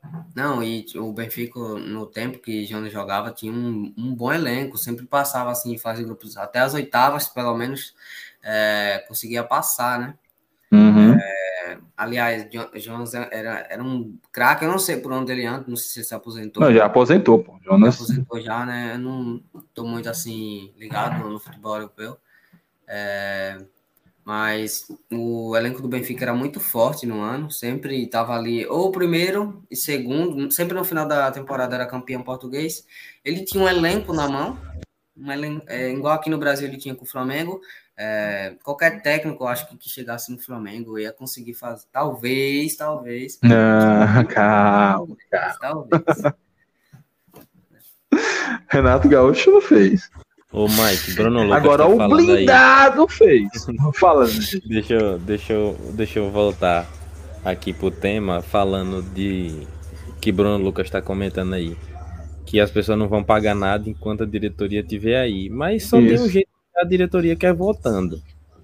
Não, e o Benfica, no tempo que Jonas jogava, tinha um, um bom elenco, sempre passava assim de fase de grupos, até as oitavas, pelo menos, é, conseguia passar, né? Uhum. É, aliás, Jonas era, era um craque, eu não sei por onde ele anda, não sei se ele se aposentou. Não, já aposentou, pô. Já Jonas. aposentou já, né? Eu não tô muito assim ligado no, no futebol europeu. É, mas o elenco do Benfica era muito forte no ano, sempre estava ali, ou primeiro e segundo, sempre no final da temporada era campeão português. Ele tinha um elenco na mão, um elenco, é, igual aqui no Brasil ele tinha com o Flamengo. É, qualquer técnico, eu acho que, que chegasse no Flamengo ia conseguir fazer, talvez, talvez. Ah, calma, Talvez, calma. talvez. Renato Gaúcho não fez. Ô, Mike, Bruno Lucas Agora tá o falando aí. blindado fez. Fala, gente. Deixa eu, deixa, eu, deixa eu voltar aqui pro tema, falando de que Bruno Lucas está comentando aí. Que as pessoas não vão pagar nada enquanto a diretoria estiver aí. Mas só tem um Isso. jeito que a diretoria quer votando.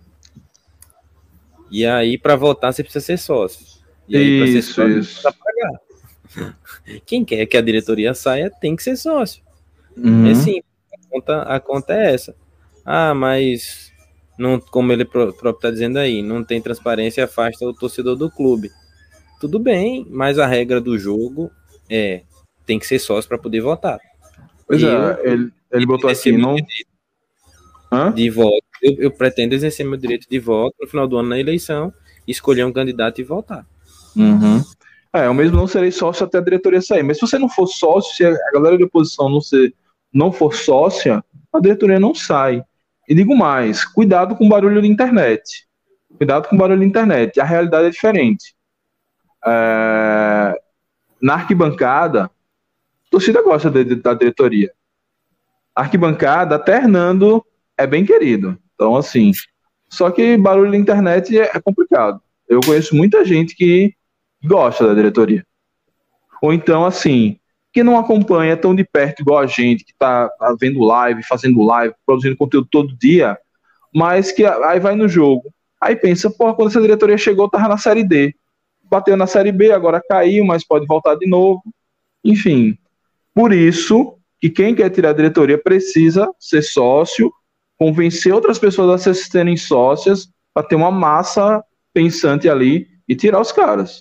E aí, para votar, você precisa ser sócio. E aí, para ser Isso, sócio, você isso. precisa pagar. Quem quer que a diretoria saia tem que ser sócio. Uhum. É simples. A conta, a conta é essa. Ah, mas não, como ele próprio está dizendo aí, não tem transparência e afasta o torcedor do clube. Tudo bem, mas a regra do jogo é tem que ser sócio para poder votar. Pois eu, é, ele, ele botou exercer aqui, meu não. direito Hã? de voto. Eu, eu pretendo exercer meu direito de voto no final do ano na eleição, escolher um candidato e votar. Uhum. É, eu mesmo não serei sócio até a diretoria sair. Mas se você não for sócio, se a galera de oposição não, ser, não for sócia, a diretoria não sai. E digo mais, cuidado com o barulho de internet. Cuidado com o barulho de internet. A realidade é diferente. É... Na arquibancada, a torcida gosta de, de, da diretoria. A arquibancada, até Hernando é bem querido. Então, assim, só que barulho de internet é, é complicado. Eu conheço muita gente que gosta da diretoria. Ou então, assim, que não acompanha tão de perto igual a gente, que tá, tá vendo live, fazendo live, produzindo conteúdo todo dia, mas que aí vai no jogo. Aí pensa, pô, quando essa diretoria chegou, tava na Série D. Bateu na Série B, agora caiu, mas pode voltar de novo. Enfim, por isso que quem quer tirar a diretoria precisa ser sócio, convencer outras pessoas a serem sócias, para ter uma massa pensante ali e tirar os caras.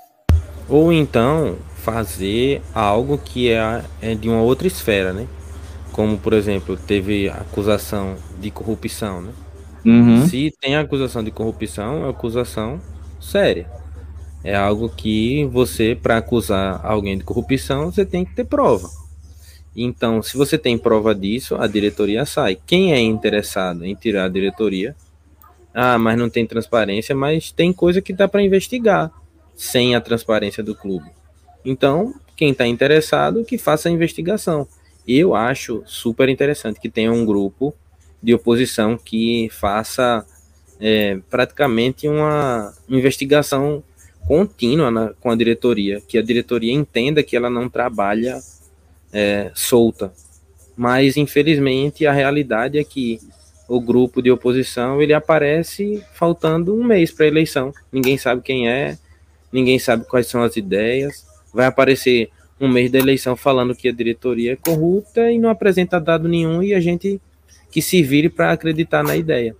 Ou então fazer algo que é, é de uma outra esfera, né? Como, por exemplo, teve acusação de corrupção, né? Uhum. Se tem acusação de corrupção, é acusação séria. É algo que você, para acusar alguém de corrupção, você tem que ter prova. Então, se você tem prova disso, a diretoria sai. Quem é interessado em tirar a diretoria? Ah, mas não tem transparência, mas tem coisa que dá para investigar sem a transparência do clube. Então, quem está interessado, que faça a investigação. Eu acho super interessante que tenha um grupo de oposição que faça é, praticamente uma investigação contínua na, com a diretoria, que a diretoria entenda que ela não trabalha é, solta. Mas, infelizmente, a realidade é que o grupo de oposição ele aparece faltando um mês para a eleição. Ninguém sabe quem é, ninguém sabe quais são as ideias. Vai aparecer um mês da eleição falando que a diretoria é corrupta e não apresenta dado nenhum e a gente que se vire para acreditar na ideia.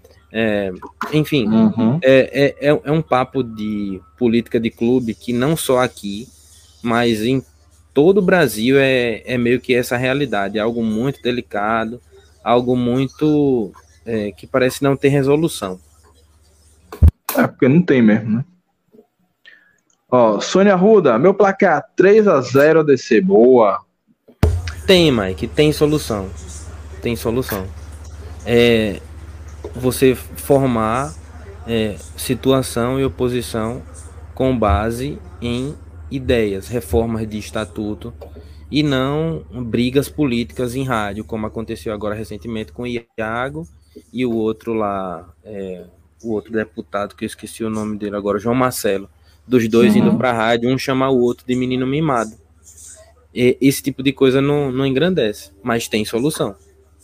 É, enfim, Uhum. é, é, é um papo de política de clube que não só aqui, mas em todo o Brasil é, é meio que essa realidade, é algo muito delicado, algo muito é, que parece não ter resolução. É, porque não tem mesmo, né? Ó, Sônia Ruda, meu placar três a zero A D C, boa. Tem, Mike, tem solução. Tem solução. É você formar é, situação e oposição com base em ideias, reformas de estatuto e não brigas políticas em rádio, como aconteceu agora recentemente com o Iago e o outro lá, é, o outro deputado, que eu esqueci o nome dele agora, João Marcelo, dos dois uhum. indo para a rádio, um chamar o outro de menino mimado. E esse tipo de coisa não, não engrandece, mas tem solução.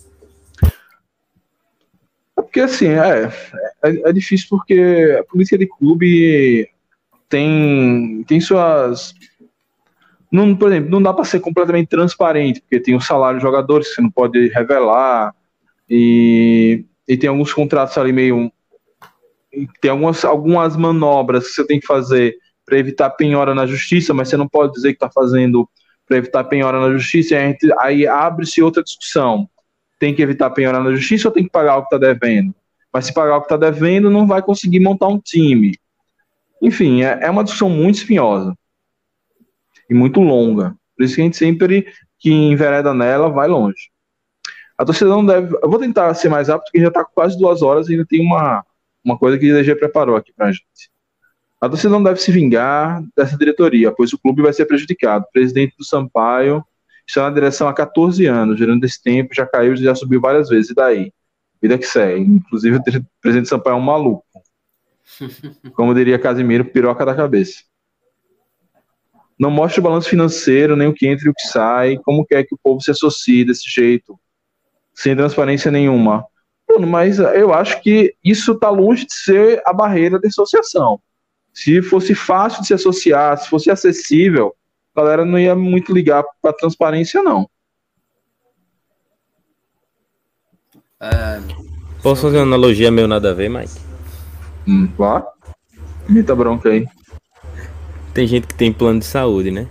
Porque assim, é, é, é difícil porque a política de clube tem, tem suas Não, por exemplo, não dá para ser completamente transparente, porque tem o salário dos jogadores que você não pode revelar, e, e tem alguns contratos ali meio... Tem algumas, algumas manobras que você tem que fazer para evitar penhora na justiça, mas você não pode dizer que está fazendo para evitar penhora na justiça, e a gente, aí abre-se outra discussão. Tem que evitar penhora na justiça ou tem que pagar o que está devendo? Mas se pagar o que está devendo, não vai conseguir montar um time. Enfim, é, é uma discussão muito espinhosa e muito longa. Por isso que a gente sempre que envereda nela vai longe. A torcida não deve... Eu vou tentar ser mais rápido, porque já está quase duas horas e ainda tem uma, uma coisa que o D G preparou aqui para a gente. A torcida não deve se vingar dessa diretoria, pois o clube vai ser prejudicado. O presidente do Sampaio está na direção há quatorze anos. Durante esse tempo já caiu e já subiu várias vezes. E daí? Vida que segue. Inclusive o presidente do Sampaio é um maluco. Como diria Casimiro, piroca da cabeça. Não mostra o balanço financeiro, nem o que entra e o que sai. Como quer que o povo se associe desse jeito, sem transparência nenhuma? Bruno, mas eu acho que isso está longe de ser a barreira de associação. Se fosse fácil de se associar, se fosse acessível, a galera não ia muito ligar para transparência, não. É, Posso fazer uma analogia meio nada a ver, Mike? Hum, vá. Muita bronca aí. Tem gente que tem plano de saúde, né?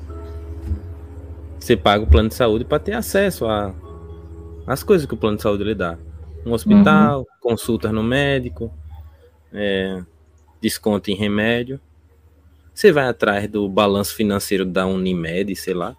Você paga o plano de saúde para ter acesso a as coisas que o plano de saúde lhe dá. Um hospital, uhum. Consultas no médico, é, desconto em remédio. Você vai atrás do balanço financeiro da Unimed, sei lá.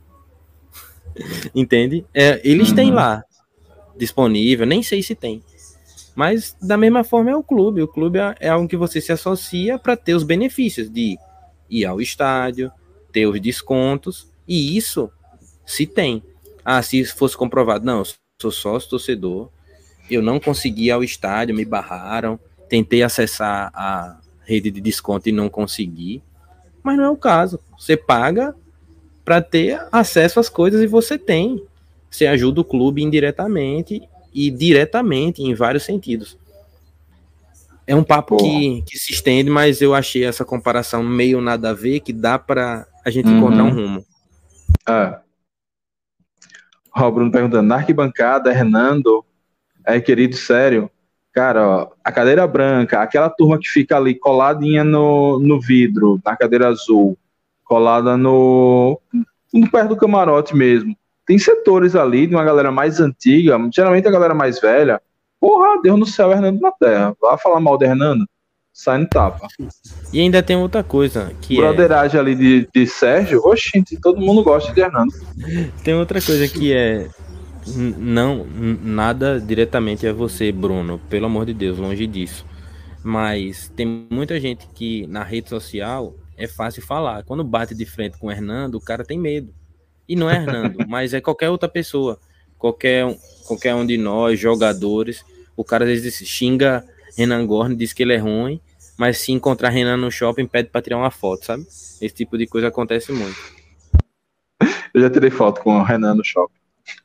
Entende? É, eles uhum. têm lá disponível, nem sei se tem. Mas da mesma forma é o clube. O clube é, é algo que você se associa para ter os benefícios de ir ao estádio, ter os descontos, e isso se tem. Ah, se fosse comprovado, não, eu sou sócio torcedor, eu não consegui ir ao estádio, me barraram, tentei acessar a rede de desconto e não consegui, mas não é o caso. Você paga para ter acesso às coisas e você tem. Você ajuda o clube indiretamente e diretamente em vários sentidos. É um papo que, que se estende, mas eu achei essa comparação meio nada a ver, que dá para a gente uhum. encontrar um rumo. É. Ó, o Bruno perguntando, na arquibancada, Hernando, é querido, sério, cara, ó, a cadeira branca, aquela turma que fica ali coladinha no, no vidro, na cadeira azul, colada no, no perto do camarote mesmo, tem setores ali de uma galera mais antiga, geralmente a galera mais velha, porra, Deus no céu, Hernando na terra, vai falar mal do Hernando, sai no tapa. E ainda tem outra coisa, que broderagem é... ali de, de Sérgio, oxente, todo mundo gosta de Hernando. Tem outra coisa que é, não, nada diretamente a você, Bruno, pelo amor de Deus, longe disso, mas tem muita gente que na rede social é fácil falar, quando bate de frente com o Hernando, o cara tem medo, e não é Hernando, mas é qualquer outra pessoa, qualquer, qualquer um de nós, jogadores, o cara às vezes xinga Renan Gorni, diz que ele é ruim, mas se encontrar Renan no shopping, pede pra tirar uma foto, sabe? Esse tipo de coisa acontece muito. Eu já tirei foto com o Renan no shopping.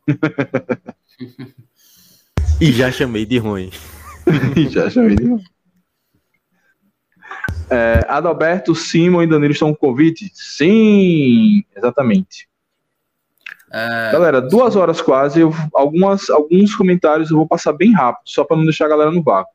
E já chamei de ruim. E já chamei de ruim. É, Adalberto, Simon e Danilo estão com convite? Sim, exatamente. É... Galera, duas horas quase. Eu, algumas, alguns comentários eu vou passar bem rápido, só para não deixar a galera no vácuo.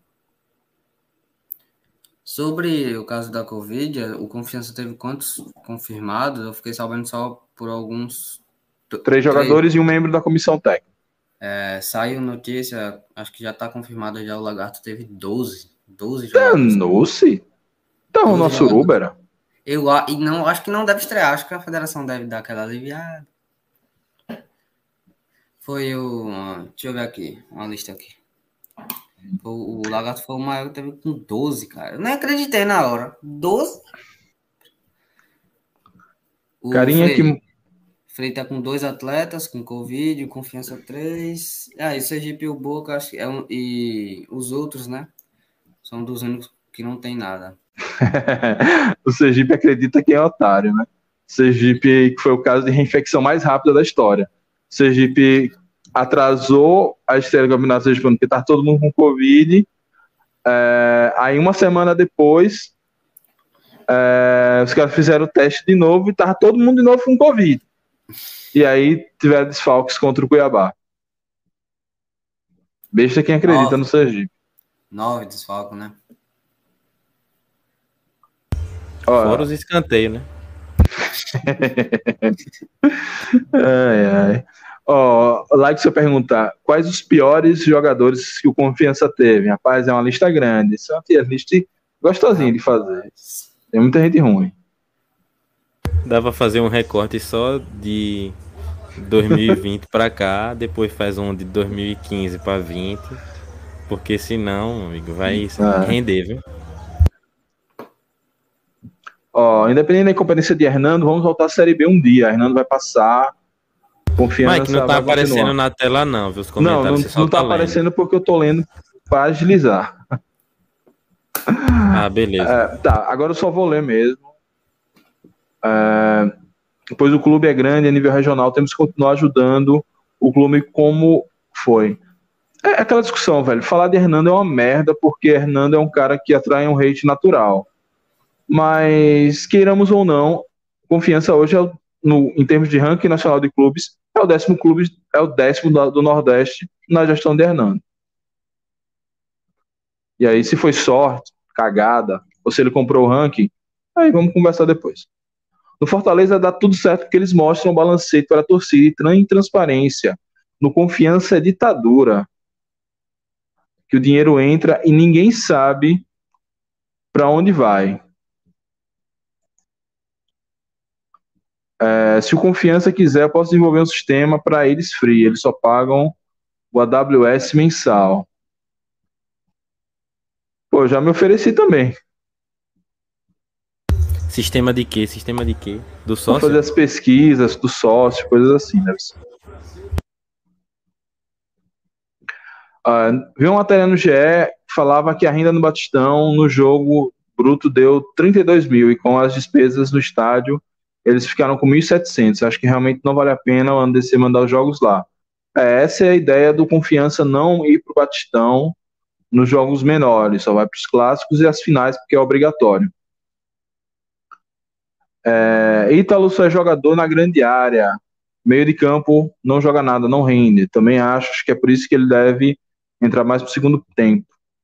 Sobre o caso da Covid, o Confiança teve quantos confirmados? Eu fiquei sabendo só por alguns... Três jogadores três. E um membro da comissão técnica. É, saiu notícia, acho que já está confirmado já, o Lagarto teve doze. doze jogadores. Danou-se? Então, o nosso Uber. Eu e não, acho que não deve estrear, acho que a federação deve dar aquela aliviada. Foi o... Deixa eu ver aqui, uma lista aqui. O, o Lagarto foi o maior que teve com doze, cara. Eu nem acreditei na hora. doze? O Carinha Frei, que... Frei tá com dois atletas, com Covid, Confiança três. Ah, e Sergipe e o Boca, acho que é um, e os outros, né? São dos únicos que não tem nada. O Sergipe acredita que é otário, né? O Sergipe, que foi o caso de reinfecção mais rápida da história. O Sergipe atrasou a estreia do Campeonato Sergipano, porque tá todo mundo com Covid. É, aí uma semana depois, É, os caras fizeram o teste de novo e tava todo mundo de novo com Covid. E aí tiveram desfalques contra o Cuiabá. Besta quem acredita Nove. no Sergipe. Nove desfalques, né? Fora os escanteios, né? Ai, ai. Ó, lá que você perguntar, quais os piores jogadores que o Confiança teve? Rapaz, é uma lista grande. Isso é uma tier list gostosinha de fazer. Tem muita gente ruim. Dá pra fazer um recorte só de dois mil e vinte pra cá, depois faz um de dois mil e quinze pra vinte, porque senão, amigo, vai Ah. render, viu? Ó, independente da incompetência de Hernando, vamos voltar à Série B um dia. Hernando vai passar. Confiança. Mike, não tá vai aparecendo continuar. na tela não, viu? Os Não, comentários, não, você só não tá tá lendo. aparecendo porque eu tô lendo pra agilizar. Ah, beleza. É, tá, agora eu só vou ler mesmo. É, pois o clube é grande a nível regional, temos que continuar ajudando o clube como foi. É aquela discussão, velho. Falar de Hernando é uma merda, porque Hernando é um cara que atrai um hate natural. Mas, queiramos ou não, Confiança hoje, é o, no, em termos de ranking nacional de clubes, é o décimo clube, é o décimo do, do Nordeste na gestão de Hernando. E aí, se foi sorte, cagada, ou se ele comprou o ranking, aí vamos conversar depois. No Fortaleza dá tudo certo porque eles mostram o balancete para a torcida e transparência. No Confiança é ditadura. Que o dinheiro entra e ninguém sabe para onde vai. É, se o Confiança quiser, eu posso desenvolver um sistema para eles free. Eles só pagam o A W S mensal. Pô, já me ofereci também. Sistema de quê? Sistema de quê? Do Vou sócio? fazer as pesquisas do sócio, coisas assim, deve ser. Ah, vi uma matéria no G E que falava que a renda no Batistão no jogo bruto deu trinta e dois mil e com as despesas no estádio eles ficaram com mil e setecentos. Acho que realmente não vale a pena o A N D C mandar os jogos lá. É, essa é a ideia do Confiança, não ir para o Batistão nos jogos menores, só vai para os clássicos e as finais porque é obrigatório. É, Ítalo só é jogador na grande área, meio de campo não joga nada, não rende. Também acho, acho que é por isso que ele deve entrar mais pro segundo tempo.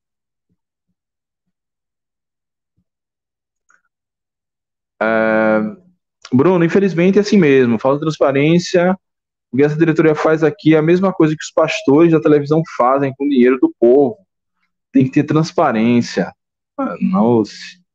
É, Bruno, infelizmente é assim mesmo, falta transparência. O que essa diretoria faz aqui é a mesma coisa que os pastores da televisão fazem com o dinheiro do povo. Tem que ter transparência. Ah, nossa.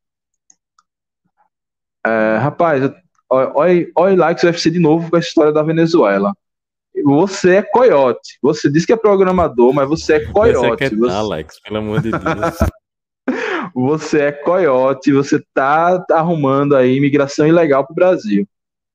É, rapaz, olha, olha lá que você vai ser de novo com a história da Venezuela. Você é coiote. Você diz que é programador, mas você é coiote. Você quer Você... tá, Alex, pelo amor de Deus. Você é coiote, você tá arrumando aí imigração ilegal pro Brasil.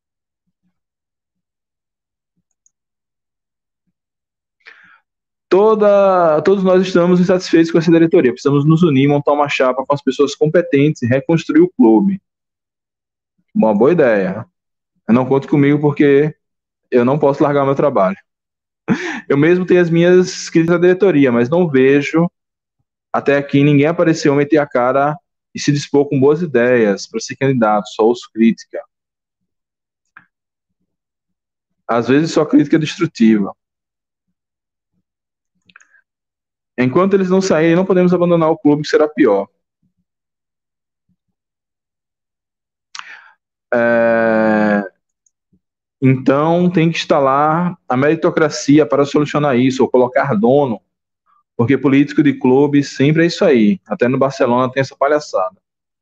Toda, todos nós estamos insatisfeitos com essa diretoria. Precisamos nos unir, montar uma chapa com as pessoas competentes e reconstruir o clube. Uma boa ideia. Eu não conto comigo porque eu não posso largar meu trabalho. Eu mesmo tenho as minhas críticas à diretoria, mas não vejo até aqui ninguém apareceu, meter a cara e se dispor com boas ideias para ser candidato, só os crítica. Às vezes só crítica destrutiva. Enquanto eles não saírem, não podemos abandonar o clube, que será pior. É... Então tem que instalar a meritocracia para solucionar isso, ou colocar dono, porque político de clube sempre é isso aí. Até no Barcelona tem essa palhaçada.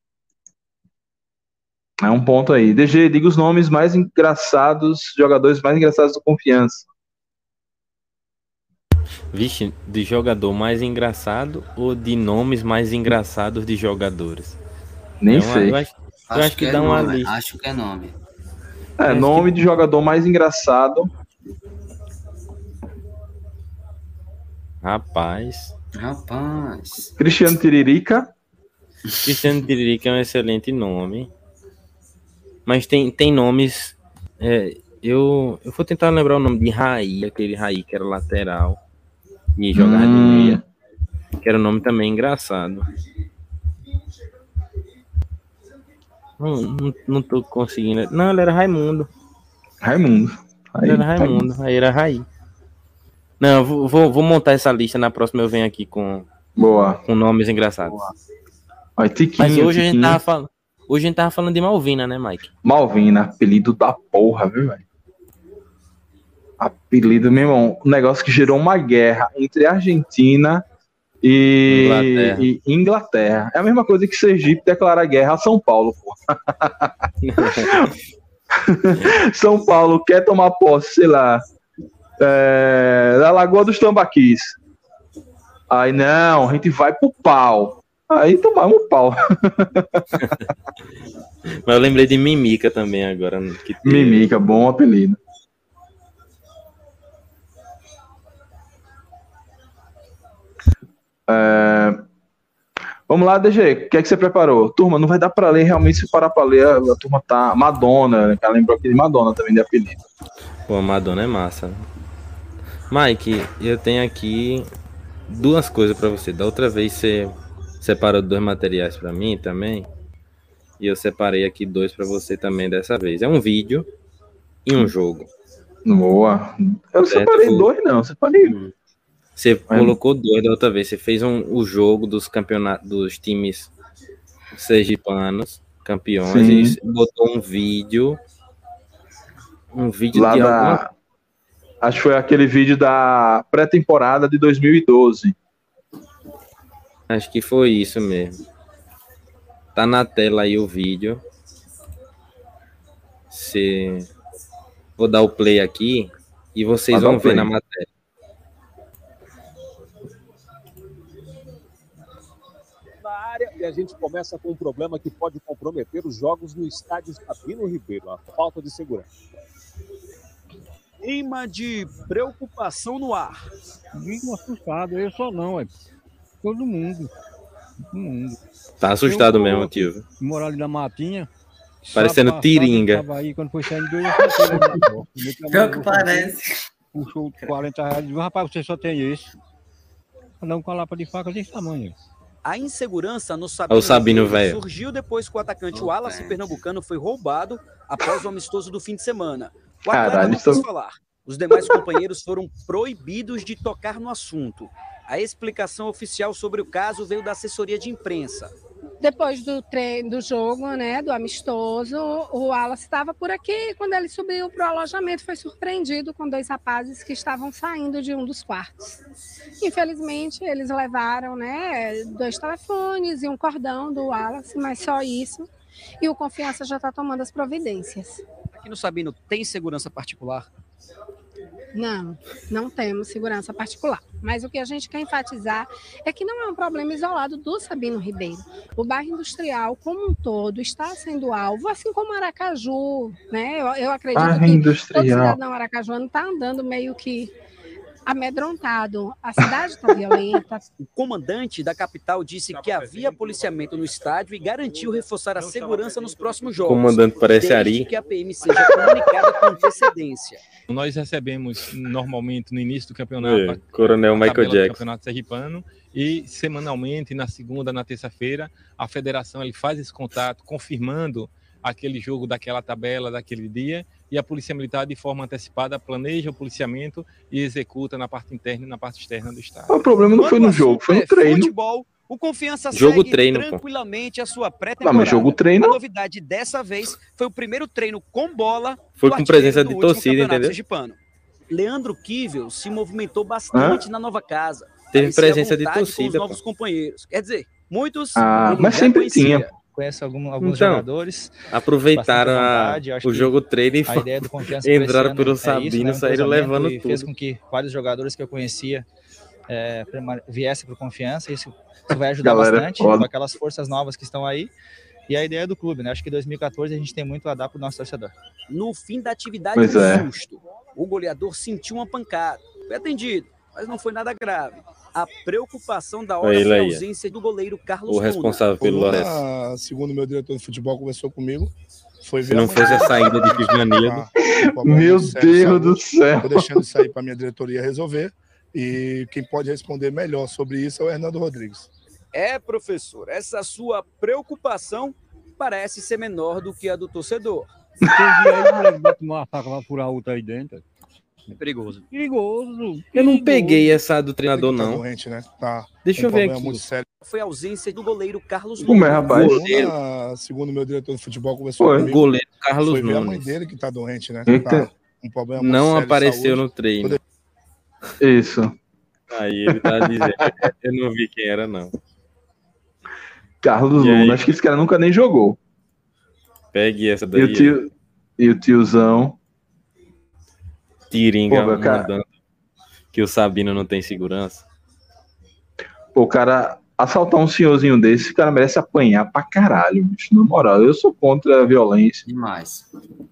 É um ponto aí. D G, diga os nomes mais engraçados, jogadores mais engraçados do Confiança. Vixe, de jogador mais engraçado ou de nomes mais engraçados de jogadores? Nem É uma- sei. eu acho, eu Acho, acho que, que é dá uma nome. lista. Acho que é nome. É, acho nome que- de jogador mais engraçado. Rapaz, Rapaz. Cristiano Tiririca. Cristiano Tiririca é um excelente nome. Mas tem, tem nomes. é, eu, eu vou tentar lembrar o nome de Raí, aquele Raí que era lateral e jogava de Hum. meia. Que era um nome também engraçado. Não, não, não tô conseguindo. Não, ele era Raimundo. Raimundo. Aí, Ele era Raimundo, aí era Raí. Não, eu vou, vou, vou montar essa lista, na próxima eu venho aqui com, boa. com nomes engraçados. Boa. Aí, tiquinho, Mas hoje tiquinho. a gente tava falando. Hoje a gente tava falando de Malvina, né, Mike? Malvina, apelido da porra, viu, velho? Apelido, meu irmão, um negócio que gerou uma guerra entre Argentina e Inglaterra. e Inglaterra. É a mesma coisa que Sergipe declarar guerra a São Paulo, pô. São Paulo quer tomar posse, sei lá, é, da Lagoa dos Tambaquis. Aí, não, a gente vai pro pau. Aí tomamos o pau. Mas eu lembrei de Mimica também agora. Que tem... Mimica, bom apelido. É... Vamos lá, D G, o que é que você preparou? Turma, não vai dar pra ler, realmente, se parar pra ler, a, a turma tá... Madonna, né? Ela lembrou aqui de Madonna também, de apelido. Pô, Madonna é massa. Mike, eu tenho aqui duas coisas pra você. Da outra vez você separou dois materiais pra mim também. E eu separei aqui dois pra você também dessa vez. É um vídeo e um jogo. Boa. Eu não Certo, separei foi- dois, não. Separei. Você Mas- colocou dois da outra vez. Você fez um, o jogo dos campeonatos dos times sergipanos, campeões, Sim. e botou um vídeo. Um vídeo Lá de da... alguma. Acho que foi aquele vídeo da pré-temporada de dois mil e doze. Acho que foi isso mesmo. Tá na tela aí o vídeo. Você... Vou dar o play aqui e vocês Vai dar vão o ver play. na matéria. Na área, e a gente começa com um problema que pode comprometer os jogos no estádio Sabino Ribeiro, a falta de segurança. Clima de preocupação no ar. Fico assustado, eu só não, é todo mundo. Todo mundo. Tá assustado Eu- mesmo, tio. Morar ali na matinha. Parecendo sábado passado, tiringa. eu tava aí, quando foi saindo dois, eu falei, "Ele na porta." Ele Pior chamou, que eu parece. Puxou quarenta reais e disse, rapaz, você só tem esse. Cada um com a lapa de faca desse tamanho. A insegurança no É Sabino, o Sabino, Ribeiro velho. surgiu depois que o atacante Ô, Wallace velho. pernambucano foi roubado após o amistoso do fim de semana. O Caralho, atleta não isso- quis falar. Os demais companheiros foram proibidos de tocar no assunto. A explicação oficial sobre o caso veio da assessoria de imprensa. Depois do treino do jogo, né, do amistoso, o Wallace estava por aqui e quando ele subiu para o alojamento foi surpreendido com dois rapazes que estavam saindo de um dos quartos. Infelizmente, eles levaram, né, dois telefones e um cordão do Wallace, mas só isso. E o Confiança já está tomando as providências. Aqui no Sabino tem segurança particular? Não, não temos segurança particular. Mas o que a gente quer enfatizar é que não é um problema isolado do Sabino Ribeiro. O bairro industrial, como um todo, está sendo alvo, assim como Aracaju, né? Eu, eu acredito Bairro que todo industrial. cidadão aracajuano está andando meio que amedrontado. A cidade está violenta. O comandante da capital disse que havia policiamento no estádio e garantiu reforçar a segurança nos próximos O jogos. comandante parece desde Ari. que a P M seja comunicada com antecedência. Nós recebemos normalmente no início do campeonato É, a Coronel a Michael tabela do Jackson. campeonato sergipano e semanalmente, na segunda, na terça-feira, a federação ele faz esse contato confirmando aquele jogo daquela tabela, daquele dia, e a Polícia Militar, de forma antecipada, planeja o policiamento e executa na parte interna e na parte externa do estado. O problema não foi no Quando o jogo, assunto foi no é treino. Futebol, o Confiança Jogo segue treino, pô. tranquilamente a sua Ah, pré-temporada. mas jogo treino. A novidade dessa vez foi o primeiro treino com bola Foi do com artilheiro presença do de último torcida, campeonato entendeu? sergipano. Leandro Kivel se movimentou bastante na nova casa. Teve Parecia à presença de vontade torcida, com os novos companheiros. Quer dizer, muitos Ah, ele mas já sempre conhecia. tinha. Conhece algum, alguns Então, jogadores. Aproveitaram Bastante à a- vontade, eu acho o que jogo treino e A fo- ideia do Confiança por esse entraram ano pelo é isso, Sabino, né? Um saíram cruzamento levando e fez tudo. com que vários jogadores que eu conhecia é, prema- viessem para o Confiança. Isso, isso vai ajudar Galera, bastante foda. com aquelas forças novas que estão aí. E a ideia do clube, né? Acho que em dois mil e quatorze a gente tem muito a dar para o nosso torcedor. No fim da atividade, Pois um é. susto. O goleador sentiu uma pancada. Foi atendido, mas não foi nada grave. A preocupação da hora Olha ele foi a aí, ó. ausência do goleiro Carlos O Luna. responsável pelo Lourenço. Ah, segundo meu diretor de futebol conversou comigo, foi Se ver não a fosse a saída de Fismanildo. Meu Deus do céu. Estou deixando isso aí para minha diretoria resolver. E quem pode responder melhor sobre isso é o Hernando Rodrigues. É, professor, essa sua preocupação parece ser menor do que a do torcedor. Tem dia aí, o moleque bota uma faca pra furar outra aí dentro. É perigoso. Perigoso. Eu não peguei essa do treinador, Tá não. doente, né? Tá Deixa um eu ver problema aqui. muito sério. Foi a ausência do goleiro Carlos Como é, Nunes. rapaz? Goleiro. Ah, segundo o meu diretor de futebol, conversou Foi. comigo. Goleiro Carlos Foi ver a mãe Nunes. dele que tá doente, né? Eita. Tá um problema muito Não sério de apareceu saúde. no treino. Isso. Aí ele tá dizendo. Eu não vi quem era, não. Carlos E aí? Luna. Acho que esse cara nunca nem jogou. Pegue essa E daí. o, tio, e o tiozão. Tiringa Pô, meu cara. mandando que o Sabino não tem segurança. Pô, o cara assaltar um senhorzinho desse, o cara merece apanhar pra caralho, bicho. Na moral, eu sou contra a violência. Demais.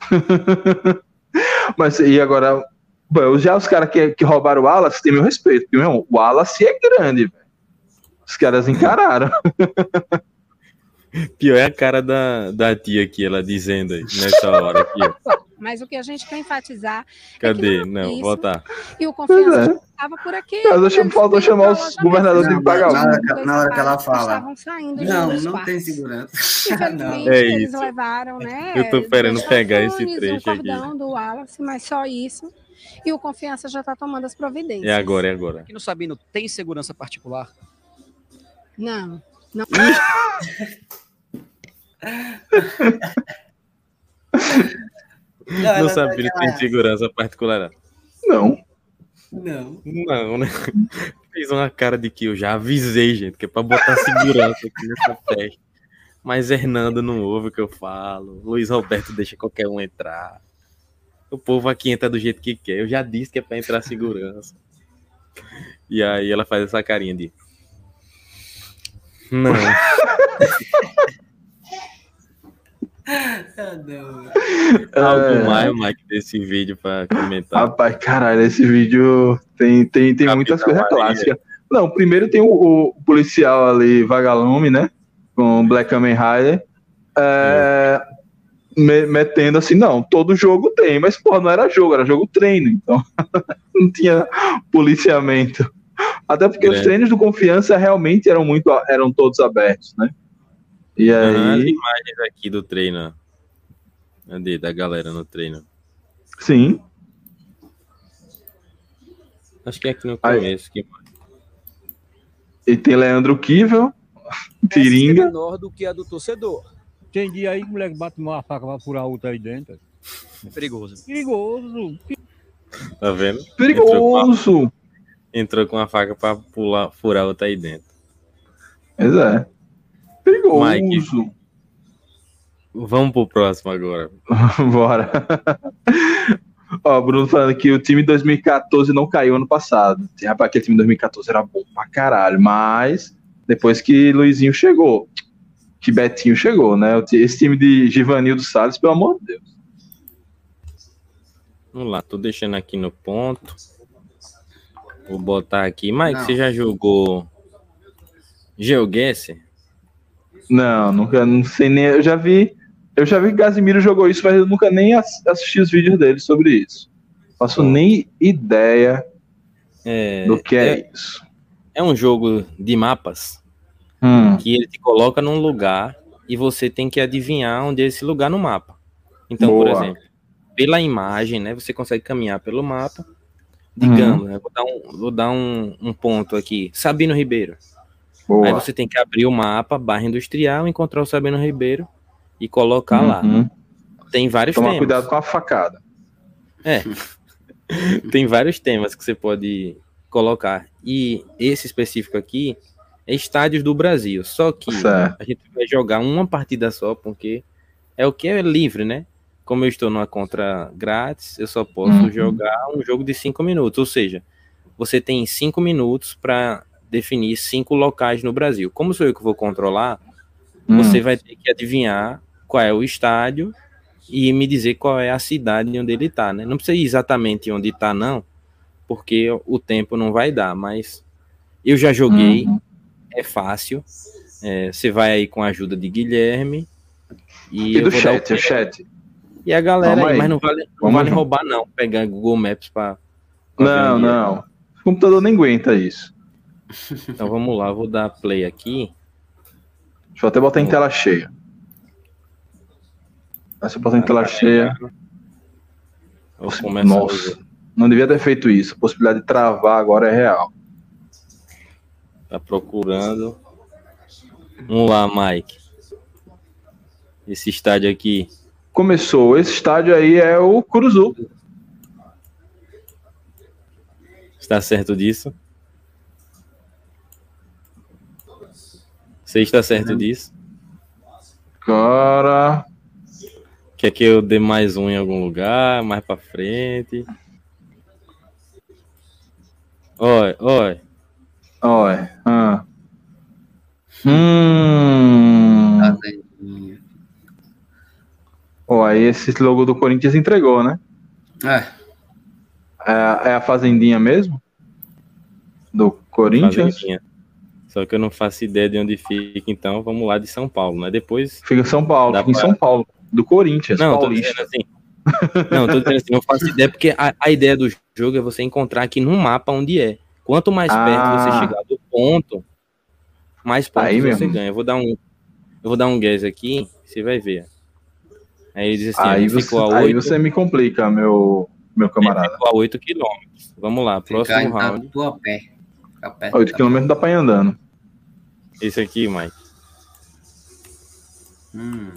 Mas e agora, bom, já os caras que, que roubaram o Wallace tem meu respeito, porque, meu irmão, o Wallace é grande, velho. Os caras encararam. Pior é a cara da, da tia aqui, ela dizendo aí, nessa hora aqui. ó. Mas o que a gente quer enfatizar Cadê? é que Não, isso, voltar. e o Confiança Pois é. já estava por aqui. Mas quando eu chamo- eles faltou subiram chamar pro os alojamento. governadores de Não, Pagaú. na hora que- Dois na hora que ela rapazes fala, estavam saindo de Não, um dos não quartos. tem segurança. Infelizmente, É eles isso. levaram, né? Eu tô esperando dois pegar esse tafones, trecho um aqui. cordão do Wallace, mas só isso. E o Confiança já está tomando as providências. É agora, é agora. Aqui no Sabino tem segurança particular? Não, não. Não, Não ela sabia tá- que tem segurança particular. Não. Não. Não, né? Fez uma cara de que eu já avisei, gente, que é pra botar segurança aqui nessa festa. Mas Hernando não ouve o que eu falo. Luiz Roberto deixa qualquer um entrar. O povo aqui entra do jeito que quer. Eu já disse que é pra entrar segurança. E aí ela faz essa carinha de... Não. Ah, não. Algo É. mais, Mike, desse vídeo pra comentar. Rapaz, caralho, esse vídeo tem, tem, tem Capitão muitas coisas Maria. clássicas. Não, primeiro tem o, o policial ali, vagalume, né? Com o Black Kamen Rider. É, me- metendo assim, não, todo jogo tem, mas porra, não era jogo, era jogo treino, então não tinha policiamento. Até porque Grande. os treinos do Confiança realmente eram muito, eram todos abertos, né? E Aham, as aí, imagens aqui do treino. Cadê? Da galera no treino. sim, Acho que é aqui no Aí. começo. Que... e tem Leandro Kivel, Parece ser Tiringa. menor do que a do torcedor. Tem dia aí que o moleque bate uma faca pra furar outra aí dentro. É perigoso. Perigoso. Tá vendo? Entrou com, a, Perigoso. entrou com a faca pra pular, furar outra aí dentro. Pois é. Perigoso. Vamos pro próximo agora. Bora. Ó, Bruno falando que o time de dois mil e quatorze não caiu ano passado. Rapaz, aquele time de dois mil e quatorze era bom pra caralho, mas depois que Luizinho chegou, que Betinho chegou, né? Esse time de Givanildo Salles, pelo amor de Deus. Vamos lá, tô deixando aqui no ponto. Vou botar aqui. Mike, Não. você já jogou GeoGuessr? Não, nunca, não sei nem. Eu já vi. Eu já vi que Casimiro jogou isso, mas eu nunca nem ass- assisti os vídeos dele sobre isso. Faço nem ideia É, do que é, é, isso. é um jogo de mapas Hum, que ele te coloca num lugar e você tem que adivinhar onde é esse lugar no mapa. Então, por Boa. exemplo, pela imagem, né, você consegue caminhar pelo mapa. Digamos, né, vou dar, um, vou dar um, um ponto aqui. Sabino Ribeiro. boa. Aí você tem que abrir o mapa, barra industrial, encontrar o Sabino Ribeiro e colocar lá. Uhum. Tem vários Tomar temas. cuidado com a facada. É. Tem vários temas que você pode colocar. E esse específico aqui é estádios do Brasil. Só que Certo. a gente vai jogar uma partida só, porque é o que é livre, né? Como eu estou numa contra grátis, eu só posso Uhum. jogar um jogo de cinco minutos. Ou seja, você tem cinco minutos para definir cinco locais no Brasil. Como sou eu que vou controlar, Hum. você vai ter que adivinhar qual é o estádio e me dizer qual é a cidade onde ele tá, né? Não precisa ir exatamente onde tá, não, porque o tempo não vai dar, mas eu já joguei, Uhum. é fácil. É, você vai aí com a ajuda de Guilherme e, E eu do vou dar o chat, o chat. e a galera Vamos aí, aí. mas não vale, não Vamos vale junto. roubar, não. Pegar Google Maps pra. pra ver Não, onde é. não. O computador nem aguenta isso. Então vamos lá, vou dar play aqui. Deixa eu até botar em tela cheia. Vai ser passando em tela cheia. Começa Nossa, não devia ter feito isso. A possibilidade de travar agora é real. Tá procurando. Vamos lá, Mike. Esse estádio aqui. Começou. Esse estádio aí é o Curuzu. Está certo disso? Você está certo disso? Cara... Quer que eu dê mais um em algum lugar, mais pra frente? Oi, oi. Oi. Ah. Hum. Ó, aí esse logo do Corinthians entregou, né? É. É, é a fazendinha mesmo? Do Corinthians? Fazendinha. Só que eu não faço ideia de onde fica, então vamos lá de São Paulo, né? Depois. Fica em São Paulo, fica pra... em São Paulo. Do Corinthians, não, paulista. Tô dizendo assim. Não, tô dizendo assim, não faço ideia, porque a, a ideia do jogo é você encontrar aqui no mapa onde é. Quanto mais Ah. perto você chegar do ponto, mais pontos Aí você mesmo. ganha. Eu vou dar um, eu vou dar um guess aqui, você vai ver. Aí ele diz assim, Aí ele você, ficou a aí oito, você me complica, meu, meu camarada. ficou a oito quilômetros. Vamos lá, próximo Ficar em round. Tatuapé. Fica perto oito da- quilômetros dá pra ir andando. Esse aqui, Mike. Hum.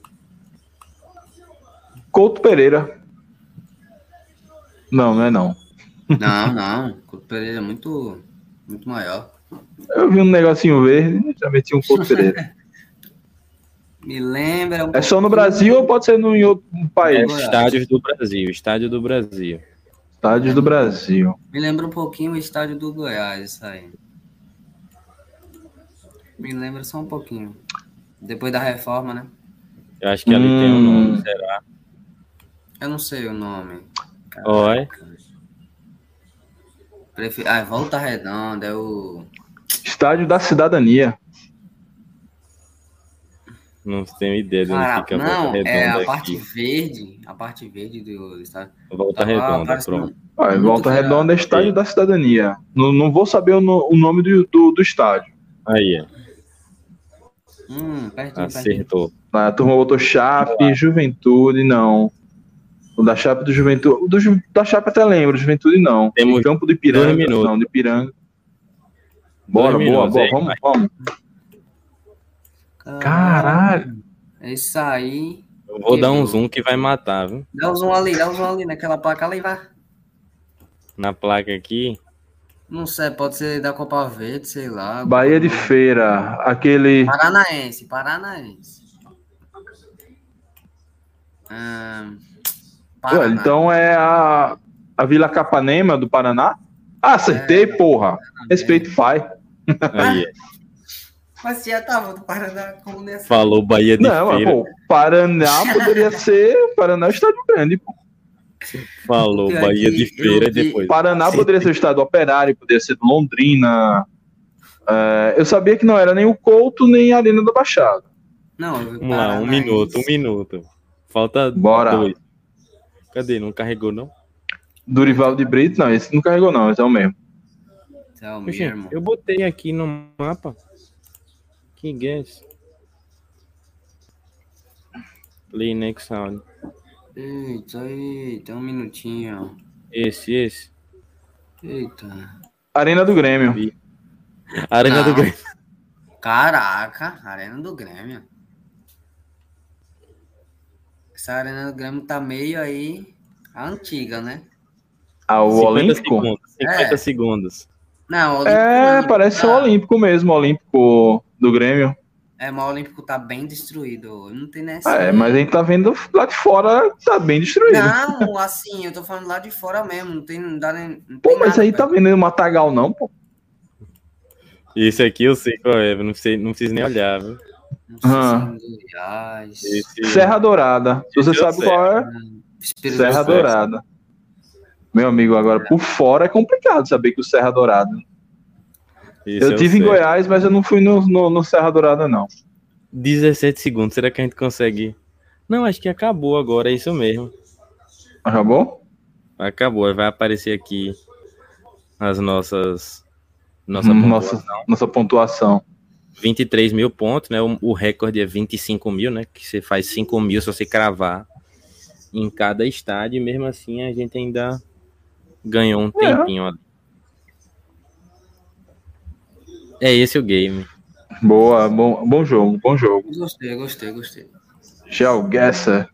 Couto Pereira. Não, não é não. Não, não. Couto Pereira é muito, muito maior. Eu vi um negocinho verde, já meti um Couto Pereira. Me lembra um É só no pouquinho- Brasil ou pode ser no, em outro É, país? estádios do Brasil, estádio do Brasil. Estádios do Brasil. Me lembra um pouquinho o estádio do Goiás, isso aí. Me lembra só um pouquinho. Depois da reforma, né? Eu acho que ali Hum. tem um nome, será? Eu não sei o nome. Oi. Prefe... Ah, Volta Redonda, é o... Estádio da Cidadania. Não tenho ideia de onde Caraca, fica a Volta não, Redonda é a aqui. parte verde, a parte verde do estádio. Volta Tava Redonda, aparecendo- pronto. Olha, Muito Volta legal. Redonda é Estádio da Cidadania. Não, não vou saber o, no- o nome do, do, do estádio. Aí, ó. Hum, pertinho, pertinho. Acertou. A turma botou Chape, Juventude, não. O da Chape do Juventude. O do, Ju- da Chape até lembro, Juventude não. Temos Campo do Ipiranga. dois minutos. Não, do Ipiranga. Bora, Dois boa, minutos, boa. aí, Vamos, vai. vamos. Caralho. É isso aí. Eu vou dar um Quebrou. zoom que vai matar, viu? Dá um zoom ali, dá um zoom ali naquela placa ali, vai. Na placa aqui. Não sei, pode ser da Copa Verde, sei lá. Bahia de Feira. Aquele. Paranaense, Paranaense. Hum, Ué, Paraná. então é a, a Vila Capanema do Paraná? Ah, acertei, É. porra. Respeito, pai. Aí, Mas já tava do Paraná como nessa. falou Bahia de Não, mas, Feira. pô, Paraná poderia ser. Paraná é um estado grande, pô. Falou Pior Bahia que de Feira eu e vi- depois. Paraná poderia ser o estado operário, poderia ser do Londrina. É, eu sabia que não era nem o Couto, nem a Arena da Baixada. Não, eu vi Vamos lá, um Paranaense. minuto, um minuto. Falta Bora. dois. Cadê? Não carregou, não? Durival de Brito, não, esse não carregou, não, esse é o mesmo. Esse é o Oxe, mesmo. eu botei aqui no mapa. Que guess? Play next sound. Eita, eita, um minutinho. Esse, esse. Eita. Arena do Grêmio. Arena do Não. Grêmio. Caraca, Arena do Grêmio. Essa Arena do Grêmio tá meio aí a antiga, né? Ah, o cinquenta Olímpico? segundos. cinquenta É. segundos. Não, o Olímpico É, não, parece ser o tá- Olímpico mesmo, o Olímpico do Grêmio. É, mas o Olímpico tá bem destruído. Não tem nessa. Ah, é, mas a gente tá vendo lá de fora, tá bem destruído. Não, assim, eu tô falando lá de fora mesmo. Não tem, não dá nem. Não Pô, tem mas nada aí tá perto. vendo o Matagal, não, pô? Esse aqui eu sei qual é, não, sei, não preciso nem olhar, viu? Não sei Ah. se é em Goiás. Esse... Serra Dourada. Se você Eu sabe sei. qual é, Espírito Serra Santo. Dourada. Meu amigo, agora por fora é complicado saber que o Serra Dourada. esse Eu eu tive em sei. Goiás, mas eu não fui no, no, no Serra Dourada, não. dezessete segundos, será que a gente consegue? Não, acho que acabou agora, é isso mesmo. Acabou? Acabou, vai aparecer aqui as nossas. Nossa Hum, pontuação. nossa, nossa pontuação. vinte e três mil pontos, né? O, o recorde é vinte e cinco mil, né? Que você faz cinco mil se você cravar em cada estádio, e mesmo assim a gente ainda ganhou um tempinho. É, é esse o game. Boa, bom, bom jogo, bom jogo. Gostei, gostei, gostei. GeoGuessr.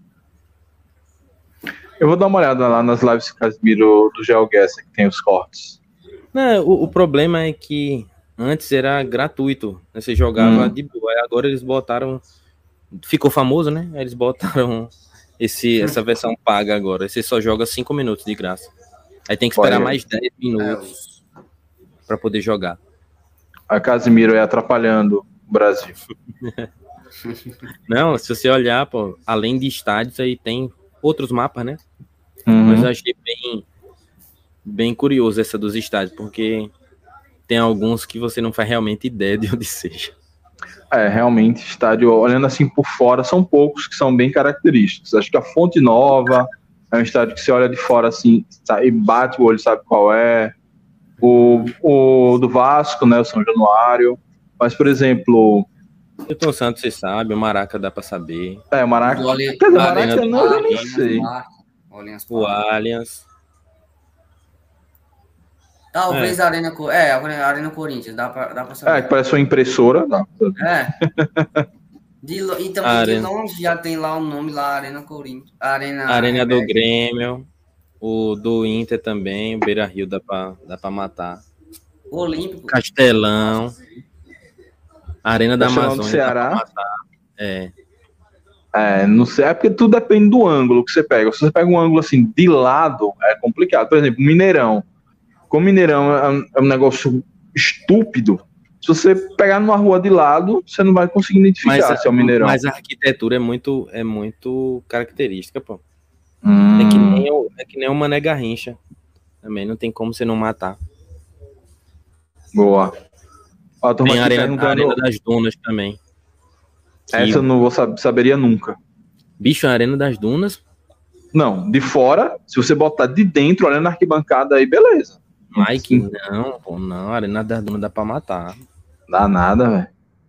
Eu vou dar uma olhada lá nas lives do Casimiro do GeoGuessr, que tem os cortes. Não, o, o problema é que antes era gratuito, né? Você jogava hum. de boa. Agora eles botaram... Ficou famoso, né? Eles botaram esse, essa versão paga agora. Você só joga cinco minutos de graça. Aí tem que esperar Pode. mais dez minutos é. para poder jogar. A Casimiro é atrapalhando o Brasil. Não, se você olhar, pô, além de estádios, aí tem outros mapas, né? Uhum. Mas eu achei bem, bem curioso essa dos estádios, porque tem alguns que você não faz realmente ideia de onde seja. É, realmente, estádio, olhando assim por fora, são poucos que são bem característicos. Acho que a Fonte Nova é um estádio que você olha de fora assim, e bate o olho, sabe qual é. O, o do Vasco, né, o São Januário. Mas, por exemplo... Newton Santos, você sabe, o Maraca dá pra saber. É, o Maraca... O Oli... Quer dizer, o Maraca eu não, eu nem sei. O Allianz. Talvez é. a Arena... É, a Arena Corinthians, dá pra, dá pra saber. É, que parece uma impressora. Dá. É. De, e também Arena. de longe já tem lá o nome lá, Arena Corinthians. Arena, Arena do Grêmio. O do Inter também, o Beira Rio dá pra, dá pra matar. O Olímpico. Castelão. Arena da Castelão Amazônia do Ceará. Dá pra matar. É. É, não sei, é porque tudo depende do ângulo que você pega. Se você pega um ângulo assim, de lado, é complicado. Por exemplo, Mineirão. Como Mineirão é um, é um negócio estúpido, se você pegar numa rua de lado, você não vai conseguir identificar mas, se é o Mineirão. Mas a arquitetura é muito, é muito característica, pô. Hum. É, que nem o, é que nem o Mané Garrincha. Também não tem como você não matar. Boa. Ó, a tem a Arena, a Arena das Dunas também. Essa que... eu não vou sab- saberia nunca. Bicho, a Arena das Dunas? Não, de fora, se você botar de dentro, olhando na arquibancada aí, beleza. Mike, Sim. não, pô, não, a Arena das Dunas dá pra matar. Dá nada, velho.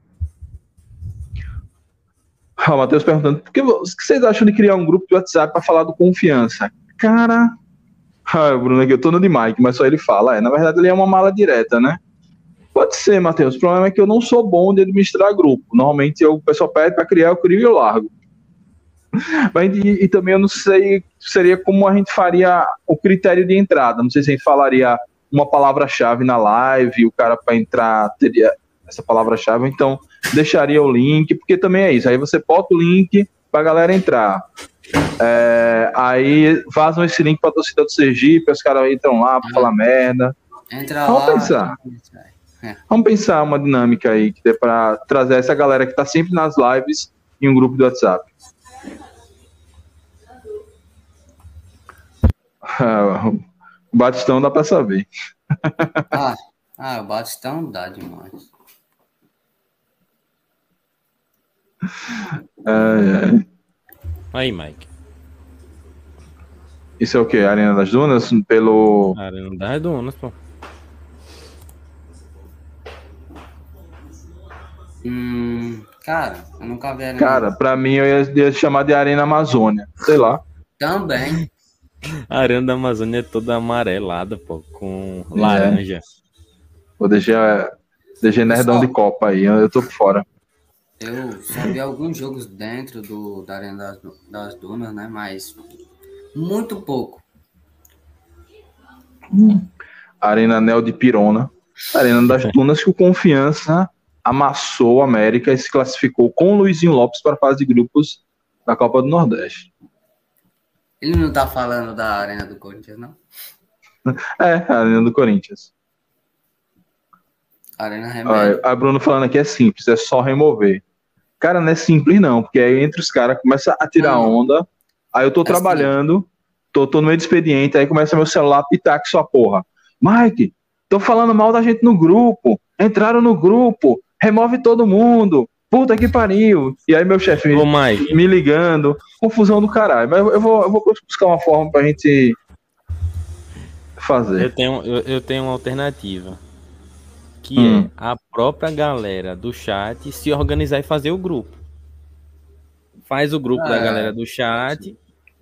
Ó, o Matheus perguntando, por que, o que vocês acham de criar um grupo de WhatsApp pra falar do Confiança? Cara... Ah, Bruno, aqui eu tô no de Mike, mas só ele fala. É, na verdade, ele é uma mala direta, né? Pode ser, Matheus. O problema é que eu não sou bom de administrar grupo. Normalmente eu, o pessoal pede pra criar, eu crio e eu largo. Mas, e, e também eu não sei, seria como a gente faria o critério de entrada. Não sei se a gente falaria uma palavra-chave na live, o cara para entrar teria essa palavra-chave, então deixaria o link, porque também é isso. Aí você bota o link pra galera entrar. É, aí vazam esse link pra torcida do Sergipe, os caras entram lá pra falar merda. Entra Vamos lá. pensar. É. Vamos pensar uma dinâmica aí que dê pra trazer essa galera que tá sempre nas lives em um grupo do WhatsApp. Ah, o Batistão dá pra saber. Ah, ah, o Batistão dá demais. É, é. Aí, Mike. Isso é o quê? Arena das Dunas? Pelo... Arena das Dunas, pô. Hum, cara, eu nunca vi Arena. Cara, pra mim eu ia, ia chamar de Arena Amazônia. Sei lá. Também. A Arena da Amazônia é toda amarelada, pô, com laranja. É. Vou deixar, deixar nerdão de Copa aí, eu tô por fora. Eu só vi alguns jogos dentro do, da Arena das, das Dunas, né? Mas muito pouco. Hum. Arena Nel de Pirona. Arena das Dunas que o Confiança amassou o América e se classificou com o Luizinho Lopes para a fase de grupos da Copa do Nordeste. Ele não tá falando da Arena do Corinthians, não? É, a Arena do Corinthians. Arena Remédio. A Bruno falando aqui é simples, é só remover. Cara, não é simples não, porque aí entre os caras começa a tirar hum. onda, aí eu tô é trabalhando, tô, tô no meio do expediente, aí começa meu celular a pitar que sua porra. Mike, tô falando mal da gente no grupo, entraram no grupo, remove todo mundo, puta que pariu. E aí meu chefe me ligando, confusão do caralho. Mas eu vou, eu vou buscar uma forma pra gente fazer. Eu tenho, eu, eu tenho uma alternativa. que Hum. é a própria galera do chat se organizar e fazer o grupo. Faz o grupo da É. galera do chat,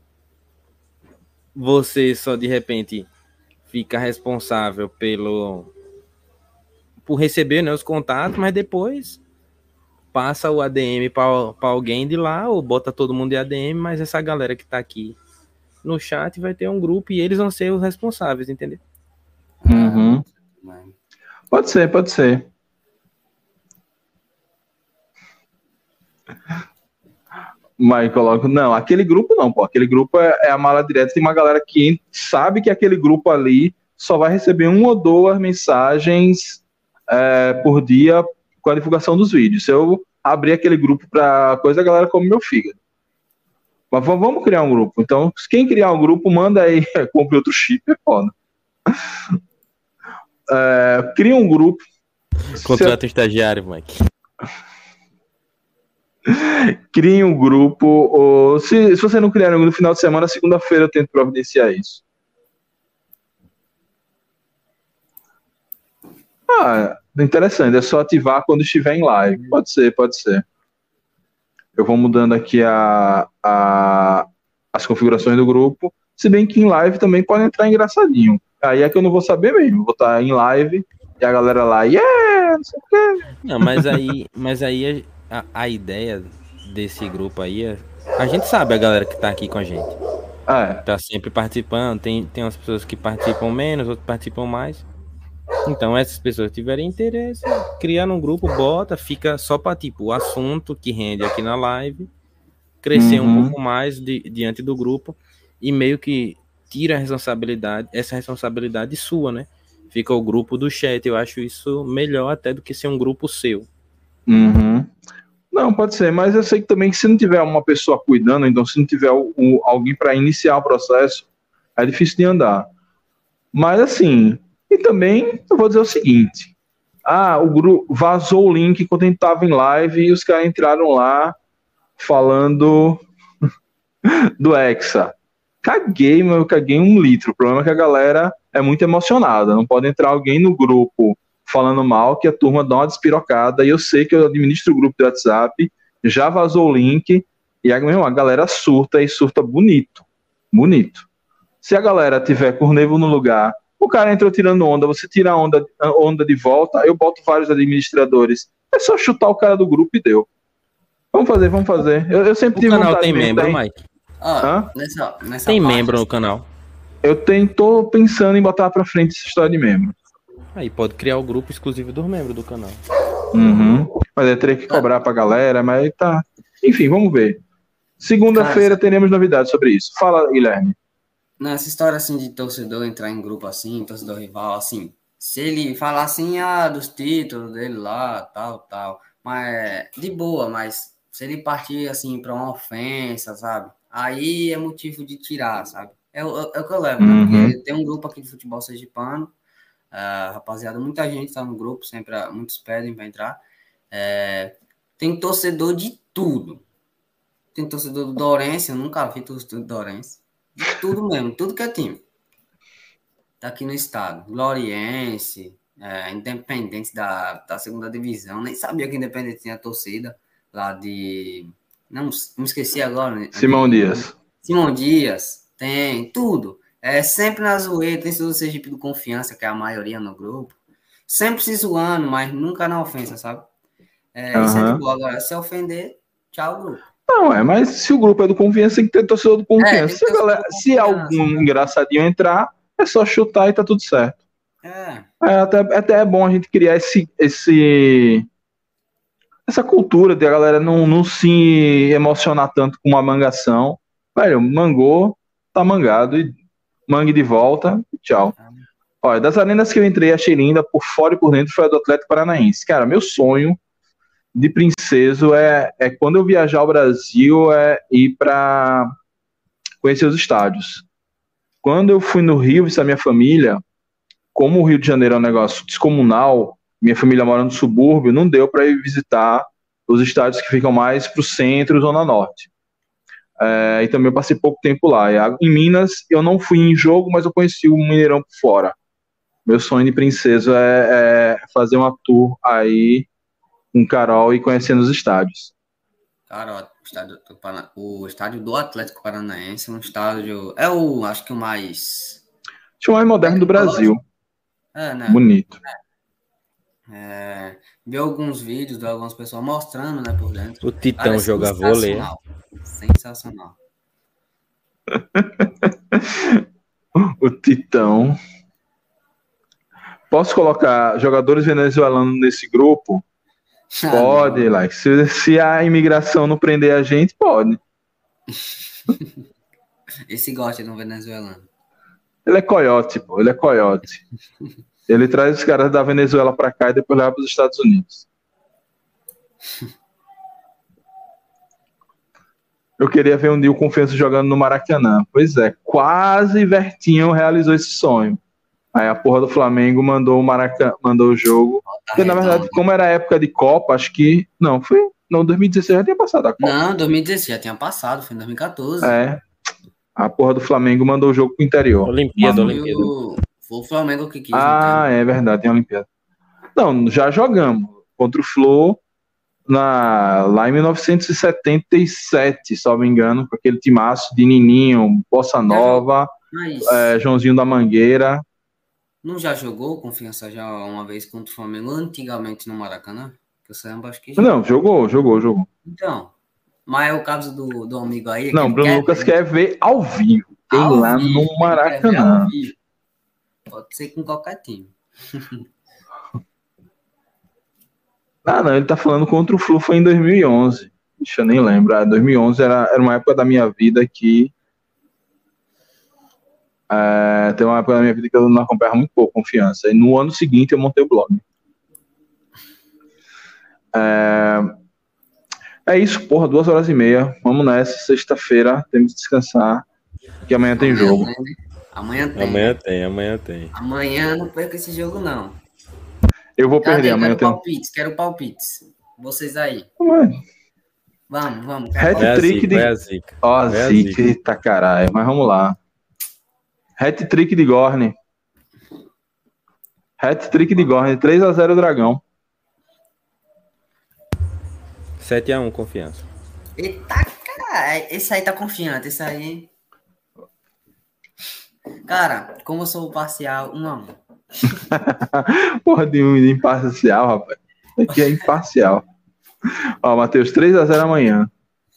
você só de repente fica responsável pelo por receber, né, os contatos, mas depois passa o A D M para alguém de lá, ou bota todo mundo em A D M, mas essa galera que tá aqui no chat vai ter um grupo e eles vão ser os responsáveis, entendeu? Uhum. Pode ser, pode ser. Mas coloco, não, aquele grupo não, pô. Aquele grupo é, é a mala direta. Tem uma galera que sabe que aquele grupo ali só vai receber uma ou duas mensagens é, por dia com a divulgação dos vídeos. Se eu abrir aquele grupo pra coisa, a galera come meu fígado. Mas v- vamos criar um grupo. Então, quem criar um grupo, manda aí, compre outro chip, é foda. É, cria um grupo. Contrata um estagiário, Mike. Crie um grupo, ou se, se você não criar no final de semana, segunda-feira eu tento providenciar isso. Ah, interessante, é só ativar quando estiver em live. Pode ser, pode ser. Eu vou mudando aqui a, a, as configurações do grupo, se bem que em live também pode entrar engraçadinho. Aí é que eu não vou saber mesmo, vou estar em live e a galera lá, yeah, não sei o quê. Não, mas aí, mas aí a, a ideia desse grupo aí é. A gente sabe a galera que tá aqui com a gente. É. Tá sempre participando. Tem, tem umas pessoas que participam menos, outras participam mais. Então, essas pessoas que tiverem interesse, criar um grupo, bota, fica só pra tipo o assunto que rende aqui na live, crescer um Uhum. pouco mais de, diante do grupo e meio que tira a responsabilidade, essa responsabilidade sua, né? Fica o grupo do chat. Eu acho isso melhor até do que ser um grupo seu. Uhum. Não, pode ser, mas eu sei que também que se não tiver uma pessoa cuidando, então se não tiver o, o- alguém para iniciar o processo, é difícil de andar. Mas assim, e também eu vou dizer o seguinte: ah, o grupo vazou o link enquanto a gente tava em live e os caras entraram lá falando do Hexa. Caguei, meu, eu caguei um litro. O problema é que a galera é muito emocionada. Não pode entrar alguém no grupo falando mal que a turma dá uma despirocada. E eu sei que eu administro o grupo do WhatsApp, já vazou o link e a, meu, a galera surta e surta bonito. Bonito. Se a galera tiver com o nervo no lugar, o cara entrou tirando onda, você tira a onda, a onda de volta, eu boto vários administradores. É só chutar o cara do grupo e deu. Vamos fazer, vamos fazer. Eu, eu sempre O tive canal vontade tem mesmo membro, daí. Mike? Ah, nessa, nessa Tem parte, membro no canal. Eu tenho, tô pensando em botar pra frente essa história de membro. Aí pode criar o grupo exclusivo dos membros do canal. Uhum. Mas eu teria que cobrar pra galera, mas tá. Enfim, vamos ver. Segunda-feira teremos novidades sobre isso. Fala, Guilherme. Nessa história assim de torcedor entrar em grupo assim, torcedor rival, assim, se ele falar assim, ah, dos títulos dele lá, tal, tal, mas de boa, mas se ele partir assim pra uma ofensa, sabe? Aí é motivo de tirar, sabe? É, o- é o que eu levo, né? Uhum. Porque tem um grupo aqui de futebol sergipano, ah, rapaziada, muita gente tá no grupo, sempre ah, muitos pedem pra entrar. É, tem torcedor de tudo. Tem torcedor do Dourense, eu nunca vi torcedor do Dourense. De tudo mesmo, tudo que é time. Tá aqui no estado. Gloriense, é, Independente da, da segunda divisão. Nem sabia que Independente tinha torcida lá de... Não, não esqueci agora. Né? Simão de, Dias. Simão Dias. Tem tudo. É sempre na zoeira. Tem todo o Sergipe do Confiança, que é a maioria no grupo. Sempre se zoando, mas nunca na ofensa, sabe? É, Isso é de Aham. boa. Agora, se ofender, tchau, grupo. Não, é, mas se o grupo é do confiança, tem que ter torcedor do É, tem confiança. que Se, a ter torcedor galera, do se algum engraçadinho entrar, é só chutar e tá tudo certo. É. É, até, até é bom a gente criar esse, esse, essa cultura de a galera não, não se emocionar tanto com uma mangação. Velho, mangou, tá mangado, e mangue de volta, e tchau. Olha, das arenas que eu entrei, achei linda, por fora e por dentro, foi a do Atlético Paranaense. Cara, meu sonho de princeso é, é quando eu viajar ao Brasil, é ir para conhecer os estádios. Quando eu fui no Rio visitar minha família, como o Rio de Janeiro é um negócio descomunal, minha família mora no subúrbio, não deu para ir visitar os estádios que ficam mais para o centro, zona norte. É, e também eu passei pouco tempo lá. E, em Minas, eu não fui em jogo, mas eu conheci o Mineirão por fora. Meu sonho de princesa é, é fazer uma tour aí com Carol e conhecendo os estádios. Cara, o estádio, do Pana- o estádio do Atlético Paranaense é um estádio. É o, acho que o mais. Acho o mais moderno do Brasil. É, né? Bonito. É, vi alguns vídeos de algumas pessoas mostrando, né, por dentro. O Titão Cara, é joga vôlei. sensacional. Sensacional. O Titão. Posso colocar jogadores venezuelanos nesse grupo? Pode, like. Se, se a imigração não prender a gente, pode. Esse gosta de um venezuelano. Ele é coiote, pô. Ele é coiote. Ele traz os caras da Venezuela pra cá e depois leva para os Estados Unidos. Eu queria ver um dia o Confiança jogando no Maracanã. Pois é, quase Vertinho realizou esse sonho. Aí a porra do Flamengo mandou o Maracanã, mandou o jogo. Porque, na verdade, como era época de Copa, acho que. Não, foi. Não, dois mil e dezesseis já tinha passado a Copa. Não, dois mil e dezesseis já tinha passado, foi em dois mil e quatorze. É. A porra do Flamengo mandou o jogo pro interior. Olimpíada, Foi Olimpíada. o, foi o Flamengo que quis. Ah, é verdade, tem a Olimpíada. Não, já jogamos contra o Flu na, lá em mil novecentos e setenta e sete, se não me engano, com aquele timaço de Nininho, Bossa Nova, Mas é, Joãozinho da Mangueira. não já jogou Confiança já uma vez contra o Flamengo, antigamente no Maracanã? Que eu lembro, acho que já. Não, jogou, jogou, jogou. Então, mas é o caso do, do amigo aí. Não, que Bruno quer Lucas ver quer ver ao vivo. Tem ao lá vivo, no ele quer ver Maracanã. ao vivo. Pode ser com qualquer time. Ah, não, ele tá falando contra o Flu, foi em dois mil e onze. Deixa eu nem lembro. Ah, dois mil e onze era, era uma época da minha vida que. É, tem uma época da minha vida que eu não acompanhava muito pouco Confiança. E no ano seguinte eu montei o blog. É, é isso, porra, duas horas e meia. Vamos nessa, sexta-feira, temos que descansar. Que amanhã tem Amanhã jogo. tem, né? Amanhã tem. Amanhã tem, amanhã tem. Amanhã não perca esse jogo, não. Eu vou Cadê? perder, amanhã Quero tem. palpites, quero palpites. Vocês aí. Ué, Vamos, vamos. quero Vai a Hat-trick zica, de. vai a zica. Ó, a Vai a zica, zica. eita caralho, mas vamos lá. Hat-trick de Gorne. Hat-trick de Gorne, três a zero Dragão. sete a um, Confiança. Eita, cara, esse aí tá confiante, esse aí. Cara, como eu sou parcial, um a um. Porra de um imparcial, rapaz. Aqui é imparcial. Ó, Matheus, três a zero amanhã.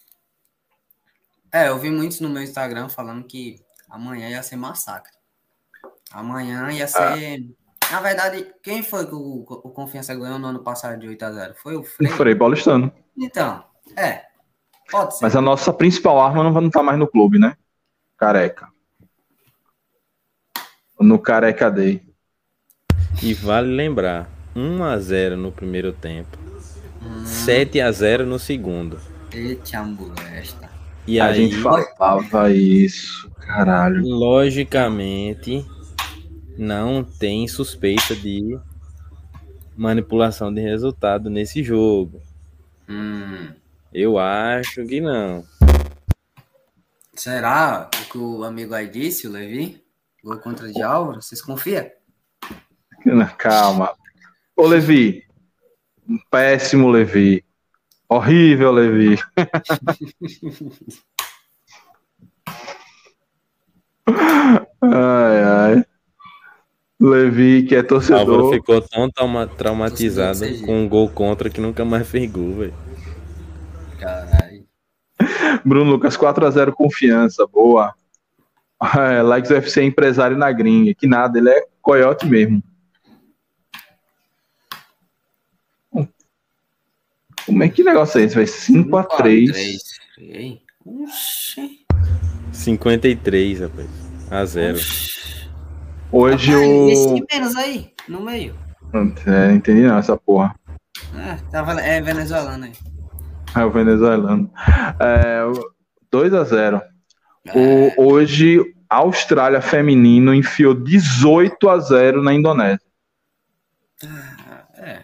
É, eu vi muitos no meu Instagram falando que amanhã ia ser massacre. Amanhã ia ser. Na verdade, quem foi que o, o Confiança ganhou no ano passado de oito a zero? Foi o O Frei? Frei Paulistano. Então, é. Pode ser. Mas a nossa principal arma não vai não tá mais no clube, né? Careca. No Careca Day. E vale lembrar, um a zero no primeiro tempo, sete a zero no segundo. Eita, molesta. E a aí, gente falava isso, caralho. logicamente, não tem suspeita de manipulação de resultado nesse jogo. Hum, Eu acho que não. será o que o amigo aí disse, o Levi? Gol contra de Álvaro? Vocês confiam? Calma. Ô, Levi. Péssimo, Levi. Horrível, Levi. Ai, ai. Levi, que é Álvaro torcedor. ficou tão trauma- traumatizado Torcedor com um gol contra que nunca mais fez gol, velho. Caralho. Bruno Lucas, quatro a zero Confiança. Boa. É, Likes U F C empresário na gringa. Que nada, ele é coiote mesmo. Como é que negócio é esse? Vai cinco a três. Ei. Oxi. cinquenta e três, rapaz. A zero. Hoje Rapaz, o. esse menos aí, no meio. É, entendi não essa porra. É, tava, é venezuelano aí. É o venezuelano. É, dois a zero. É. O, hoje, a Austrália feminino enfiou dezoito a zero na Indonésia. É.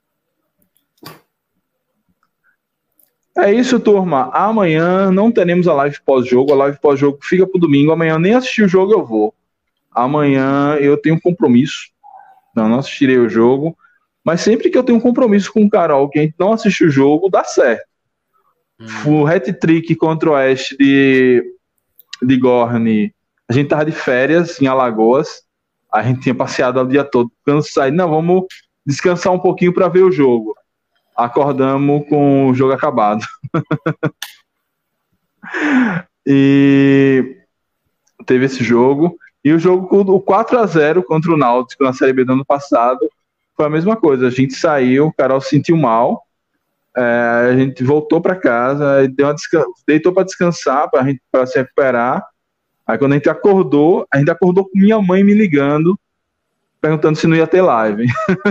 É isso, turma. Amanhã não teremos a live pós-jogo. A live pós-jogo fica pro domingo. Amanhã eu nem assisti o jogo, eu vou. Amanhã eu tenho um compromisso. Não, não assistirei o jogo. Mas sempre que eu tenho um compromisso com o Carol, que a gente não assiste o jogo, dá certo. Hum. O hat-trick contra o Oeste de, de Gorne, a gente tava de férias em Alagoas, a gente tinha passeado o dia todo, cansado, não, vamos descansar um pouquinho para ver o jogo. Acordamos com o jogo acabado. E teve esse jogo, e o jogo, o quatro a zero contra o Náutico na Série B do ano passado, foi a mesma coisa. A gente saiu, o Carol se sentiu mal, é, a gente voltou para casa, deu uma descan- deitou para descansar, para se recuperar. Aí quando a gente acordou, a gente acordou com minha mãe me ligando, perguntando se não ia ter live.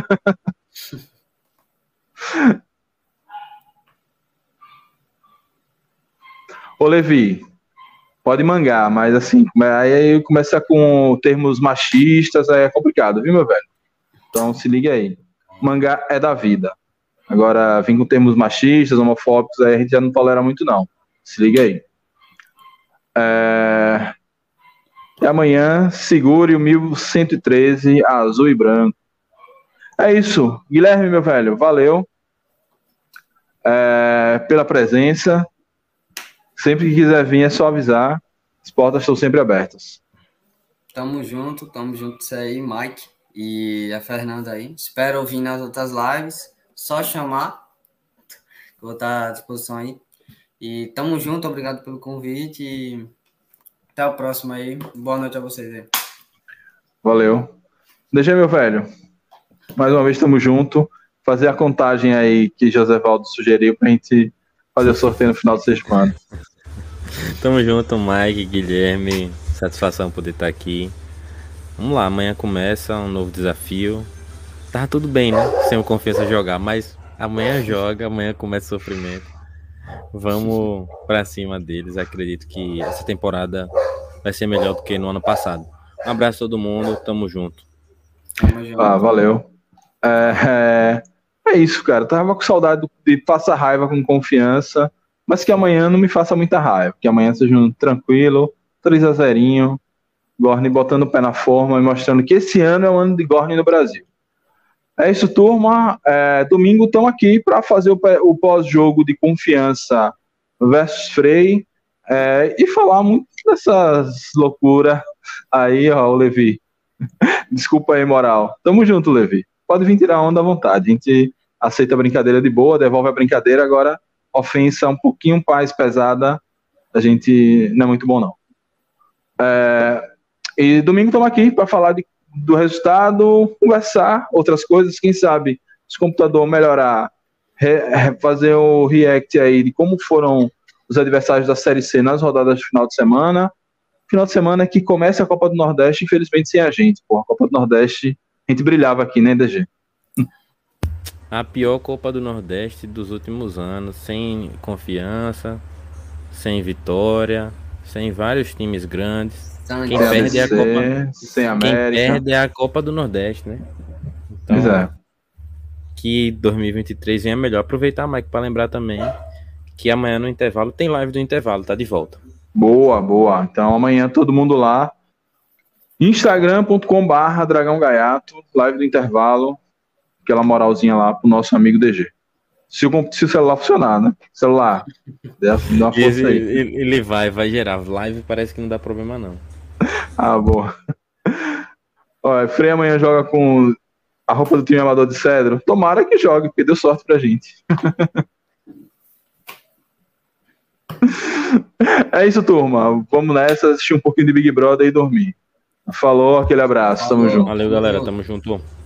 Ô Levi, pode mangar, mas assim, aí começa com termos machistas, aí é complicado, viu, meu velho? Então se liga aí. Mangá é da vida. Agora, vem com termos machistas, homofóbicos, aí a gente já não tolera muito, não. Se liga aí. É... E amanhã, segure o mil cento e treze, azul e branco. É isso. Guilherme, meu velho, valeu é... pela presença. Sempre que quiser vir, é só avisar. As portas estão sempre abertas. Tamo junto, tamo junto isso aí, Mike e a Fernanda aí. Espero ouvir nas outras lives. Só chamar. Vou estar à disposição aí. E tamo junto, obrigado pelo convite. E até o próximo aí. Boa noite a vocês aí. Valeu. D G, meu velho. Mais uma vez, tamo junto. Fazer a contagem aí que José Valdo sugeriu pra gente fazer o sorteio no final de semana. Tamo junto, Mike, Guilherme. Satisfação poder estar aqui. Vamos lá, amanhã começa um novo desafio. Tá tudo bem, né? Sem o Confiança jogar, mas amanhã joga, amanhã começa o sofrimento. Vamos pra cima deles. Acredito que essa temporada vai ser melhor do que no ano passado. Um abraço a todo mundo, tamo junto. Ah, valeu. É, é, é isso, cara. Tava com saudade de passar raiva com Confiança, mas que amanhã não me faça muita raiva. Que amanhã seja um tranquilo, três a zero, Gorne botando o pé na forma e mostrando que esse ano é o ano de Gorne no Brasil. É isso, turma. É, domingo estamos aqui para fazer o, o pós-jogo de Confiança versus Frei é, e falar muito dessas loucuras aí, ó, o Levi. Desculpa aí, moral. Tamo junto, Levi. Pode vir tirar onda à vontade. A gente aceita a brincadeira de boa, devolve a brincadeira. Agora, ofensa um pouquinho mais pesada, a gente não é muito bom, não. É, e domingo estamos aqui para falar de do resultado, conversar outras coisas, quem sabe se o computador melhorar, re, fazer o react aí de como foram os adversários da Série C nas rodadas de final de semana. Final de semana que começa a Copa do Nordeste, infelizmente sem a gente, pô, a Copa do Nordeste, a gente brilhava aqui, né, D G? A pior Copa do Nordeste dos últimos anos, sem Confiança, sem Vitória, sem vários times grandes. Quem perde, é a Copa, sem América. Quem perde é a Copa do Nordeste, né? Então, é. Que dois mil e vinte e três venha melhor. Aproveitar, Mike, para lembrar também que amanhã no intervalo tem live do intervalo, tá de volta. Boa, boa. Então amanhã todo mundo lá. instagram ponto com barra Dragão Gaiato, live do intervalo. Aquela moralzinha lá pro nosso amigo D G. Se o, se o celular funcionar, né? Celular. Dá uma força aí. Ele, ele vai, vai gerar. Live parece que não dá problema, não. Ah, boa. Olha, Frei amanhã joga com a roupa do time amador de Cedro. Tomara que jogue, porque deu sorte pra gente. É isso, turma. Vamos nessa, assistir um pouquinho de Big Brother e dormir. Falou, aquele abraço. Tamo junto. Valeu, galera. Tamo junto.